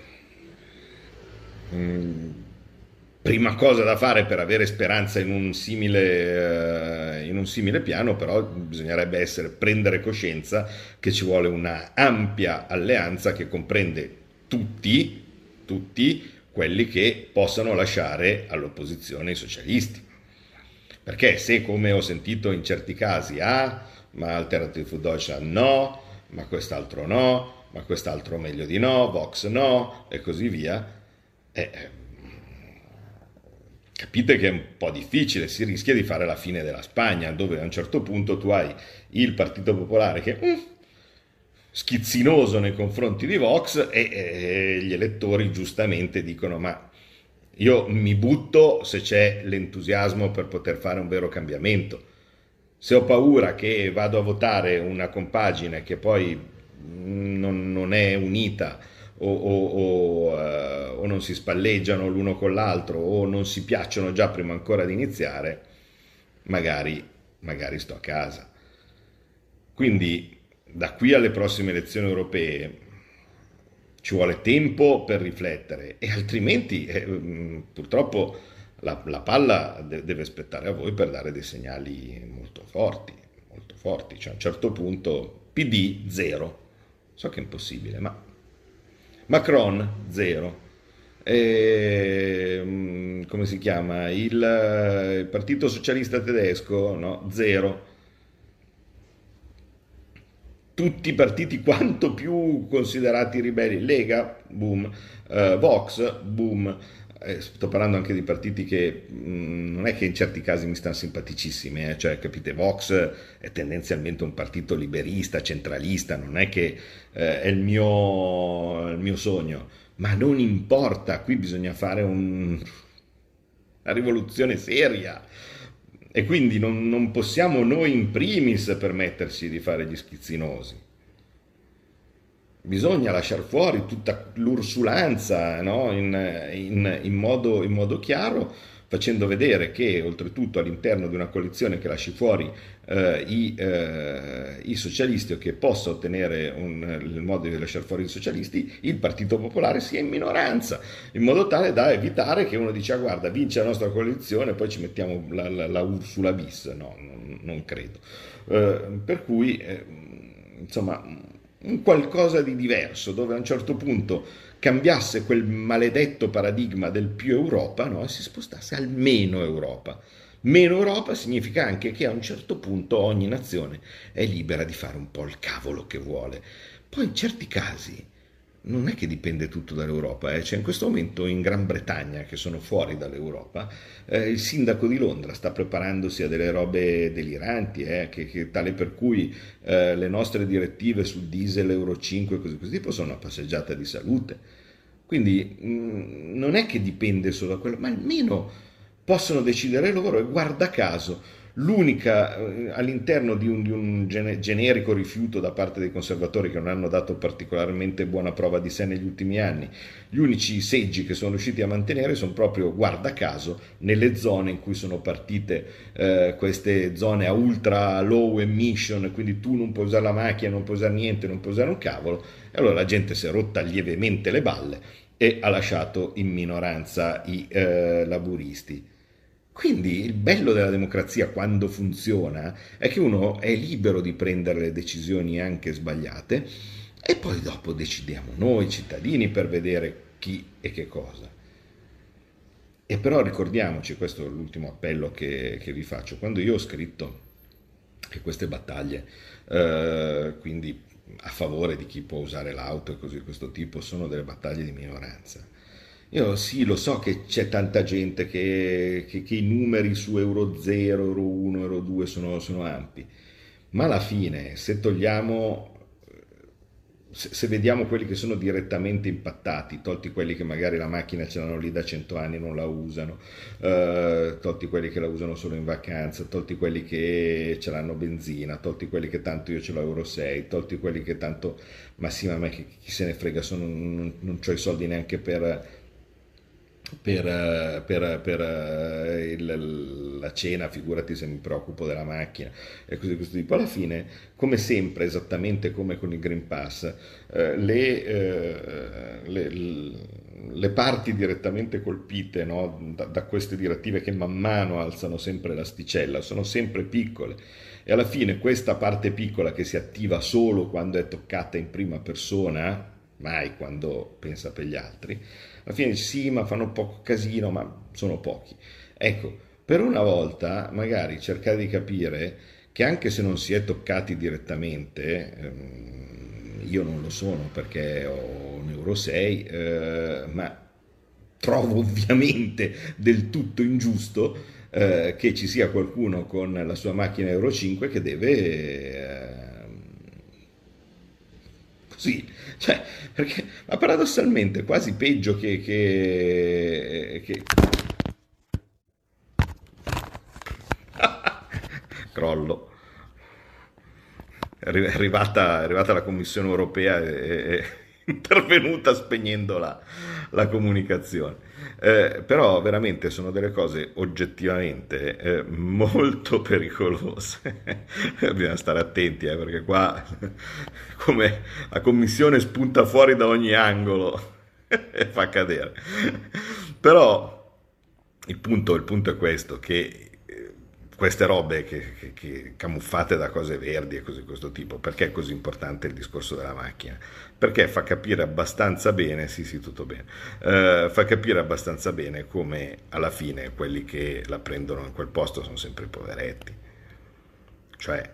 Prima cosa da fare per avere speranza in un simile piano, però, bisognerebbe prendere coscienza che ci vuole una ampia alleanza che comprende tutti quelli che possano lasciare all'opposizione i socialisti. Perché se, come ho sentito in certi casi, ma Alternative für Deutschland no, ma quest'altro no, ma quest'altro meglio di no, Vox no, e così via, capite che è un po' difficile, si rischia di fare la fine della Spagna, dove a un certo punto tu hai il Partito Popolare che schizzinoso nei confronti di Vox e gli elettori giustamente dicono: ma io mi butto se c'è l'entusiasmo per poter fare un vero cambiamento. Se ho paura che vado a votare una compagine che poi non è unita, o non si spalleggiano l'uno con l'altro, o non si piacciono già prima ancora di iniziare, magari sto a casa. Quindi da qui alle prossime elezioni europee ci vuole tempo per riflettere, e altrimenti purtroppo la palla deve aspettare a voi per dare dei segnali molto forti. Cioè, a un certo punto PD 0, so che è impossibile, ma Macron 0, come si chiama, il Partito Socialista Tedesco, no? 0. Tutti i partiti quanto più considerati ribelli, Lega, boom, Vox, boom. Sto parlando anche di partiti che non è che in certi casi mi stanno simpaticissimi, cioè capite, Vox è tendenzialmente un partito liberista, centralista, non è che è il mio sogno, ma non importa, qui bisogna fare una rivoluzione seria e quindi non possiamo noi in primis permetterci di fare gli schizzinosi. Bisogna lasciare fuori tutta l'ursulanza, no? in modo chiaro, facendo vedere che oltretutto all'interno di una coalizione che lasci fuori i socialisti o che possa ottenere il modo di lasciare fuori i socialisti, il Partito Popolare sia in minoranza, in modo tale da evitare che uno dice guarda, vince la nostra coalizione, poi ci mettiamo la Ursula bis. No, non credo. Per cui, insomma, un qualcosa di diverso, dove a un certo punto cambiasse quel maledetto paradigma del più Europa, no? E si spostasse al meno Europa. Meno Europa significa anche che a un certo punto ogni nazione è libera di fare un po' il cavolo che vuole. Poi in certi casi non è che dipende tutto dall'Europa, Cioè, in questo momento in Gran Bretagna, che sono fuori dall'Europa, il sindaco di Londra sta preparandosi a delle robe deliranti, che tale per cui le nostre direttive sul diesel Euro 5 e così tipo sono una passeggiata di salute. Quindi non è che dipende solo da quello, ma almeno possono decidere loro, e guarda caso l'unica all'interno di un generico rifiuto da parte dei conservatori, che non hanno dato particolarmente buona prova di sé negli ultimi anni, gli unici seggi che sono riusciti a mantenere sono proprio, guarda caso, nelle zone in cui sono partite queste zone a ultra low emission, quindi tu non puoi usare la macchina, non puoi usare niente, non puoi usare un cavolo, e allora la gente si è rotta lievemente le balle e ha lasciato in minoranza i laburisti. Quindi il bello della democrazia, quando funziona, è che uno è libero di prendere le decisioni anche sbagliate e poi dopo decidiamo noi cittadini per vedere chi e che cosa. E però ricordiamoci, questo è l'ultimo appello che vi faccio, quando io ho scritto che queste battaglie, quindi a favore di chi può usare l'auto e così di questo tipo, sono delle battaglie di minoranza. Io sì, lo so che c'è tanta gente che i numeri su Euro 0, Euro 1, Euro 2 sono ampi, ma alla fine se vediamo quelli che sono direttamente impattati, tolti quelli che magari la macchina ce l'hanno lì da 100 anni e non la usano, tolti quelli che la usano solo in vacanza, tolti quelli che ce l'hanno benzina, tolti quelli che tanto io ce l'ho Euro 6, tolti quelli che tanto, ma sì, ma a me chi se ne frega, non c'ho i soldi neanche per la cena, figurati se mi preoccupo della macchina e così questo tipo. Alla fine, come sempre, esattamente come con il Green Pass, le parti direttamente colpite, no, da queste direttive che man mano alzano sempre l'asticella sono sempre piccole, e alla fine questa parte piccola che si attiva solo quando è toccata in prima persona, mai quando pensa per gli altri, alla fine sì, ma fanno poco casino, ma sono pochi. Ecco, per una volta magari cercare di capire che anche se non si è toccati direttamente, io non lo sono perché ho un Euro 6, ma trovo ovviamente del tutto ingiusto che ci sia qualcuno con la sua macchina Euro 5 che deve... Sì, cioè, perché, ma paradossalmente quasi peggio che... Crollo. È arrivata la Commissione Europea è intervenuta spegnendo la comunicazione. Però veramente sono delle cose oggettivamente molto pericolose. Bisogna stare attenti, perché qua come la Commissione spunta fuori da ogni angolo e fa cadere. Però il punto è questo, che queste robe che camuffate da cose verdi e così questo tipo. Perché è così importante il discorso della macchina? Perché fa capire abbastanza bene, sì, tutto bene, fa capire abbastanza bene come alla fine quelli che la prendono in quel posto sono sempre i poveretti. Cioè,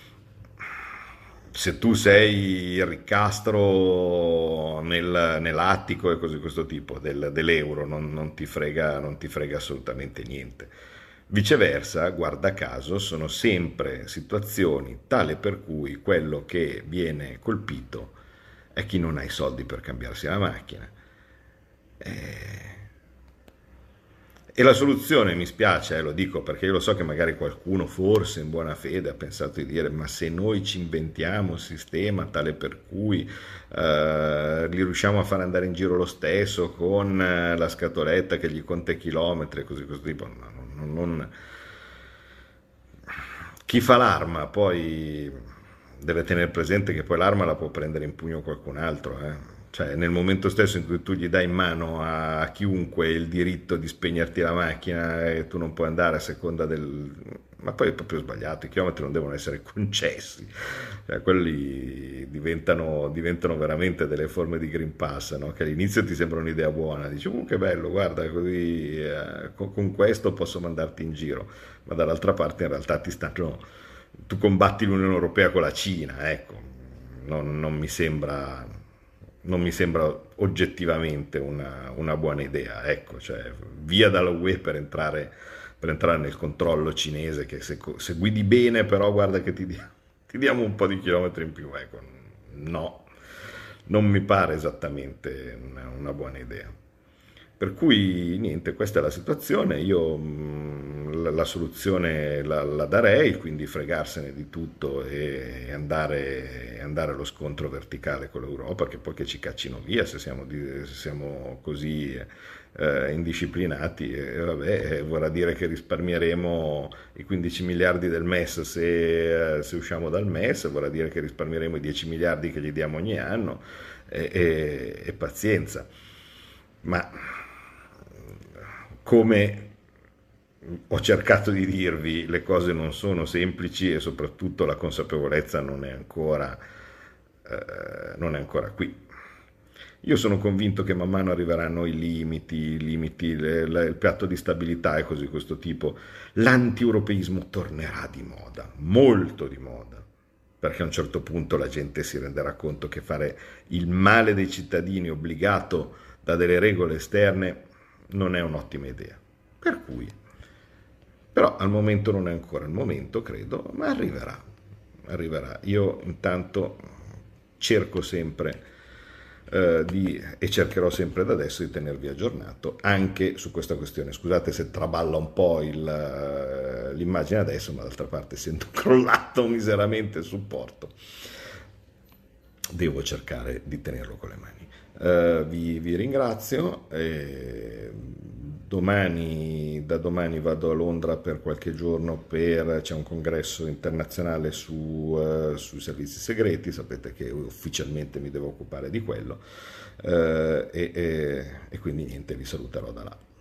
se tu sei il ricastro nell'attico e così questo tipo dell'euro, non ti frega assolutamente niente. Viceversa, guarda caso, sono sempre situazioni tale per cui quello che viene colpito è chi non ha i soldi per cambiarsi la macchina. E la soluzione, mi spiace, lo dico perché io lo so che magari qualcuno forse in buona fede ha pensato di dire: ma se noi ci inventiamo un sistema tale per cui li riusciamo a far andare in giro lo stesso con la scatoletta che gli conta i chilometri e così tipo, chi fa l'arma poi deve tenere presente che poi l'arma la può prendere in pugno qualcun altro, Cioè, nel momento stesso in cui tu gli dai in mano a chiunque il diritto di spegnerti la macchina e tu non puoi andare a seconda ma poi è proprio sbagliato, i chilometri non devono essere concessi, cioè, quelli diventano veramente delle forme di Green Pass, no? Che all'inizio ti sembra un'idea buona, dici che bello, guarda, così con questo posso mandarti in giro, ma dall'altra parte in realtà tu combatti l'Unione Europea con la Cina, ecco, non mi sembra oggettivamente una buona idea, ecco, cioè via dalla UE per entrare nel controllo cinese, che se guidi bene però guarda che ti diamo un po' di chilometri in più, ecco, no, non mi pare esattamente una buona idea. Per cui niente, questa è la situazione, io la soluzione la darei, quindi fregarsene di tutto e andare allo scontro verticale con l'Europa, che poi che ci caccino via se siamo così indisciplinati, vabbè, vorrà dire che risparmieremo i 15 miliardi del MES se usciamo dal MES, vorrà dire che risparmieremo i 10 miliardi che gli diamo ogni anno e pazienza. Ma come ho cercato di dirvi, le cose non sono semplici e soprattutto la consapevolezza non è ancora qui. Io sono convinto che man mano arriveranno i limiti, il patto di stabilità e così questo tipo. L'anti-europeismo tornerà di moda, molto di moda, perché a un certo punto la gente si renderà conto che fare il male dei cittadini obbligato da delle regole esterne non è un'ottima idea. Per cui, però al momento non è ancora il momento, credo, ma arriverà. Io intanto cerco sempre e cercherò sempre da adesso di tenervi aggiornato anche su questa questione. Scusate se traballa un po' l'immagine adesso, ma d'altra parte essendo crollato miseramente il supporto devo cercare di tenerlo con le mani. Vi ringrazio. Da domani vado a Londra per qualche giorno, c'è un congresso internazionale sui servizi segreti, sapete che ufficialmente mi devo occupare di quello, e quindi niente, vi saluterò da là.